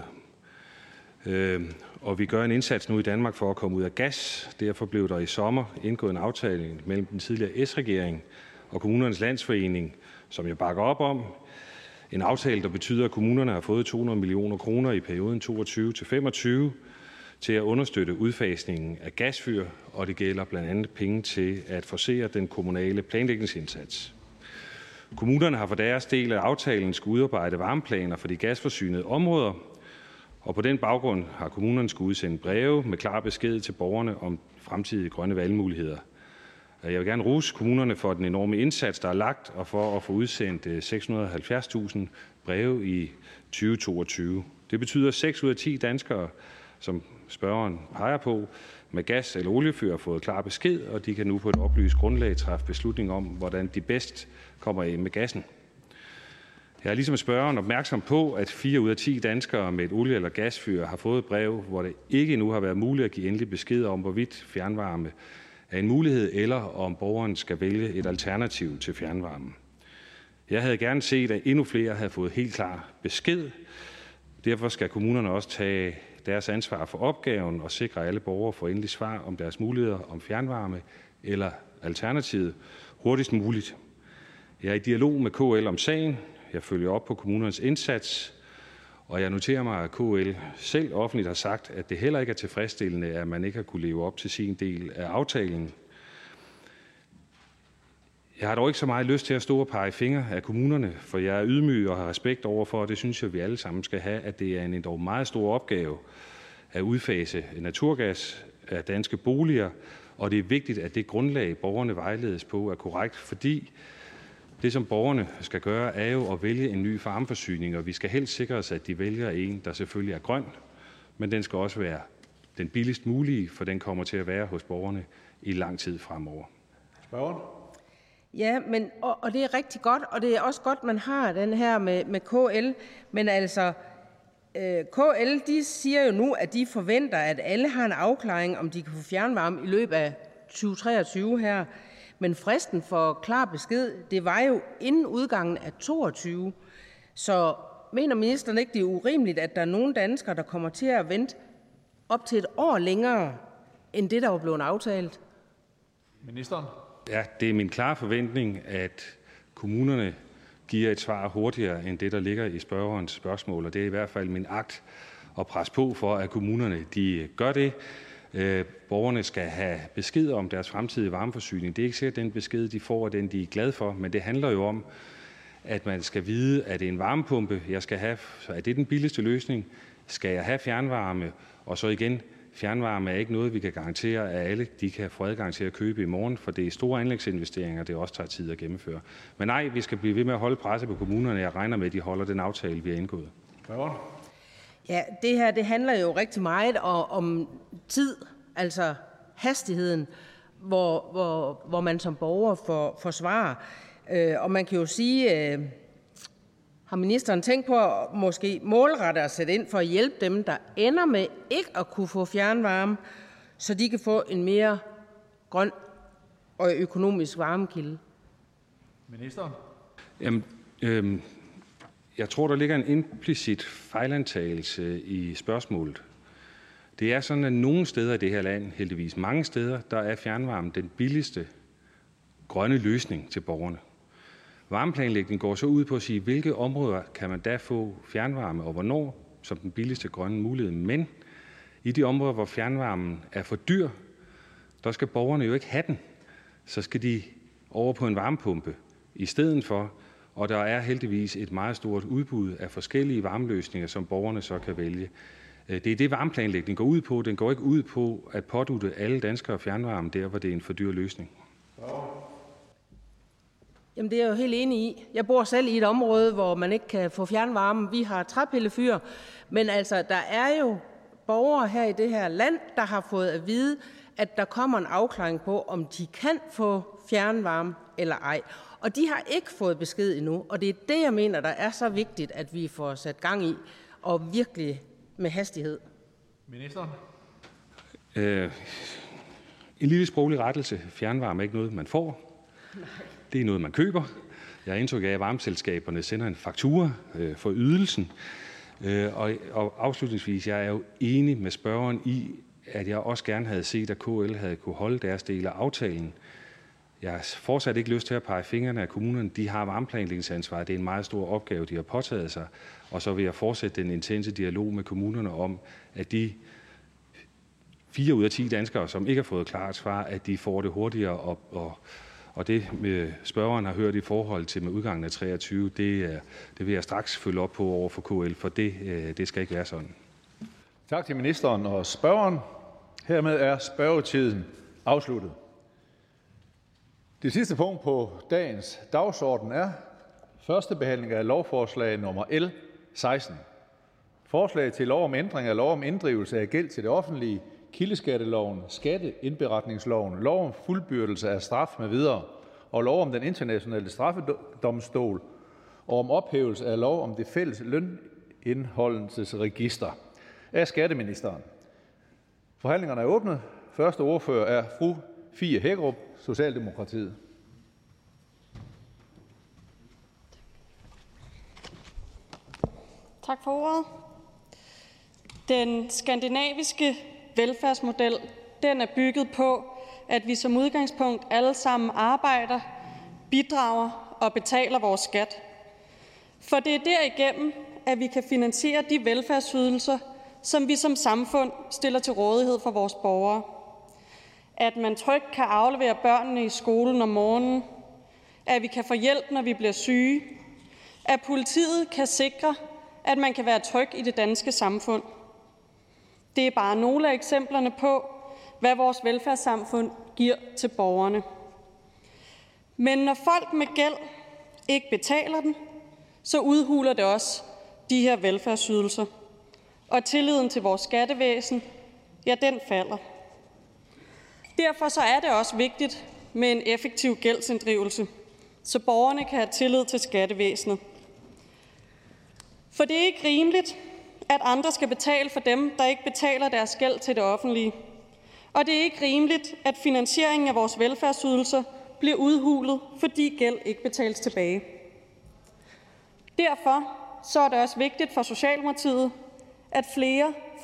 Øh, og vi gør en indsats nu i Danmark for at komme ud af gas. Derfor blev der i sommer indgået en aftale mellem den tidligere S-regering og Kommunernes Landsforening, som jeg bakker op om. En aftale, der betyder, at kommunerne har fået to hundrede millioner kroner i perioden toogtyve til femogtyve til at understøtte udfasningen af gasfyr, og det gælder blandt andet penge til at forcere den kommunale planlægningsindsats. Kommunerne har for deres del af aftalen skulle udarbejde varmeplaner for de gasforsynede områder, og på den baggrund har kommunerne skulle udsende breve med klar besked til borgerne om fremtidige grønne valgmuligheder. Jeg vil gerne rose kommunerne for den enorme indsats, der er lagt, og for at få udsendt seks hundrede og halvfjerds tusind breve i tyve toogtyve. Det betyder, at seks ud af ti danskere, som spørgeren peger på, med gas- eller oliefyr har fået klar besked, og de kan nu på et oplyst grundlag træffe beslutning om, hvordan de bedst kommer af med gassen. Jeg er ligesom spørgeren opmærksom på, at fire ud af ti danskere med et olie- eller gasfyr har fået et brev, hvor det ikke endnu har været muligt at give endelig besked om, hvorvidt fjernvarme er en mulighed, eller om borgeren skal vælge et alternativ til fjernvarme. Jeg havde gerne set, at endnu flere havde fået helt klar besked. Derfor skal kommunerne også tage deres ansvar for opgaven og sikre, at alle borgere får endelig svar om deres muligheder om fjernvarme eller alternativet hurtigst muligt. Jeg er i dialog med K L om sagen. Jeg følger op på kommunernes indsats, og jeg noterer mig, at K L selv offentligt har sagt, at det heller ikke er tilfredsstillende, at man ikke har kunne leve op til sin del af aftalen. Jeg har dog ikke så meget lyst til at stå og pege fingre af kommunerne, for jeg er ydmyg og har respekt over for, og det synes jeg, vi alle sammen skal have, at det er en endog meget stor opgave at udfase naturgas af danske boliger, og det er vigtigt, at det grundlag, borgerne vejledes på, er korrekt, fordi det, som borgerne skal gøre, er jo at vælge en ny varmeforsyning, og vi skal helst sikre os, at de vælger en, der selvfølgelig er grøn, men den skal også være den billigst mulige, for den kommer til at være hos borgerne i lang tid fremover. Spørgeren? Ja, men, og, og det er rigtig godt, og det er også godt, man har den her med, med K L, men altså, øh, K L, de siger jo nu, at de forventer, at alle har en afklaring, om de kan få fjernvarme i løbet af tyve treogtyve her, men fristen for klar besked, det var jo inden udgangen af toogtyve, så mener ministeren ikke, det er urimeligt, at der er nogle danskere, der kommer til at vente op til et år længere end det, der var blevet aftalt? Ministeren? Ja, det er min klare forventning, at kommunerne giver et svar hurtigere end det, der ligger i spørgerens spørgsmål, og det er i hvert fald min agt at presse på for, at kommunerne de gør det. Øh, borgerne skal have besked om deres fremtidige varmeforsyning. Det er ikke sikkert, at den besked, de får, er den, de er glade for, men det handler jo om, at man skal vide, at det er en varmepumpe, jeg skal have. Så er det den billigste løsning? Skal jeg have fjernvarme? Og så igen, fjernvarme er ikke noget, vi kan garantere, at alle de kan få adgang til at købe i morgen, for det er store anlægsinvesteringer, det også tager tid at gennemføre. Men nej, vi skal blive ved med at holde presset på kommunerne. Jeg regner med, at de holder den aftale, vi har indgået. Ja, det her det handler jo rigtig meget om tid, altså hastigheden, hvor, hvor, hvor man som borger får, får svar. Øh, og man kan jo sige, øh, har ministeren tænkt på at måske målrette og sætte ind for at hjælpe dem, der ender med ikke at kunne få fjernvarme, så de kan få en mere grøn og økonomisk varmekilde? Ministeren? Jamen, øh, jeg tror, der ligger en implicit fejlantagelse i spørgsmålet. Det er sådan, at nogle steder i det her land, heldigvis mange steder, der er fjernvarme den billigste grønne løsning til borgerne. Varmeplanlægning går så ud på at sige, hvilke områder kan man da få fjernvarme, og hvornår som den billigste grønne mulighed. Men i de områder, hvor fjernvarmen er for dyr, der skal borgerne jo ikke have den. Så skal de over på en varmepumpe i stedet for, og der er heldigvis et meget stort udbud af forskellige varmeløsninger, som borgerne så kan vælge. Det er det, varmeplanlægning går ud på. Den går ikke ud på at pådutte alle danskere fjernvarme der, hvor det er en for dyr løsning. Jamen, det er jeg jo helt enig i. Jeg bor selv i et område, hvor man ikke kan få fjernvarme. Vi har træpillefyr, men altså, der er jo borgere her i det her land, der har fået at vide, at der kommer en afklaring på, om de kan få fjernvarme eller ej. Og de har ikke fået besked endnu, og det er det, jeg mener, der er så vigtigt, at vi får sat gang i, og virkelig med hastighed. Ministeren? Øh, en lille sproglig rettelse. Fjernvarme er ikke noget, man får. Nej. Det er noget, man køber. Jeg har indtryk af, at varmeselskaberne sender en faktura øh, for ydelsen. Øh, og, og afslutningsvis, jeg er jo enig med spørgeren i, at jeg også gerne havde set, at K L havde kunne holde deres del af aftalen. Jeg har fortsat ikke lyst til at pege fingrene af kommunerne. De har varmeplanlægningsansvar. Det er en meget stor opgave, de har påtaget sig. Og så vil jeg fortsætte den intense dialog med kommunerne om, at de fire ud af ti danskere, som ikke har fået klart svar, at de får det hurtigere. Og, og, og det med spørgeren har hørt i forhold til med udgangen af treogtyve, det, det vil jeg straks følge op på over for K L, for det, det skal ikke være sådan. Tak til ministeren og spørgeren. Hermed er spørgetiden afsluttet. Det sidste punkt på dagens dagsorden er første behandling af lovforslag nummer L seksten. Forslag til lov om ændring af lov om inddrivelse af gæld til det offentlige, kildeskatteloven, skatteindberetningsloven, lov om fuldbyrdelse af straf med videre og lov om den internationale straffedomstol og om ophævelse af lov om det fælles lønindholdelsesregister. Af skatteministeren. Forhandlingerne er åbnet. Første ordfører er fru Fie Hækkerup, Socialdemokratiet. Tak for ordet. Den skandinaviske velfærdsmodel, den er bygget på, at vi som udgangspunkt alle sammen arbejder, bidrager og betaler vores skat. For det er derigennem, at vi kan finansiere de velfærdsydelser, som vi som samfund stiller til rådighed for vores borgere. At man trygt kan aflevere børnene i skolen om morgenen, at vi kan få hjælp, når vi bliver syge, at politiet kan sikre, at man kan være tryg i det danske samfund. Det er bare nogle af eksemplerne på, hvad vores velfærdssamfund giver til borgerne. Men når folk med gæld ikke betaler den, så udhuler det også de her velfærdsydelser. Og tilliden til vores skattevæsen, ja, den falder. Derfor så er det også vigtigt med en effektiv gældsinddrivelse, så borgerne kan have tillid til skattevæsenet. For det er ikke rimeligt, at andre skal betale for dem, der ikke betaler deres gæld til det offentlige. Og det er ikke rimeligt, at finansieringen af vores velfærdsydelser bliver udhulet, fordi gæld ikke betales tilbage. Derfor så er det også vigtigt for Socialdemokratiet, at flere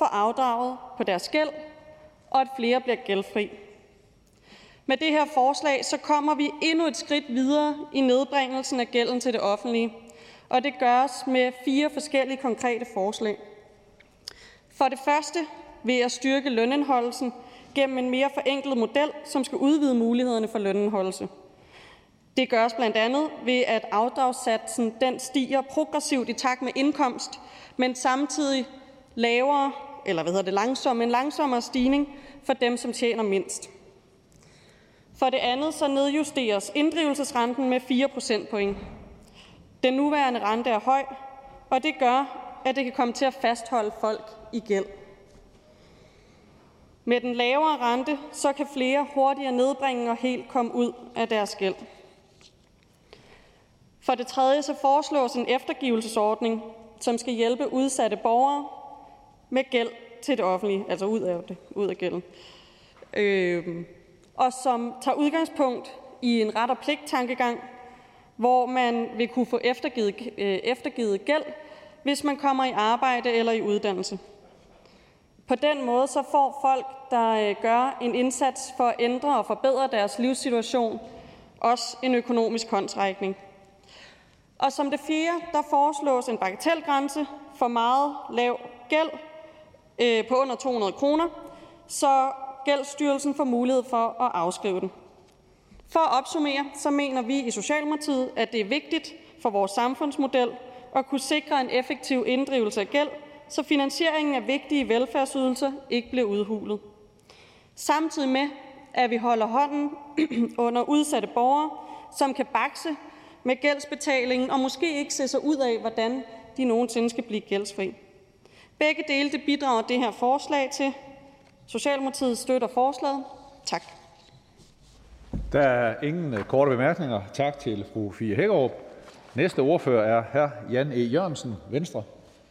får afdraget på deres gæld, og at flere bliver gældfri. Med det her forslag så kommer vi endnu et skridt videre i nedbringelsen af gælden til det offentlige, og det gøres med fire forskellige konkrete forslag. For det første vil jeg styrke lønindeholdelsen gennem en mere forenklet model, som skal udvide mulighederne for lønindeholdelse. Det gøres blandt andet ved, at afdragssatsen den stiger progressivt i takt med indkomst, men samtidig lavere, eller hvad hedder det, langsom, en langsommere stigning for dem, som tjener mindst. For det andet så nedjusteres inddrivelsesrenten med fire procentpoint. Den nuværende rente er høj, og det gør, at det kan komme til at fastholde folk i gæld. Med den lavere rente, så kan flere hurtigere nedbringe og helt komme ud af deres gæld. For det tredje så foreslås en eftergivelsesordning, som skal hjælpe udsatte borgere med gæld til det offentlige, altså ud af, det, ud af gælden. Øh, og som tager udgangspunkt i en ret- og pligt-tankegang, hvor man vil kunne få eftergivet, øh, eftergivet gæld, hvis man kommer i arbejde eller i uddannelse. På den måde så får folk, der gør en indsats for at ændre og forbedre deres livssituation, også en økonomisk håndsrækning. Og som det fjerde, der foreslås en bagatelgrænse for meget lav gæld øh, på under to hundrede kroner, så Gældsstyrelsen får mulighed for at afskrive den. For at opsummere, så mener vi i Socialdemokratiet, at det er vigtigt for vores samfundsmodel at kunne sikre en effektiv inddrivelse af gæld, så finansieringen af vigtige velfærdsydelser ikke bliver udhulet. Samtidig med, at vi holder hånden under udsatte borgere, som kan bakse med gældsbetalingen og måske ikke se sig ud af, hvordan de nogensinde skal blive gældsfri. Begge dele det bidrager det her forslag til. Socialdemokratiet støtter forslaget. Tak. Der er ingen korte bemærkninger. Tak til fru Fie Hækkerup. Næste ordfører er hr. Jan E. Jørgensen, Venstre.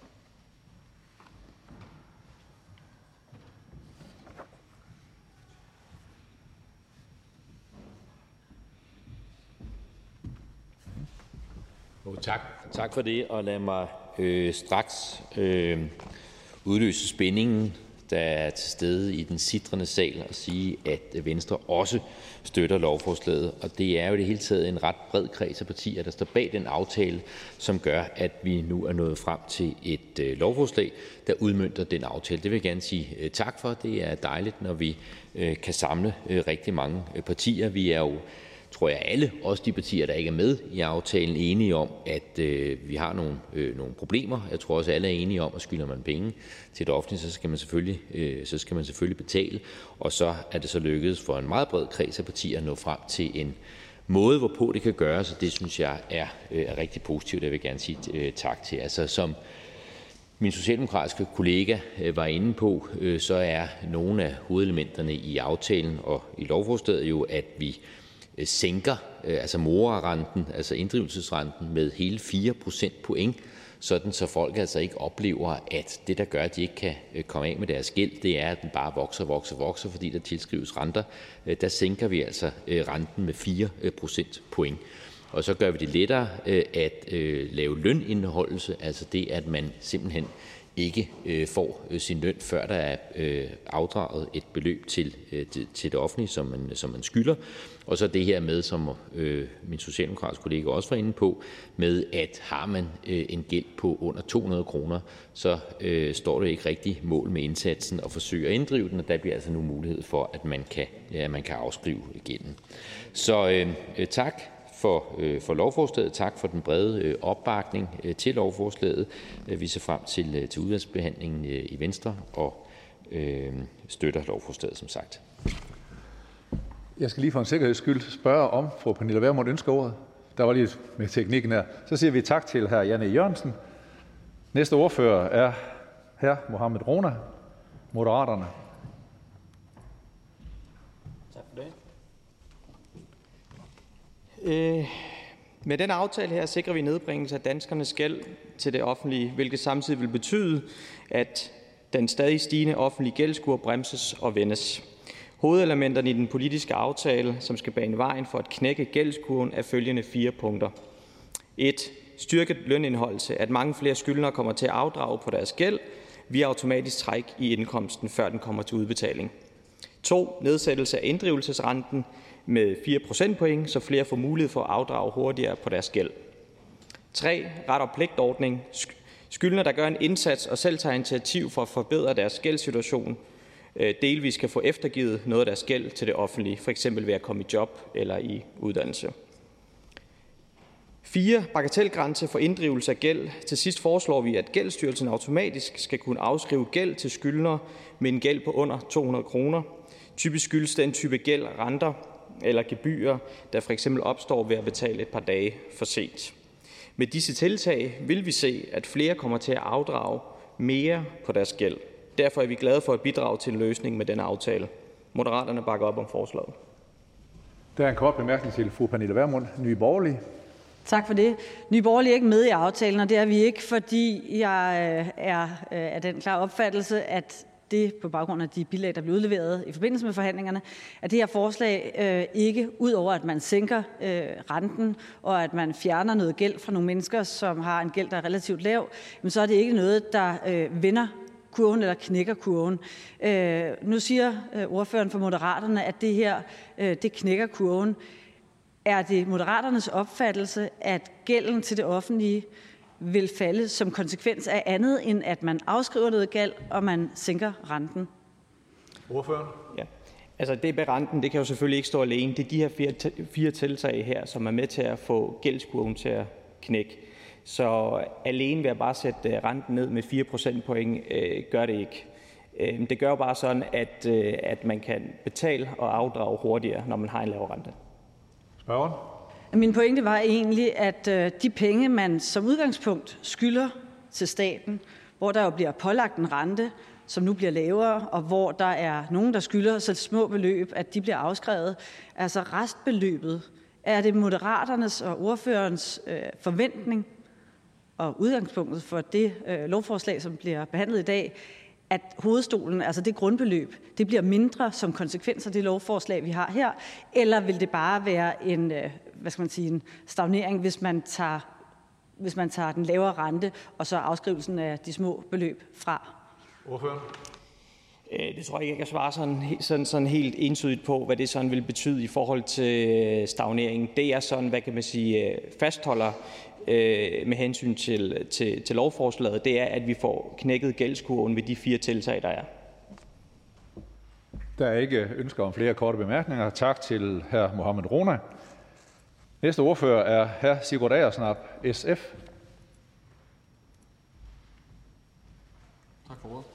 Oh, tak. tak for det, og lad mig øh, straks øh, udløse spændingen, der er til stede i den sitrende sal, og sige, at Venstre også støtter lovforslaget. Og det er jo i det hele taget en ret bred kreds af partier, der står bag den aftale, som gør, at vi nu er nået frem til et øh, lovforslag, der udmønter den aftale. Det vil jeg gerne sige øh, tak for. Det er dejligt, når vi øh, kan samle øh, rigtig mange øh, partier. Vi er jo tror jeg alle, også de partier, der ikke er med i aftalen, enige om, at øh, vi har nogle, øh, nogle problemer. Jeg tror også, alle er enige om, at skylder man penge til det offentlige, så skal man selvfølgelig, øh, så skal man selvfølgelig betale. Og så er det så lykkedes for en meget bred kreds af partier at nå frem til en måde, hvorpå det kan gøres, og det synes jeg er, øh, er rigtig positivt. Jeg vil gerne sige øh, tak til. Altså som min socialdemokratiske kollega øh, var inde på, øh, så er nogle af hovedelementerne i aftalen og i lovforslaget jo, at vi sænker altså morarenten, altså inddrivelsesrenten, med hele fire procentpoint, sådan så folk altså ikke oplever, at det, der gør, at de ikke kan komme af med deres gæld, det er, at den bare vokser, vokser, vokser, fordi der tilskrives renter. Der sænker vi altså renten med fire procentpoint. Og så gør vi det lettere at lave lønindeholdelse, altså det, at man simpelthen ikke øh, får øh, sin løn, før der er øh, afdraget et beløb til, øh, til det offentlige, som man, som man skylder. Og så det her med, som øh, min socialdemokratiske kollega også var inde på, med at har man øh, en gæld på under to hundrede kroner, så øh, står det ikke rigtig mål med indsatsen og forsøger at inddrive den, og der bliver altså nu mulighed for, at man kan, ja, man kan afskrive gælden. Så øh, tak. For, øh, for lovforslaget. Tak for den brede øh, opbakning øh, til lovforslaget. Vi ser frem til, øh, til udvalgsbehandlingen øh, i Venstre og øh, støtter lovforslaget, som sagt. Jeg skal lige for en sikkerheds skyld spørge, om fru Pernille Vermund ønsker ordet. Der var lige med teknikken her. Så siger vi tak til hr. Jan E. Jørgensen. Næste ordfører er hr. Mohamed Rona, Moderaterne. Øh, med den aftale her sikrer vi nedbringelse af danskernes gæld til det offentlige, hvilket samtidig vil betyde, at den stadig stigende offentlige gældskurve bremses og vendes. Hovedelementerne i den politiske aftale, som skal bane vejen for at knække gældskurven, er følgende fire punkter. et. Styrket lønindeholdelse, at mange flere skyldnere kommer til at afdrage på deres gæld, via automatisk træk i indkomsten, før den kommer til udbetaling. to. Nedsættelse af inddrivelsesrenten med fire procentpoint, så flere får mulighed for at afdrage hurtigere på deres gæld. tre. Ret og pligtordning. Skyldnere, der gør en indsats og selv tager initiativ for at forbedre deres gældssituation, delvis kan få eftergivet noget af deres gæld til det offentlige, f.eks. ved at komme i job eller i uddannelse. fire. Bagatelgrænse for inddrivelse af gæld. Til sidst foreslår vi, at Gældsstyrelsen automatisk skal kunne afskrive gæld til skyldnere med en gæld på under to hundrede kroner. Typisk skyldes den type gæld renter eller gebyrer, der for eksempel opstår ved at betale et par dage for sent. Med disse tiltag vil vi se, at flere kommer til at afdrage mere på deres gæld. Derfor er vi glade for at bidrage til en løsning med denne aftale. Moderaterne bakker op om forslaget. Der er en kort bemærkning til fru Pernille Vermund, Nye Borgerlige. Tak for det. Nye Borgerlige er ikke med i aftalen, og det er vi ikke, fordi jeg er af den klare opfattelse, at det på baggrund af de bilag, der blev udleveret i forbindelse med forhandlingerne, at det her forslag øh, ikke, ud over at man sænker øh, renten, og at man fjerner noget gæld fra nogle mennesker, som har en gæld, der er relativt lav, men så er det ikke noget, der øh, vender kurven eller knækker kurven. Øh, nu siger øh, ordføreren for Moderaterne, at det her øh, det knækker kurven. Er det Moderaternes opfattelse, at gælden til det offentlige vil falde som konsekvens af andet, end at man afskriver noget gæld, og man sænker renten? Ordføreren? Ja. Altså det med renten, det kan jo selvfølgelig ikke stå alene. Det er de her fire, fire tiltag her, som er med til at få gældskurven til at knække. Så alene ved at bare sætte renten ned med fire procentpoint, øh, gør det ikke. Øh, det gør bare sådan, at, øh, at man kan betale og afdrage hurtigere, når man har en lav rente. Spørgeren? Min pointe var egentlig, at øh, de penge, man som udgangspunkt skylder til staten, hvor der jo bliver pålagt en rente, som nu bliver lavere, og hvor der er nogen, der skylder så små beløb, at de bliver afskrevet. Altså restbeløbet, er det Moderaternes og ordførerens øh, forventning og udgangspunktet for det øh, lovforslag, som bliver behandlet i dag, at hovedstolen, altså det grundbeløb, det bliver mindre som konsekvens af det lovforslag, vi har her, eller vil det bare være en, øh, hvad skal man sige, en stagnering, hvis man tager, hvis man tager den lavere rente, og så afskrivelsen af de små beløb fra? Ordfører? Det tror jeg ikke, jeg kan svare sådan, sådan, sådan helt entydigt på, hvad det sådan vil betyde i forhold til stagnering. Det er sådan, hvad kan man sige, fastholder øh, med hensyn til, til, til lovforslaget, det er, at vi får knækket gældskurven ved de fire tiltag, der er. Der er ikke ønsker om flere korte bemærkninger. Tak til hr. Mohammad Rona. Næste ordfører er hr. Sigurd Agersnap, S F. Tak for ordet.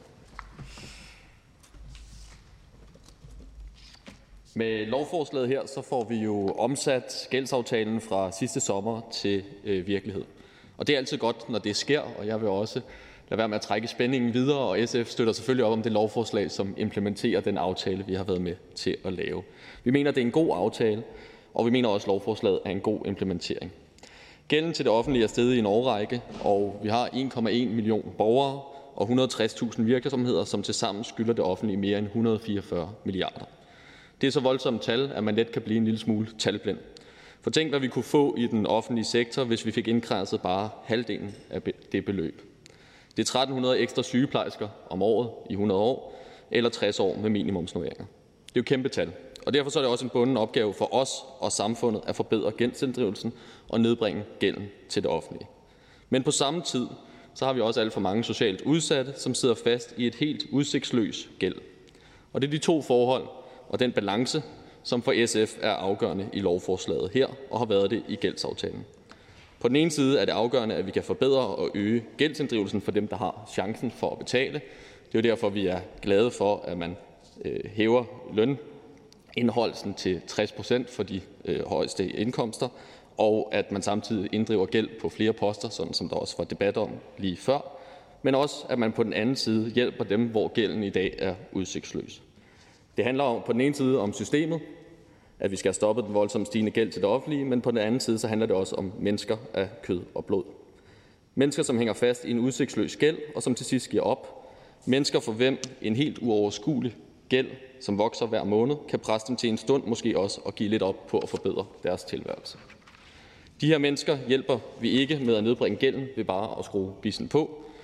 Med lovforslaget her, så får vi jo omsat gældsaftalen fra sidste sommer til øh, virkelighed. Og det er altid godt, når det sker, og jeg vil også lade være med at trække spændingen videre, og S F støtter selvfølgelig op om det lovforslag, som implementerer den aftale, vi har været med til at lave. Vi mener, det er en god aftale, og vi mener også, at lovforslaget er en god implementering. Gælden til det offentlige er steget i en årrække, og vi har en komma en million borgere og et hundrede og tres tusind virksomheder, som tilsammen skylder det offentlige mere end et hundrede og fireogfyrre milliarder. Det er så voldsomt tal, at man let kan blive en lille smule talblind. For tænk, hvad vi kunne få i den offentlige sektor, hvis vi fik indkradset bare halvdelen af det beløb. Det er tretten hundrede ekstra sygeplejersker om året i hundrede år, eller tres år med minimumsnormeringer. Det er jo kæmpe tal, og derfor er det også en bunden opgave for os og samfundet at forbedre gældsinddrivelsen og nedbringe gælden til det offentlige. Men på samme tid, så har vi også alt for mange socialt udsatte, som sidder fast i et helt udsigtsløs gæld. Og det er de to forhold og den balance, som for S F er afgørende i lovforslaget her, og har været det i gældsaftalen. På den ene side er det afgørende, at vi kan forbedre og øge gældsinddrivelsen for dem, der har chancen for at betale. Det er jo derfor, vi er glade for, at man øh, hæver lønindholdelsen til tres procent for de øh, højeste indkomster, og at man samtidig inddriver gæld på flere poster, sådan som der også var debat om lige før, men også, at man på den anden side hjælper dem, hvor gælden i dag er udsigtsløs. Det handler om, på den ene side om systemet, at vi skal have stoppet den voldsomt stigende gæld til det offentlige, men på den anden side så handler det også om mennesker af kød og blod. Mennesker, som hænger fast i en udsigtsløs gæld, og som til sidst giver op. Mennesker, for hvem en helt uoverskuelig gæld, som vokser hver måned, kan presse dem til en stund måske også at give lidt op på at forbedre deres tilværelse. De her mennesker hjælper vi ikke med at nedbringe gælden ved bare at skrue bissen på.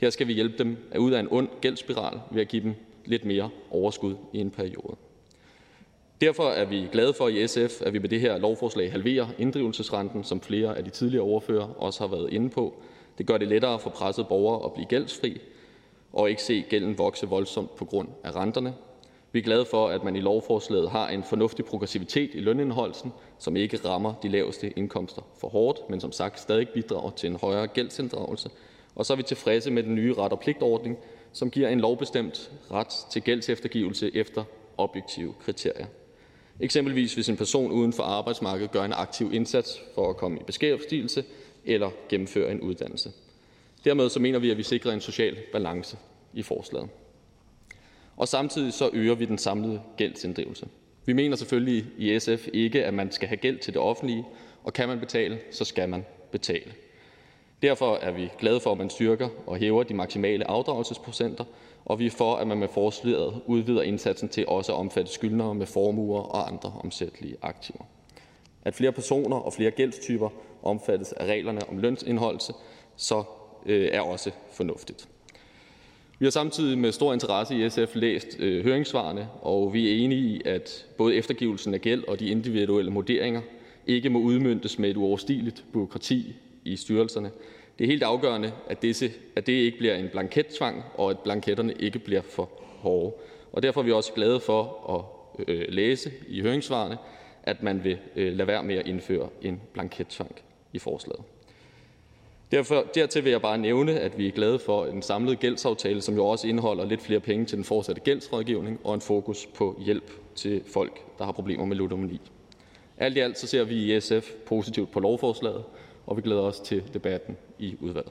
Her skal vi hjælpe dem ud af en ond gældsspiral ved at give dem lidt mere overskud i en periode. Derfor er vi glade for i S F, at vi med det her lovforslag halverer inddrivelsesrenten, som flere af de tidligere ordførere også har været inde på. Det gør det lettere for pressede borgere at blive gældsfri og ikke se gælden vokse voldsomt på grund af renterne. Vi er glade for, at man i lovforslaget har en fornuftig progressivitet i lønindeholdelsen, som ikke rammer de laveste indkomster for hårdt, men som sagt stadig bidrager til en højere gældsinddragelse. Og så er vi tilfredse med den nye ret- og pligtordning, som giver en lovbestemt ret til gældseftergivelse efter objektive kriterier. Eksempelvis hvis en person uden for arbejdsmarkedet gør en aktiv indsats for at komme i beskæftigelse eller gennemføre en uddannelse. Dermed så mener vi, at vi sikrer en social balance i forslaget. Og samtidig så øger vi den samlede gældsinddrivelse. Vi mener selvfølgelig i S F ikke, at man skal have gæld til det offentlige, og kan man betale, så skal man betale. Derfor er vi glade for, at man styrker og hæver de maksimale afdragelsesprocenter, og vi er for, at man med forslaget udvider indsatsen til også at omfatte skyldnere med formuer og andre omsættelige aktiver. At flere personer og flere gældstyper omfattes af reglerne om lønsindholdelse, så øh, er også fornuftigt. Vi har samtidig med stor interesse i S F læst øh, høringssvarene, og vi er enige i, at både eftergivelsen af gæld og de individuelle vurderinger ikke må udmøntes med et uoverstigeligt bureaukrati i styrelserne. Det er helt afgørende, at, disse, at det ikke bliver en blankettvang, og at blanketterne ikke bliver for hårde. Og derfor er vi også glade for at øh, læse i høringssvarene, at man vil øh, lade være med at indføre en blankettvang i forslaget. Derfor, dertil vil jeg bare nævne, at vi er glade for en samlet gældsaftale, som jo også indeholder lidt flere penge til den fortsatte gældsrådgivning og en fokus på hjælp til folk, der har problemer med ludomani. Alt i alt så ser vi i S F positivt på lovforslaget, og vi glæder os til debatten i udvalget.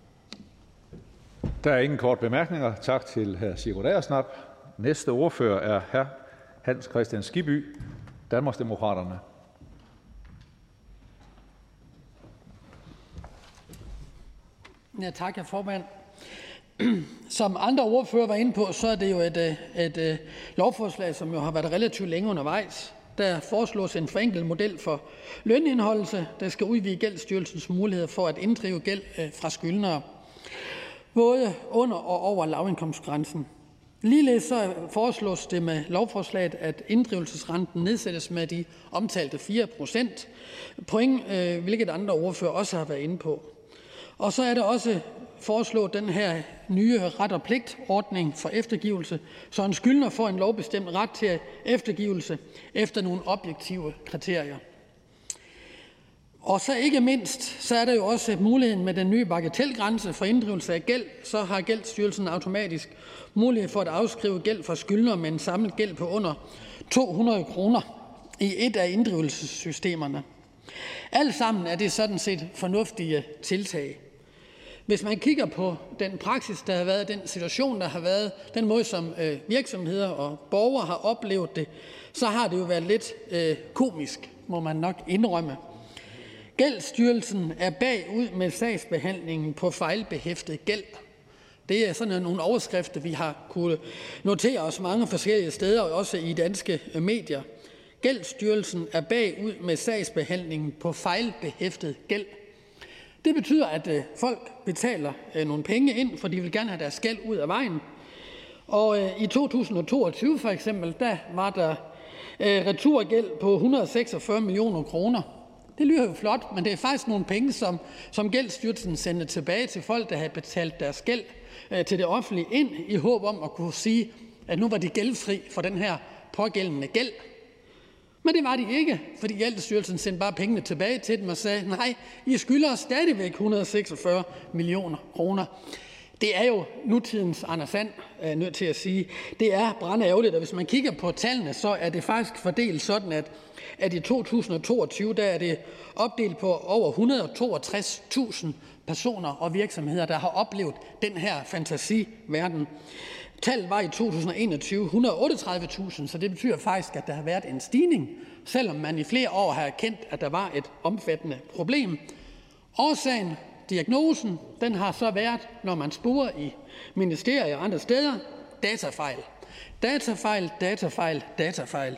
Der er ingen korte bemærkninger. Tak til hr. Sigurd Agersnap. Næste ordfører er hr. Hans Kristian Skibby, Danmarksdemokraterne. Ja, tak, hr. formand. Som andre ordfører var inde på, så er det jo et, et, et lovforslag, som jo har været relativt længe undervejs. Der foreslås en forenklet model for lønindholdelse, der skal udvide Gældsstyrelsens muligheder for at inddrive gæld fra skyldnere, både under og over lavindkomstgrænsen. Ligeledes så foreslås det med lovforslaget, at inddrivelsesrenten nedsættes med de omtalte fire procent point, hvilket andre ordfører også har været inde på. Og så er der også foreslået den her nye ret- og pligtordning for eftergivelse, så en skyldner får en lovbestemt ret til eftergivelse efter nogle objektive kriterier. Og så ikke mindst, så er der jo også muligheden med den nye bagatelgrænse for inddrivelse af gæld. Så har Gældsstyrelsen automatisk mulighed for at afskrive gæld fra skyldnere med en samlet gæld på under to hundrede kroner i et af inddrivelsessystemerne. Alt sammen er det sådan set fornuftige tiltag. Hvis man kigger på den praksis, der har været, den situation, der har været, den måde, som øh, virksomheder og borgere har oplevet det, så har det jo været lidt øh, komisk, må man nok indrømme. Gældsstyrelsen er bagud med sagsbehandlingen på fejlbehæftet gæld. Det er sådan nogle overskrifter, vi har kunne notere os mange forskellige steder, også i danske medier. Gældsstyrelsen er bagud med sagsbehandlingen på fejlbehæftet gæld. Det betyder, at folk betaler nogle penge ind, for de vil gerne have deres gæld ud af vejen. Og i to tusind og toogtyve for eksempel, der var der returgæld på et hundrede og seksogfyrre millioner kroner. Det lyder jo flot, men det er faktisk nogle penge, som, som Gældsstyrelsen sendte tilbage til folk, der havde betalt deres gæld til det offentlige ind, i håb om at kunne sige, at nu var de gældfri for den her pågældende gæld. Men det var de ikke, fordi Gældsstyrelsen sendte bare pengene tilbage til dem og sagde, nej, I skylder os stadigvæk et hundrede og seksogfyrre millioner kroner. Det er jo nutidens Anders Sand, er jeg nødt til at sige. Det er brandærgerligt, og hvis man kigger på tallene, så er det faktisk fordelt sådan, at, at i to tusind og toogtyve, der er det opdelt på over et hundrede og toogtres tusind personer og virksomheder, der har oplevet den her fantasiverden. Tallet var i to tusind og enogtyve et hundrede og otteogtredive tusind, så det betyder faktisk, at der har været en stigning, selvom man i flere år har erkendt, at der var et omfattende problem. Årsagen, diagnosen, den har så været, når man sporer i ministerier og andre steder, datafejl. Datafejl, datafejl, datafejl.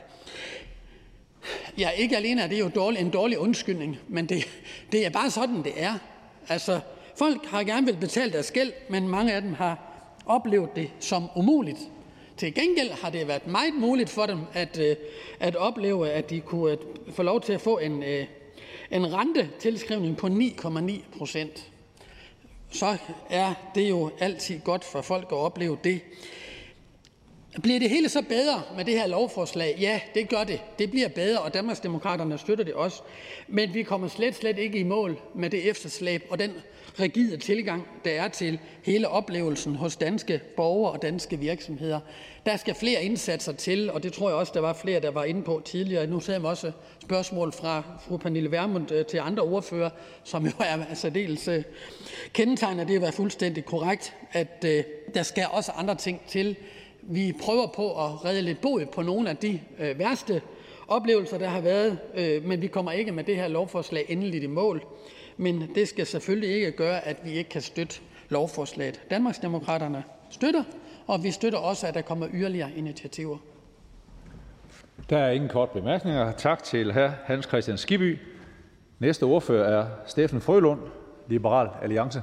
Ja, ikke alene er det jo dårlig, en dårlig undskyldning, men det, det er bare sådan, det er. Altså, Folk har gerne vil betale deres gæld, men mange af dem har oplevet det som umuligt. Til gengæld har det været meget muligt for dem at, at opleve, at de kunne få lov til at få en, en rentetilskrivning på ni komma ni procent. Så er det jo altid godt for folk at opleve det. Bliver det hele så bedre med det her lovforslag? Ja, det gør det. Det bliver bedre, og Danmarksdemokraterne støtter det også. Men vi kommer slet, slet ikke i mål med det efterslæb og den rigide tilgang, der er til hele oplevelsen hos danske borgere og danske virksomheder. Der skal flere indsatser til, og det tror jeg også, der var flere, der var inde på tidligere. Nu ser jeg også spørgsmål fra fru Pernille Vermund til andre ordfører, som jo er særdeles kendetegner. Det er fuldstændig korrekt, at der skal også andre ting til. Vi prøver på at redde lidt bod på nogle af de øh, værste oplevelser, der har været, øh, men vi kommer ikke med det her lovforslag endeligt i mål. Men det skal selvfølgelig ikke gøre, at vi ikke kan støtte lovforslaget. Danmarksdemokraterne støtter, og vi støtter også, at der kommer yderligere initiativer. Der er ingen kort bemærkninger. Tak til hr. Hans Kristian Skibby. Næste ordfører er Steffen Frølund, Liberal Alliance.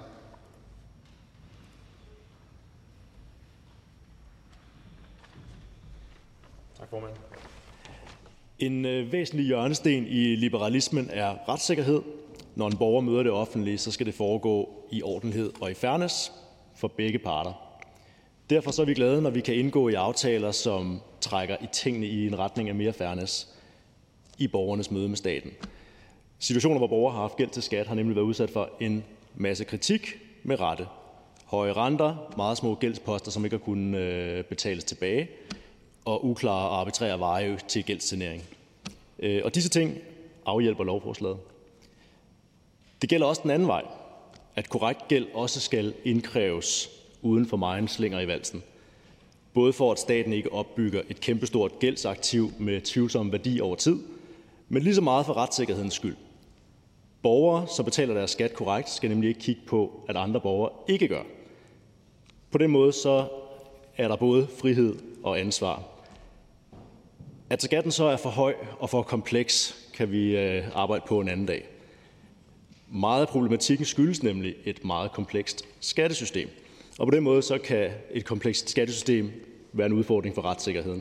Tak, formand. En øh, væsentlig hjørnesten i liberalismen er retssikkerhed. Når en borger møder det offentlige, så skal det foregå i ordentlighed og i fairness for begge parter. Derfor så er vi glade, når vi kan indgå i aftaler, som trækker i tingene i en retning af mere fairness i borgernes møde med staten. Situationer, hvor borgere har haft gæld til skat, har nemlig været udsat for en masse kritik med rette. Høje renter, meget små gældsposter, som ikke har kunnet øh, betales tilbage, og uklare og arbitrære veje til gældssanering. Og disse ting afhjælper lovforslaget. Det gælder også den anden vej, at korrekt gæld også skal indkræves uden for megen slinger i valsen. Både for at staten ikke opbygger et kæmpestort gældsaktiv med tvivlsom værdi over tid, men lige så meget for retssikkerhedens skyld. Borgere, som betaler deres skat korrekt, skal nemlig ikke kigge på, at andre borgere ikke gør. På den måde så er der både frihed og ansvar. At skatten så er for høj og for kompleks, kan vi arbejde på en anden dag. Meget af problematikken skyldes nemlig et meget komplekst skattesystem. Og på den måde så kan et komplekst skattesystem være en udfordring for retssikkerheden.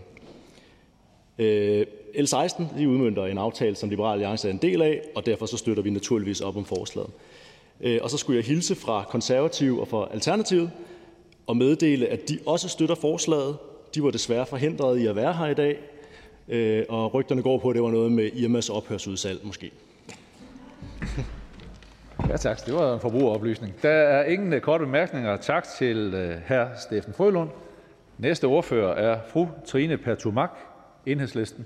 L seksten udmønter en aftale, som Liberal Alliance er en del af, og derfor så støtter vi naturligvis op om forslaget. Og så skulle jeg hilse fra Konservative og fra Alternativet og meddele, at de også støtter forslaget. De var desværre forhindret i at være her i dag, og rygterne går på, at det var noget med Irmas ophørsudsalg måske. Ja tak, det var en forbrugeroplysning. Der er ingen korte bemærkninger. Tak til hr. Steffen Frølund. Næste ordfører er fru Trine Pertou Mach, Enhedslisten.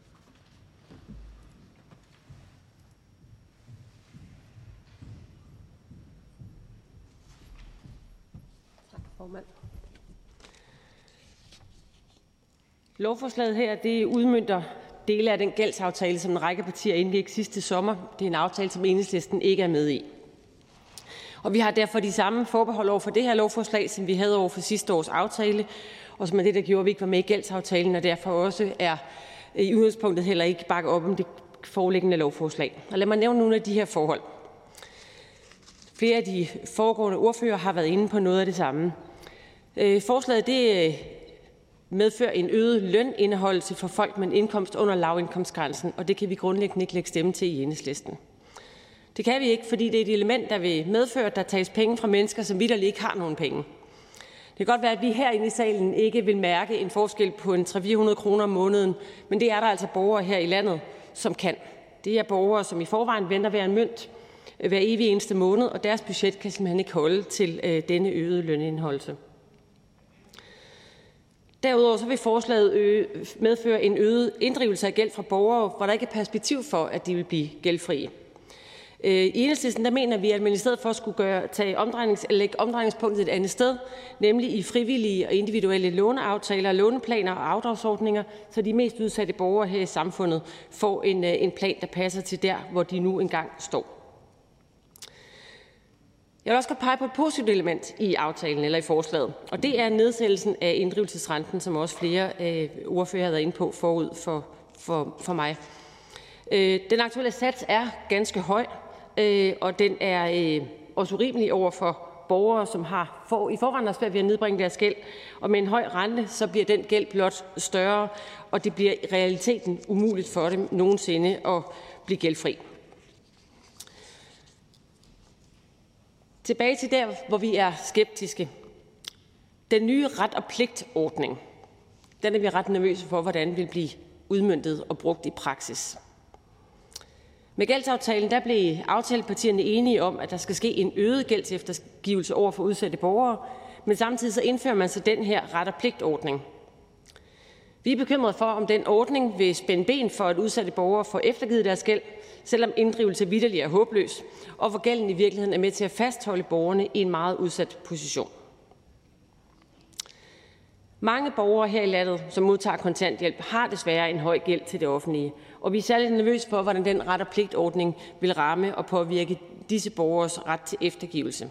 Lovforslaget her det udmønter dele af den gældsaftale, som en række partier indgik sidste sommer. Det er en aftale, som Enhedslisten ikke er med i. Og vi har derfor de samme forbehold over for det her lovforslag, som vi havde over for sidste års aftale, og som er det, der gjorde, at vi ikke var med i gældsaftalen, og derfor også er i udgangspunktet heller ikke bakke op om det foreliggende lovforslag. Og lad mig nævne nogle af de her forhold. Flere af de foregående ordfører har været inde på noget af det samme. Forslaget det medfører en øget lønindeholdelse for folk med en indkomst under lavindkomstgrænsen, og det kan vi grundlæggende ikke lægge stemme til i Enhedslisten. Det kan vi ikke, fordi det er et element, der vil medføre, at der tages penge fra mennesker, som vitterligt ikke har nogen penge. Det kan godt være, at vi herinde i salen ikke vil mærke en forskel på en tre hundrede til fire hundrede kroner om måneden, men det er der altså borgere her i landet, som kan. Det er borgere, som i forvejen venter hver en mønt hver evig eneste måned, og deres budget kan simpelthen ikke holde til øh, denne øgede lønindeholdelse. Derudover så vil forslaget øge, medføre en øget inddrivelse af gæld fra borgere, hvor der ikke er perspektiv for, at de vil blive gældfri. I Enhedslisten der mener vi, at man i stedet for skulle gøre, tage omdrejnings, lægge omdrejningspunktet et andet sted, nemlig i frivillige og individuelle låneaftaler, låneplaner og afdragsordninger, så de mest udsatte borgere her i samfundet får en, en plan, der passer til der, hvor de nu engang står. Jeg vil også godt pege på et positivt element i aftalen eller i forslaget, og det er nedsættelsen af inddrivelsesrenten, som også flere øh, ordførere har været inde på forud for, for, for mig. Øh, den aktuelle sats er ganske høj, øh, og den er øh, også urimeligt over for borgere, som har for, i forvejen har svært ved at nedbringe deres gæld, og med en høj rente, så bliver den gæld blot større, og det bliver i realiteten umuligt for dem nogensinde at blive gældfri. Tilbage til der, hvor vi er skeptiske. Den nye ret- og pligtordning, den er vi ret nervøse for, hvordan vil blive udmøntet og brugt i praksis. Med gældsaftalen der blev aftalepartierne enige om, at der skal ske en øget gældseftergivelse over for udsatte borgere, men samtidig så indfører man så den her ret- og pligtordning. Vi er bekymrede for, om den ordning vil spænde ben for, at udsatte borgere får eftergivet deres gæld, selvom inddrivelse vitterlig er håbløs, og hvor gælden i virkeligheden er med til at fastholde borgerne i en meget udsat position. Mange borgere her i landet, som modtager kontanthjælp, har desværre en høj gæld til det offentlige, og vi er særligt nervøse for, hvordan den ret- og pligtordning vil ramme og påvirke disse borgeres ret til eftergivelse.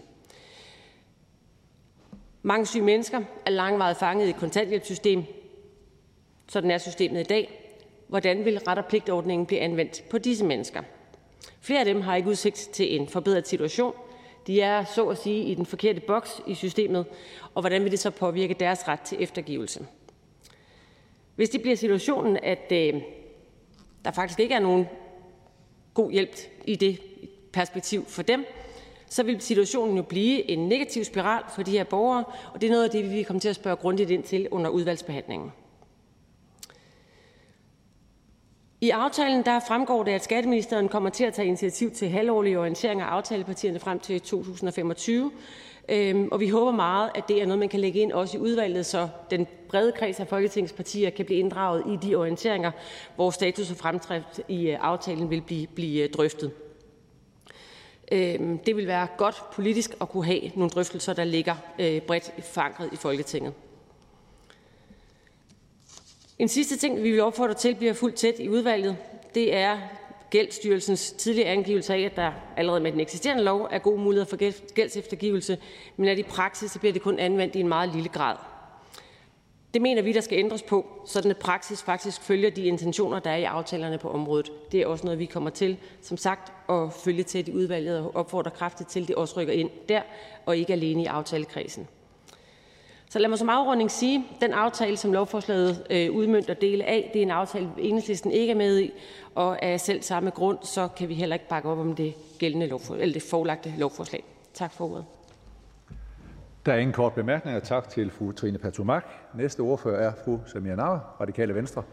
Mange syge mennesker er langvarigt fanget i et kontanthjælpssystem. Sådan er systemet i dag. Hvordan vil ret- og pligtordningen blive anvendt på disse mennesker? Flere af dem har ikke udsigt til en forbedret situation. De er så at sige i den forkerte boks i systemet, og hvordan vil det så påvirke deres ret til eftergivelse? Hvis det bliver situationen, at øh, der faktisk ikke er nogen god hjælp i det perspektiv for dem, så vil situationen jo blive en negativ spiral for de her borgere, og det er noget af det, vi vil komme til at spørge grundigt ind til under udvalgsbehandlingen. I aftalen der fremgår det, at skatteministeren kommer til at tage initiativ til halvårlige orienteringer af aftalepartierne frem til to tusind og femogtyve, og vi håber meget, at det er noget, man kan lægge ind også i udvalget, så den brede kreds af Folketingets partier kan blive inddraget i de orienteringer, hvor status og fremdrift i aftalen vil blive, blive drøftet. Det vil være godt politisk at kunne have nogle drøftelser, der ligger bredt forankret i Folketinget. En sidste ting, vi vil opfordre til, bliver fuldt tæt i udvalget, det er Gældsstyrelsens tidligere angivelse af, at der allerede med den eksisterende lov er gode muligheder for gældseftergivelse, men at i praksis så bliver det kun anvendt i en meget lille grad. Det mener vi, der skal ændres på, så den praksis faktisk følger de intentioner, der er i aftalerne på området. Det er også noget, vi kommer til, som sagt, at følge tæt i udvalget og opfordre kraftigt til, at det også rykker ind der, og ikke alene i aftalekredsen. Så lad mig som afrunding sige, at den aftale, som lovforslaget øh, udmønter dele af, det er en aftale, Enhedslisten ikke er med i, og af selv samme grund, så kan vi heller ikke bakke op om det gældende lovforslag, eller det forelagte lovforslag. Tak for ordet. Der er ingen kort bemærkninger. Tak til fru Trine Pertou Mach. Næste ordfører er fru Samira Nawa, Radikale Venstre.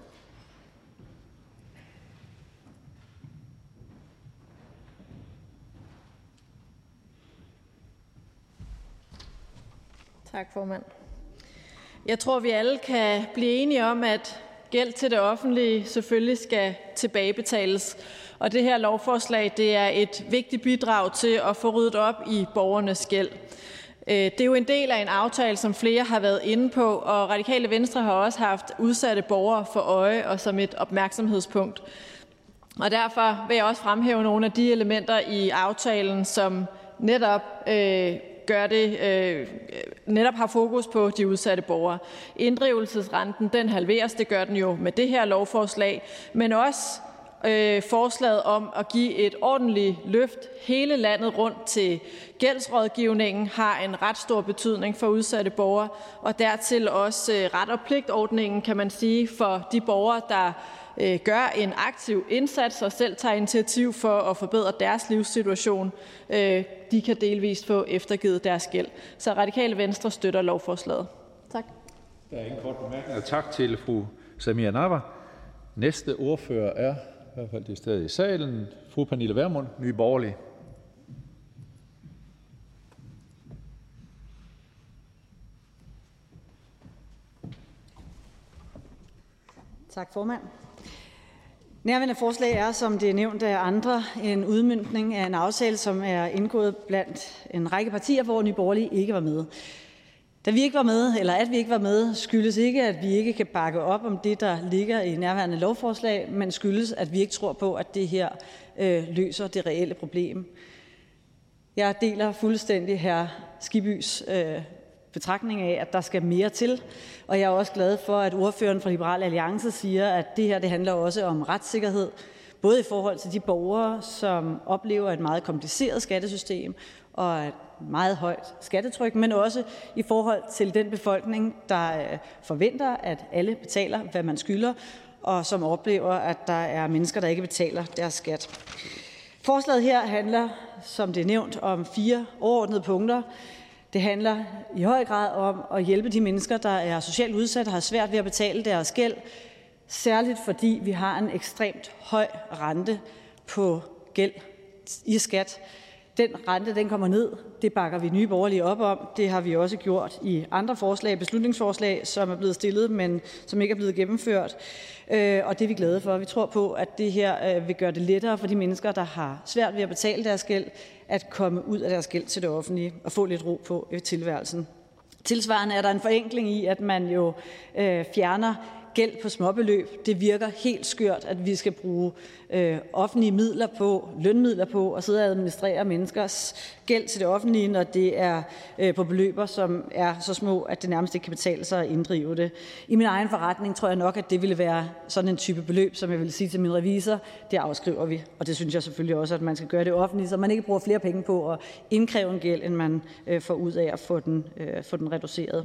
Tak, formand. Jeg tror, vi alle kan blive enige om, at gæld til det offentlige selvfølgelig skal tilbagebetales. Og det her lovforslag det er et vigtigt bidrag til at få ryddet op i borgernes gæld. Det er jo en del af en aftale, som flere har været inde på, og Radikale Venstre har også haft udsatte borgere for øje og som et opmærksomhedspunkt. Og derfor vil jeg også fremhæve nogle af de elementer i aftalen, som netop øh, gør det, øh, netop har fokus på de udsatte borgere. Inddrivelsesrenten, den halveres, det gør den jo med det her lovforslag, men også øh, forslaget om at give et ordentligt løft hele landet rundt til gældsrådgivningen har en ret stor betydning for udsatte borgere, og dertil også øh, ret- og pligtordningen, kan man sige, for de borgere, der øh, gør en aktiv indsats og selv tager initiativ for at forbedre deres livssituation. Øh, de kan delvist få eftergivet deres gæld. Så Radikale Venstre støtter lovforslaget. Tak. Der er ingen kort bemærkninger. Tak til fru Samira Nawa. Næste ordfører er, i hvert fald det sted i salen, fru Pernille Vermund, Nye Borgerlige. Tak, formand. Nærværende forslag er, som det er nævnt af andre, en udmøntning af en aftale, som er indgået blandt en række partier, hvor Nye Borgerlige ikke var med. Da vi ikke var med, eller at vi ikke var med, skyldes ikke, at vi ikke kan bakke op om det, der ligger i nærværende lovforslag, men skyldes, at vi ikke tror på, at det her øh, løser det reelle problem. Jeg deler fuldstændig hr. Skibys øh, betragtning af, at der skal mere til, og jeg er også glad for, at ordføreren fra Liberal Alliance siger, at det her det handler også om retssikkerhed, både i forhold til de borgere, som oplever et meget kompliceret skattesystem, og et meget højt skattetryk, men også i forhold til den befolkning, der forventer, at alle betaler, hvad man skylder, og som oplever, at der er mennesker, der ikke betaler deres skat. Forslaget her handler, som det er nævnt, om fire overordnede punkter. Det handler i høj grad om at hjælpe de mennesker, der er socialt udsatte og har svært ved at betale deres gæld, særligt fordi vi har en ekstremt høj rente på gæld i skat. Den rente den kommer ned. Det bakker vi Nye Borgerlige op om. Det har vi også gjort i andre forslag, beslutningsforslag, som er blevet stillet, men som ikke er blevet gennemført. Og det er vi glade for. Vi tror på, at det her vil gøre det lettere for de mennesker, der har svært ved at betale deres gæld, at komme ud af deres gæld til det offentlige og få lidt ro på tilværelsen. Tilsvarende er der en forenkling i, at man jo øh, fjerner gæld på småbeløb. Det virker helt skørt, at vi skal bruge øh, offentlige midler på, lønmidler på, og sidde og administrere menneskers gæld til det offentlige, når det er øh, på beløber, som er så små, at det nærmest ikke kan betale sig at inddrive det. I min egen forretning tror jeg nok, at det ville være sådan en type beløb, som jeg vil sige til min revisor, det afskriver vi. Og det synes jeg selvfølgelig også, at man skal gøre det offentligt, så man ikke bruger flere penge på at indkræve en gæld, end man øh, får ud af at få den, øh, få den reduceret.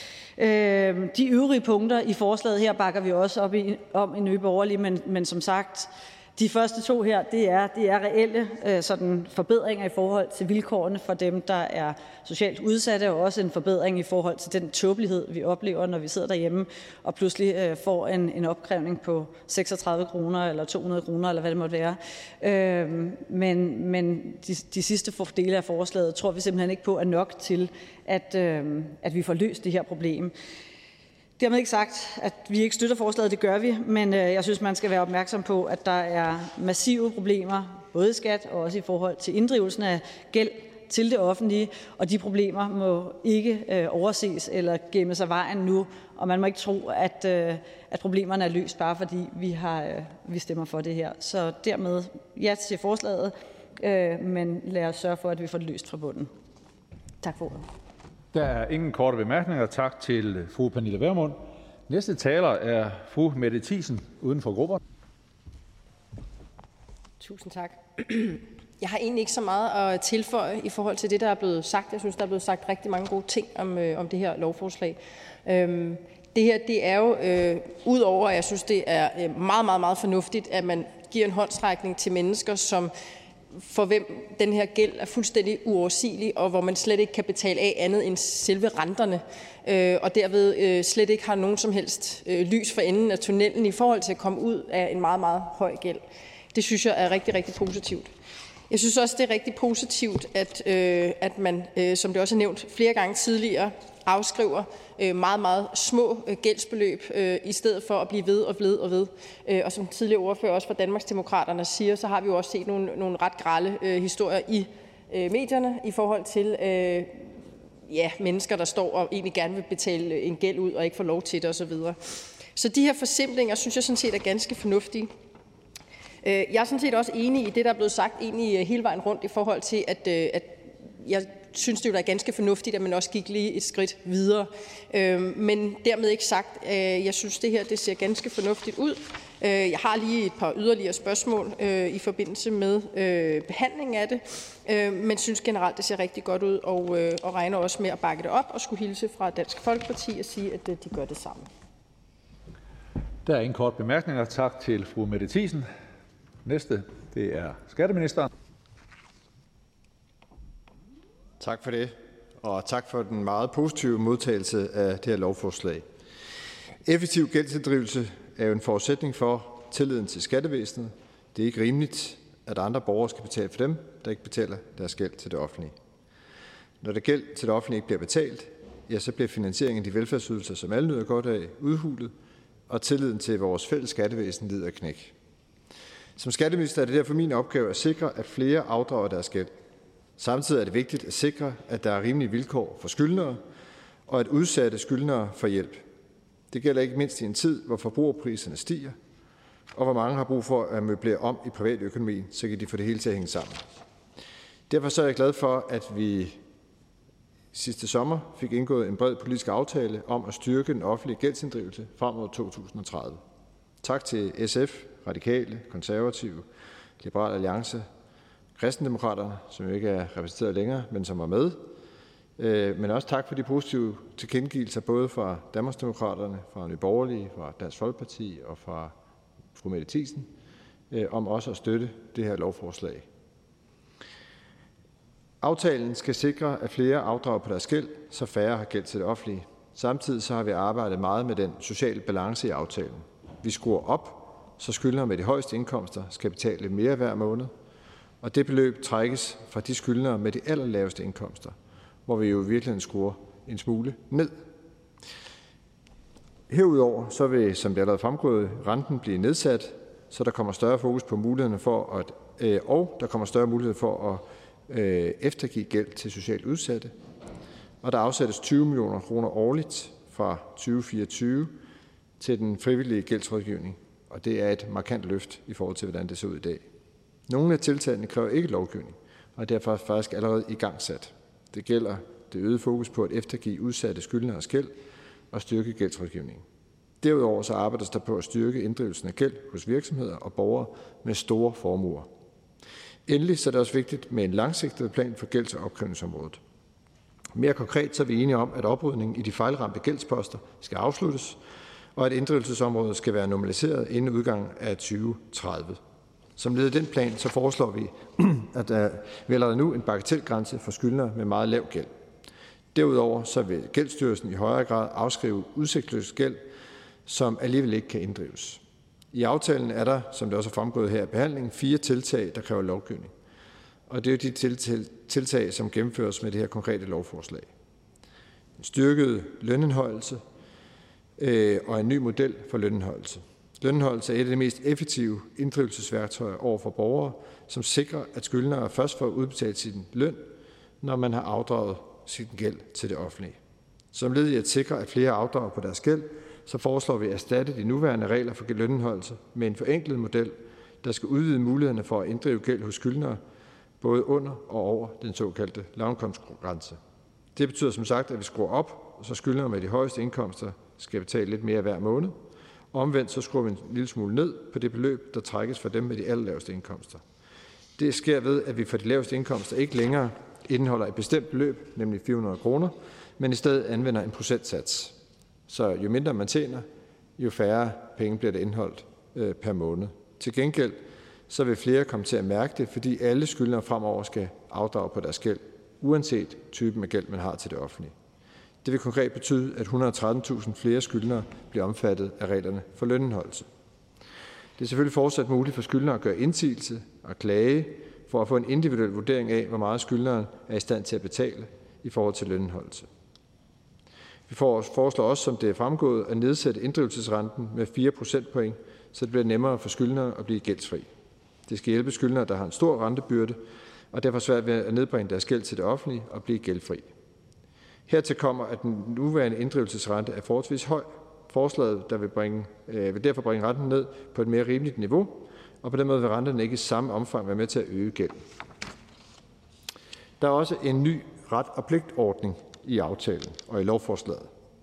De øvrige punkter i forslaget her bakker vi også op i, om i Nye Borgerlige, men, men som sagt, de første to her, det er, det er reelle øh, sådan forbedringer i forhold til vilkårene for dem, der er socialt udsatte, og også en forbedring i forhold til den tåbelighed, vi oplever, når vi sidder derhjemme og pludselig øh, får en, en opkrævning på seksogtredive kroner eller to hundrede kroner, eller hvad det måtte være. Øh, men men de, de sidste dele af forslaget tror vi simpelthen ikke på er nok til, at, øh, at vi får løst det her problem. Dermed ikke sagt, at vi ikke støtter forslaget, det gør vi, men øh, jeg synes, man skal være opmærksom på, at der er massive problemer, både i skat og også i forhold til inddrivelsen af gæld til det offentlige, og de problemer må ikke øh, overses eller gemme sig vejen nu, og man må ikke tro, at, øh, at problemerne er løst, bare fordi vi, har, øh, vi stemmer for det her. Så dermed ja til forslaget, øh, men lad os sørge for, at vi får det løst fra bunden. Tak for ordet. Der er ingen korte bemærkninger. Tak til fru Pernille Vermund. Næste taler er fru Mette Thiesen, uden for grupper. Tusind tak. Jeg har egentlig ikke så meget at tilføje i forhold til det, der er blevet sagt. Jeg synes, der er blevet sagt rigtig mange gode ting om, øh, om det her lovforslag. Øhm, det her, det er jo, øh, udover at jeg synes, det er meget, meget, meget fornuftigt, at man giver en håndsrækning til mennesker, som for hvem den her gæld er fuldstændig uoversigelig, og hvor man slet ikke kan betale af andet end selve renterne, øh, og derved øh, slet ikke har nogen som helst øh, lys for enden af tunnelen i forhold til at komme ud af en meget, meget høj gæld. Det synes jeg er rigtig, rigtig positivt. Jeg synes også, det er rigtig positivt, at, øh, at man, øh, som det også er nævnt flere gange tidligere, afskriver øh, meget, meget små øh, gældsbeløb, øh, i stedet for at blive ved og ved og ved. Øh, og som tidligere ordfører også fra Danmarksdemokraterne siger, så har vi jo også set nogle, nogle ret grelle øh, historier i øh, medierne i forhold til øh, ja, mennesker, der står og egentlig gerne vil betale en gæld ud og ikke får lov til det osv. Så de her forsimplinger synes jeg sådan set er ganske fornuftige. Jeg er sådan set også enig i det, der er blevet sagt egentlig hele vejen rundt i forhold til, at, at jeg synes, det er ganske fornuftigt, at man også gik lige et skridt videre. Men dermed ikke sagt, at jeg synes, det her det ser ganske fornuftigt ud. Jeg har lige et par yderligere spørgsmål i forbindelse med behandlingen af det, men synes generelt, det ser rigtig godt ud, og, og regner også med at bakke det op og skulle hilse fra Dansk Folkeparti og sige, at de gør det samme. Der er ingen kort bemærkninger. Tak til fru Mette Thiesen. Næste, det er skatteministeren. Tak for det, og tak for den meget positive modtagelse af det her lovforslag. Effektiv gældsinddrivelse er jo en forudsætning for tilliden til skattevæsenet. Det er ikke rimeligt, at andre borgere skal betale for dem, der ikke betaler deres gæld til det offentlige. Når der gæld til det offentlige ikke bliver betalt, ja, så bliver finansieringen af de velfærdsydelser, som alle nyder godt af, udhulet, og tilliden til vores fælles skattevæsen lider knæk. Som skatteminister er det derfor min opgave at sikre, at flere afdrager deres gæld. Samtidig er det vigtigt at sikre, at der er rimelige vilkår for skyldnere, og at udsatte skyldnere får hjælp. Det gælder ikke mindst i en tid, hvor forbrugerpriserne stiger, og hvor mange har brug for at møblere om i privatøkonomien, så kan de få det hele til at hænge sammen. Derfor så er jeg glad for, at vi sidste sommer fik indgået en bred politisk aftale om at styrke den offentlige gældsinddrivelse frem mod to tusind og tredive. Tak til S F, Radikale, Konservative, Liberal Alliance, Kristendemokraterne, som jo ikke er repræsenteret længere, men som var med. Men også tak for de positive tilkendegivelser, både fra Danmarksdemokraterne, fra Nye Borgerlige, fra Dansk Folkeparti og fra fru Mette Thiesen, om også at støtte det her lovforslag. Aftalen skal sikre, at flere afdrager på deres gæld, så færre har gæld til det offentlige. Samtidig så har vi arbejdet meget med den sociale balance i aftalen. Vi skruer op, så skyldnere med de højeste indkomster skal betale lidt mere hver måned, og det beløb trækkes fra de skyldnere med de allerlaveste indkomster, hvor vi jo i virkeligheden skruer en smule ned. Herudover så vil, som det allerede fremgået, renten blive nedsat, så der kommer større fokus på mulighederne for at, øh, og der kommer større mulighed for at øh, eftergive gæld til socialt udsatte. Og der afsættes tyve millioner kroner årligt fra tyve fireogtyve til den frivillige gældsrådgivning, og det er et markant løft i forhold til, hvordan det ser ud i dag. Nogle af tiltagene kræver ikke lovgivning, og er derfor faktisk allerede i gang sat. Det gælder det øgede fokus på at eftergive udsatte skyldneres gæld og styrke gældsrådgivningen. Derudover så arbejdes der på at styrke inddrivelsen af gæld hos virksomheder og borgere med store formuer. Endelig så er det også vigtigt med en langsigtet plan for gælds- og opkrævningsområdet. Mere konkret så er vi enige om, at oprydningen i de fejlramte gældsposter skal afsluttes, og at inddrivelsesområdet skal være normaliseret inden udgangen af tyve tredive. Som led i den plan så foreslår vi, at der vi allerede nu en bagatelgrænse for skyldnere med meget lav gæld. Derudover så vil Gældsstyrelsen i højere grad afskrive udsigtsløs gæld, som alligevel ikke kan inddrives. I aftalen er der, som det også er fremgået her i behandlingen, fire tiltag, der kræver lovgivning. Og det er jo de tiltag, som gennemføres med det her konkrete lovforslag. En styrket lønindholdelse øh, og en ny model for lønindholdelse. Lønindholdelse er et af de mest effektive inddrivelsesværktøjer over for borgere, som sikrer, at skyldnere først får udbetalt sin løn, når man har afdraget sin gæld til det offentlige. Som led i at sikre, at flere afdrager på deres gæld, så foreslår vi at erstatte de nuværende regler for lønindholdelse med en forenklet model, der skal udvide mulighederne for at inddrive gæld hos skyldnere, både under og over den såkaldte lavindkomstgrænse. Det betyder som sagt, at vi skruer op, så skyldnere med de højeste indkomster skal betale lidt mere hver måned. Omvendt så skruer vi en lille smule ned på det beløb, der trækkes fra dem med de allerlaveste indkomster. Det sker ved, at vi for de laveste indkomster ikke længere indeholder et bestemt beløb, nemlig fire hundrede kroner, men i stedet anvender en procentsats. Så jo mindre man tjener, jo færre penge bliver det indholdt øh, per måned. Til gengæld så vil flere komme til at mærke det, fordi alle skyldnere fremover skal afdrage på deres gæld, uanset typen af gæld, man har til det offentlige. Det vil konkret betyde, at et hundrede og tretten tusind flere skyldnere bliver omfattet af reglerne for lønindholdelse. Det er selvfølgelig fortsat muligt for skyldnere at gøre indsigelse og klage for at få en individuel vurdering af, hvor meget skyldneren er i stand til at betale i forhold til lønindholdelse. Vi foreslår også, som det er fremgået, at nedsætte inddrivelsesrenten med fire procentpoint, så det bliver nemmere for skyldnere at blive gældsfri. Det skal hjælpe skyldnere, der har en stor rentebyrde, og derfor svært ved at nedbringe deres gæld til det offentlige og blive gældfri. Hertil kommer, at den nuværende inddrivelsesrente er forholdsvis høj. Forslaget der vil, bringe, øh, vil derfor bringe renten ned på et mere rimeligt niveau, og på den måde vil renterne ikke i samme omfang være med til at øge gæld. Der er også en ny ret- og pligtordning i aftalen og i lovforslaget.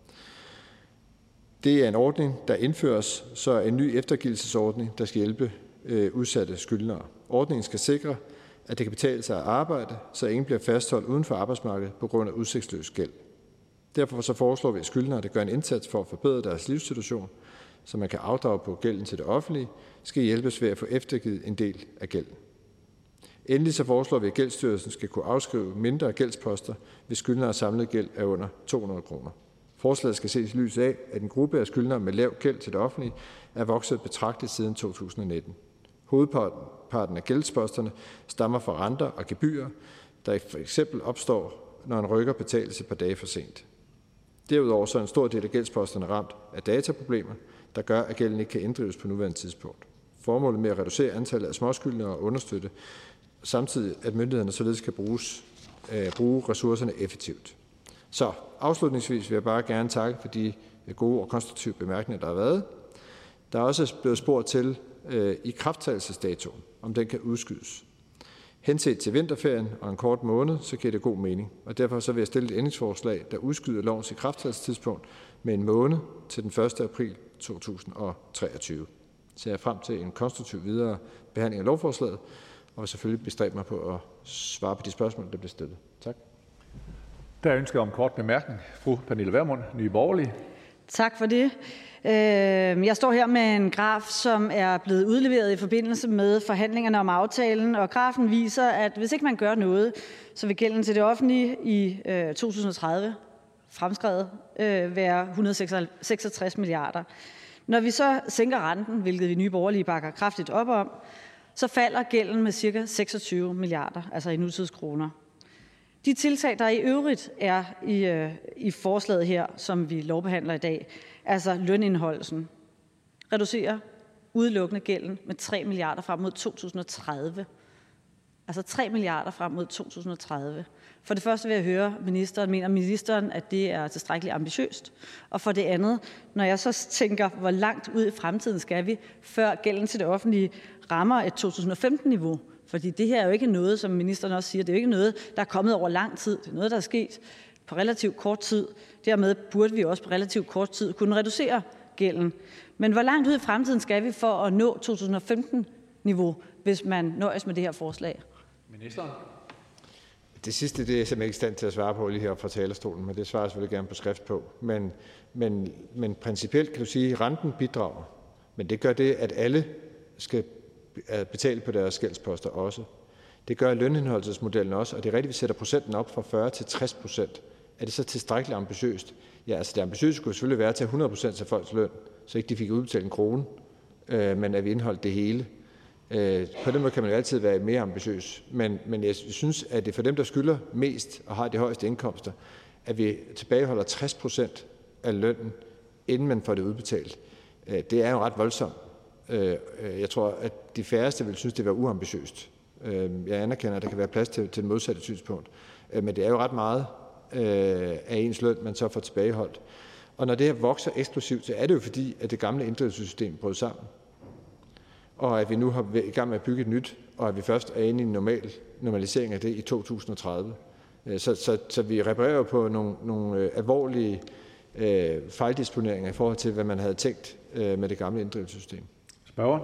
Det er en ordning, der indføres, så en ny eftergivelsesordning, der skal hjælpe øh, udsatte skyldnere. Ordningen skal sikre, at det kan betale sig at arbejde, så ingen bliver fastholdt uden for arbejdsmarkedet på grund af udsigtsløs gæld. Derfor så foreslår vi, at skyldnere, der gør en indsats for at forbedre deres livssituation, så man kan afdrage på gælden til det offentlige, skal hjælpes ved at få eftergivet en del af gælden. Endelig så foreslår vi, at Gældsstyrelsen skal kunne afskrive mindre gældsposter, hvis skyldnere samlet gæld er under to hundrede kroner. Forslaget skal ses i lyset af, at en gruppe af skyldnere med lav gæld til det offentlige er vokset betragteligt siden to tusind nitten. Hovedparten af gældsposterne stammer fra renter og gebyrer, der for eksempel opstår, når en rykker betales et par dage for sent. Derudover så er en stor del af gældsposterne ramt af dataproblemer, der gør, at gælden ikke kan inddrives på nuværende tidspunkt. Formålet med at reducere antallet af småskyldnere og understøtte samtidig, at myndighederne således kan bruges, øh, bruge ressourcerne effektivt. Så afslutningsvis vil jeg bare gerne takke for de gode og konstruktive bemærkninger, der har været. Der er også blevet spurgt til øh, i krafttrædelsesdatoen, om den kan udskydes. Henset til vinterferien og en kort måned, så giver det god mening. Og derfor så vil jeg stille et ændringsforslag, der udskyder lovens ikrafttrædelsestidspunkt med en måned til den første april to tusind og treogtyve. Så jeg er frem til en konstruktiv videre behandling af lovforslaget, og vil selvfølgelig bestræbe mig på at svare på de spørgsmål, der bliver stillet. Tak. Der er ønske om kort bemærkning. Fru Pernille Vermund, Nye Borgerlige. Tak for det. Jeg står her med en graf, som er blevet udleveret i forbindelse med forhandlingerne om aftalen, og grafen viser, at hvis ikke man gør noget, så vil gælden til det offentlige i to tusind og tredive fremskrevet være et hundrede og seksogtres milliarder. Når vi så sænker renten, hvilket vi Nye Borgerlige bakker kraftigt op om, så falder gælden med ca. seksogtyve milliarder, altså i nutidskroner. De tiltag, der i øvrigt er i, i forslaget her, som vi lovbehandler i dag, altså lønindeholdelsen, reducerer udelukkende gælden med tre milliarder frem mod to tusind og tredive. Altså tre milliarder frem mod to tusind og tredive. For det første vil jeg høre ministeren, mener ministeren, at det er tilstrækkeligt ambitiøst? Og for det andet, når jeg så tænker, hvor langt ud i fremtiden skal vi, før gælden til det offentlige rammer et to tusind og femten-niveau? Fordi det her er jo ikke noget, som ministeren også siger, det er jo ikke noget, der er kommet over lang tid. Det er noget, der er sket på relativt kort tid. Dermed burde vi også på relativt kort tid kunne reducere gælden. Men hvor langt ud i fremtiden skal vi for at nå to tusind og femten-niveau, hvis man nøjes med det her forslag? Ministeren? Det sidste det er jeg simpelthen ikke i stand til at svare på lige her fra talerstolen, men det svarer jeg selvfølgelig gerne på skrift på. Men, men, men principielt kan du sige, at renten bidrager, men det gør det, at alle skal betale på deres gældsposter også. Det gør lønindholdelsesmodellen også, og det er rigtigt, at vi sætter procenten op fra fyrre til tres procent. Er det så tilstrækkeligt ambitiøst? Ja, altså det ambitiøse skulle selvfølgelig være at tage hundrede procent af folks løn, så ikke de fik udbetalt en krone, øh, men at vi indholdt det hele. Øh, på den måde kan man jo altid være mere ambitiøs, men, men jeg synes, at det er for dem, der skylder mest og har de højeste indkomster, at vi tilbageholder tres procent af lønnen, inden man får det udbetalt. Øh, det er jo ret voldsomt. Øh, jeg tror, at de færreste vil synes, det var uambitiøst. Øh, jeg anerkender, at der kan være plads til, til det modsatte synspunkt, øh, men det er jo ret meget øh, af ens løn, man så får tilbageholdt. Og når det her vokser eksplosivt, så er det jo fordi, at det gamle inddrivelsessystem brød sammen. Og at vi nu har i gang med at bygge et nyt, og at vi først er inde i en normal normalisering af det i to tusind og tredive. Så, så, så vi reparerer på nogle, nogle alvorlige øh, fejldisponeringer i forhold til, hvad man havde tænkt øh, med det gamle inddrivelsessystem. Spørgeren?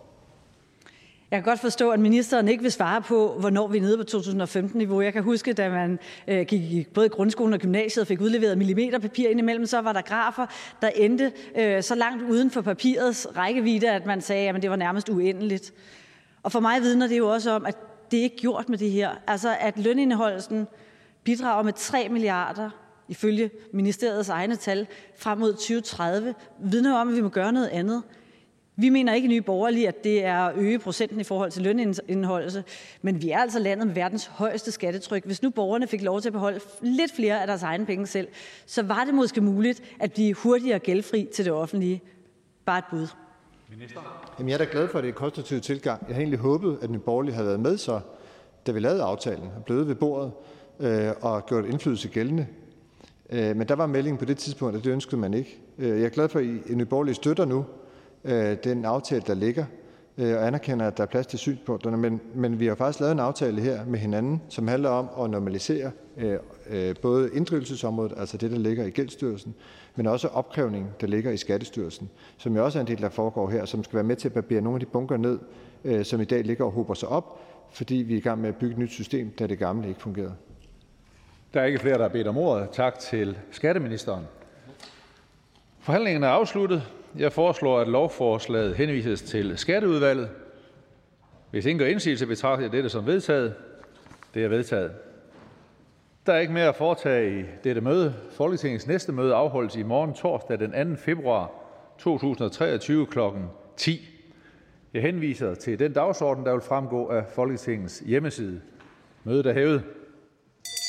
Jeg kan godt forstå, at ministeren ikke vil svare på, hvornår vi er nede på to tusind og femten-niveau. Jeg kan huske, da man øh, gik i både grundskolen og gymnasiet og fik udleveret millimeterpapir indimellem, så var der grafer, der endte øh, så langt uden for papirets rækkevidde, at man sagde, at det var nærmest uendeligt. Og for mig vidner det jo også om, at det ikke er gjort med det her. Altså, at lønindeholdelsen bidrager med tre milliarder, ifølge ministeriets egne tal, frem mod tyve tredive, vidner om, at vi må gøre noget andet. Vi mener ikke i Nye Borgerlige, at det er at øge procenten i forhold til lønindeholdelse, men vi er altså landet med verdens højeste skattetryk. Hvis nu borgerne fik lov til at beholde lidt flere af deres egne penge selv, så var det måske muligt at blive hurtigere gældfri til det offentlige. Bare et bud. Jamen, jeg er da glad for, at det er en konstruktiv tilgang. Jeg har egentlig håbet, at Nye Borgerlige havde været med, så, da vi lavede aftalen, og blevet ved bordet øh, og gjort indflydelse gældende. Øh, men der var meldingen på det tidspunkt, at det ønskede man ikke. Jeg er glad for, at Nye Borgerlige støtter nu den aftale, der ligger, og anerkender, at der er plads til synspunkterne. Men, men vi har faktisk lavet en aftale her med hinanden, som handler om at normalisere øh, både inddrivelsesområdet, altså det, der ligger i Gældsstyrelsen, men også opkrævningen, der ligger i Skattestyrelsen, som jo også er en del, der foregår her, som skal være med til at barbere nogle af de bunker ned, øh, som i dag ligger og hober sig op, fordi vi er i gang med at bygge et nyt system, da det gamle ikke fungerede. Der er ikke flere, der har bedt om ordet. Tak til skatteministeren. Forhandlingen er afsluttet. Jeg foreslår, at lovforslaget henvises til Skatteudvalget. Hvis ingen gør indsigelse, betragter jeg dette som vedtaget. Det er vedtaget. Der er ikke mere at foretage i dette møde. Folketingets næste møde afholdes i morgen torsdag den anden februar to tusind og treogtyve klokken ti. Jeg henviser til den dagsorden, der vil fremgå af Folketingets hjemmeside. Mødet er hævet.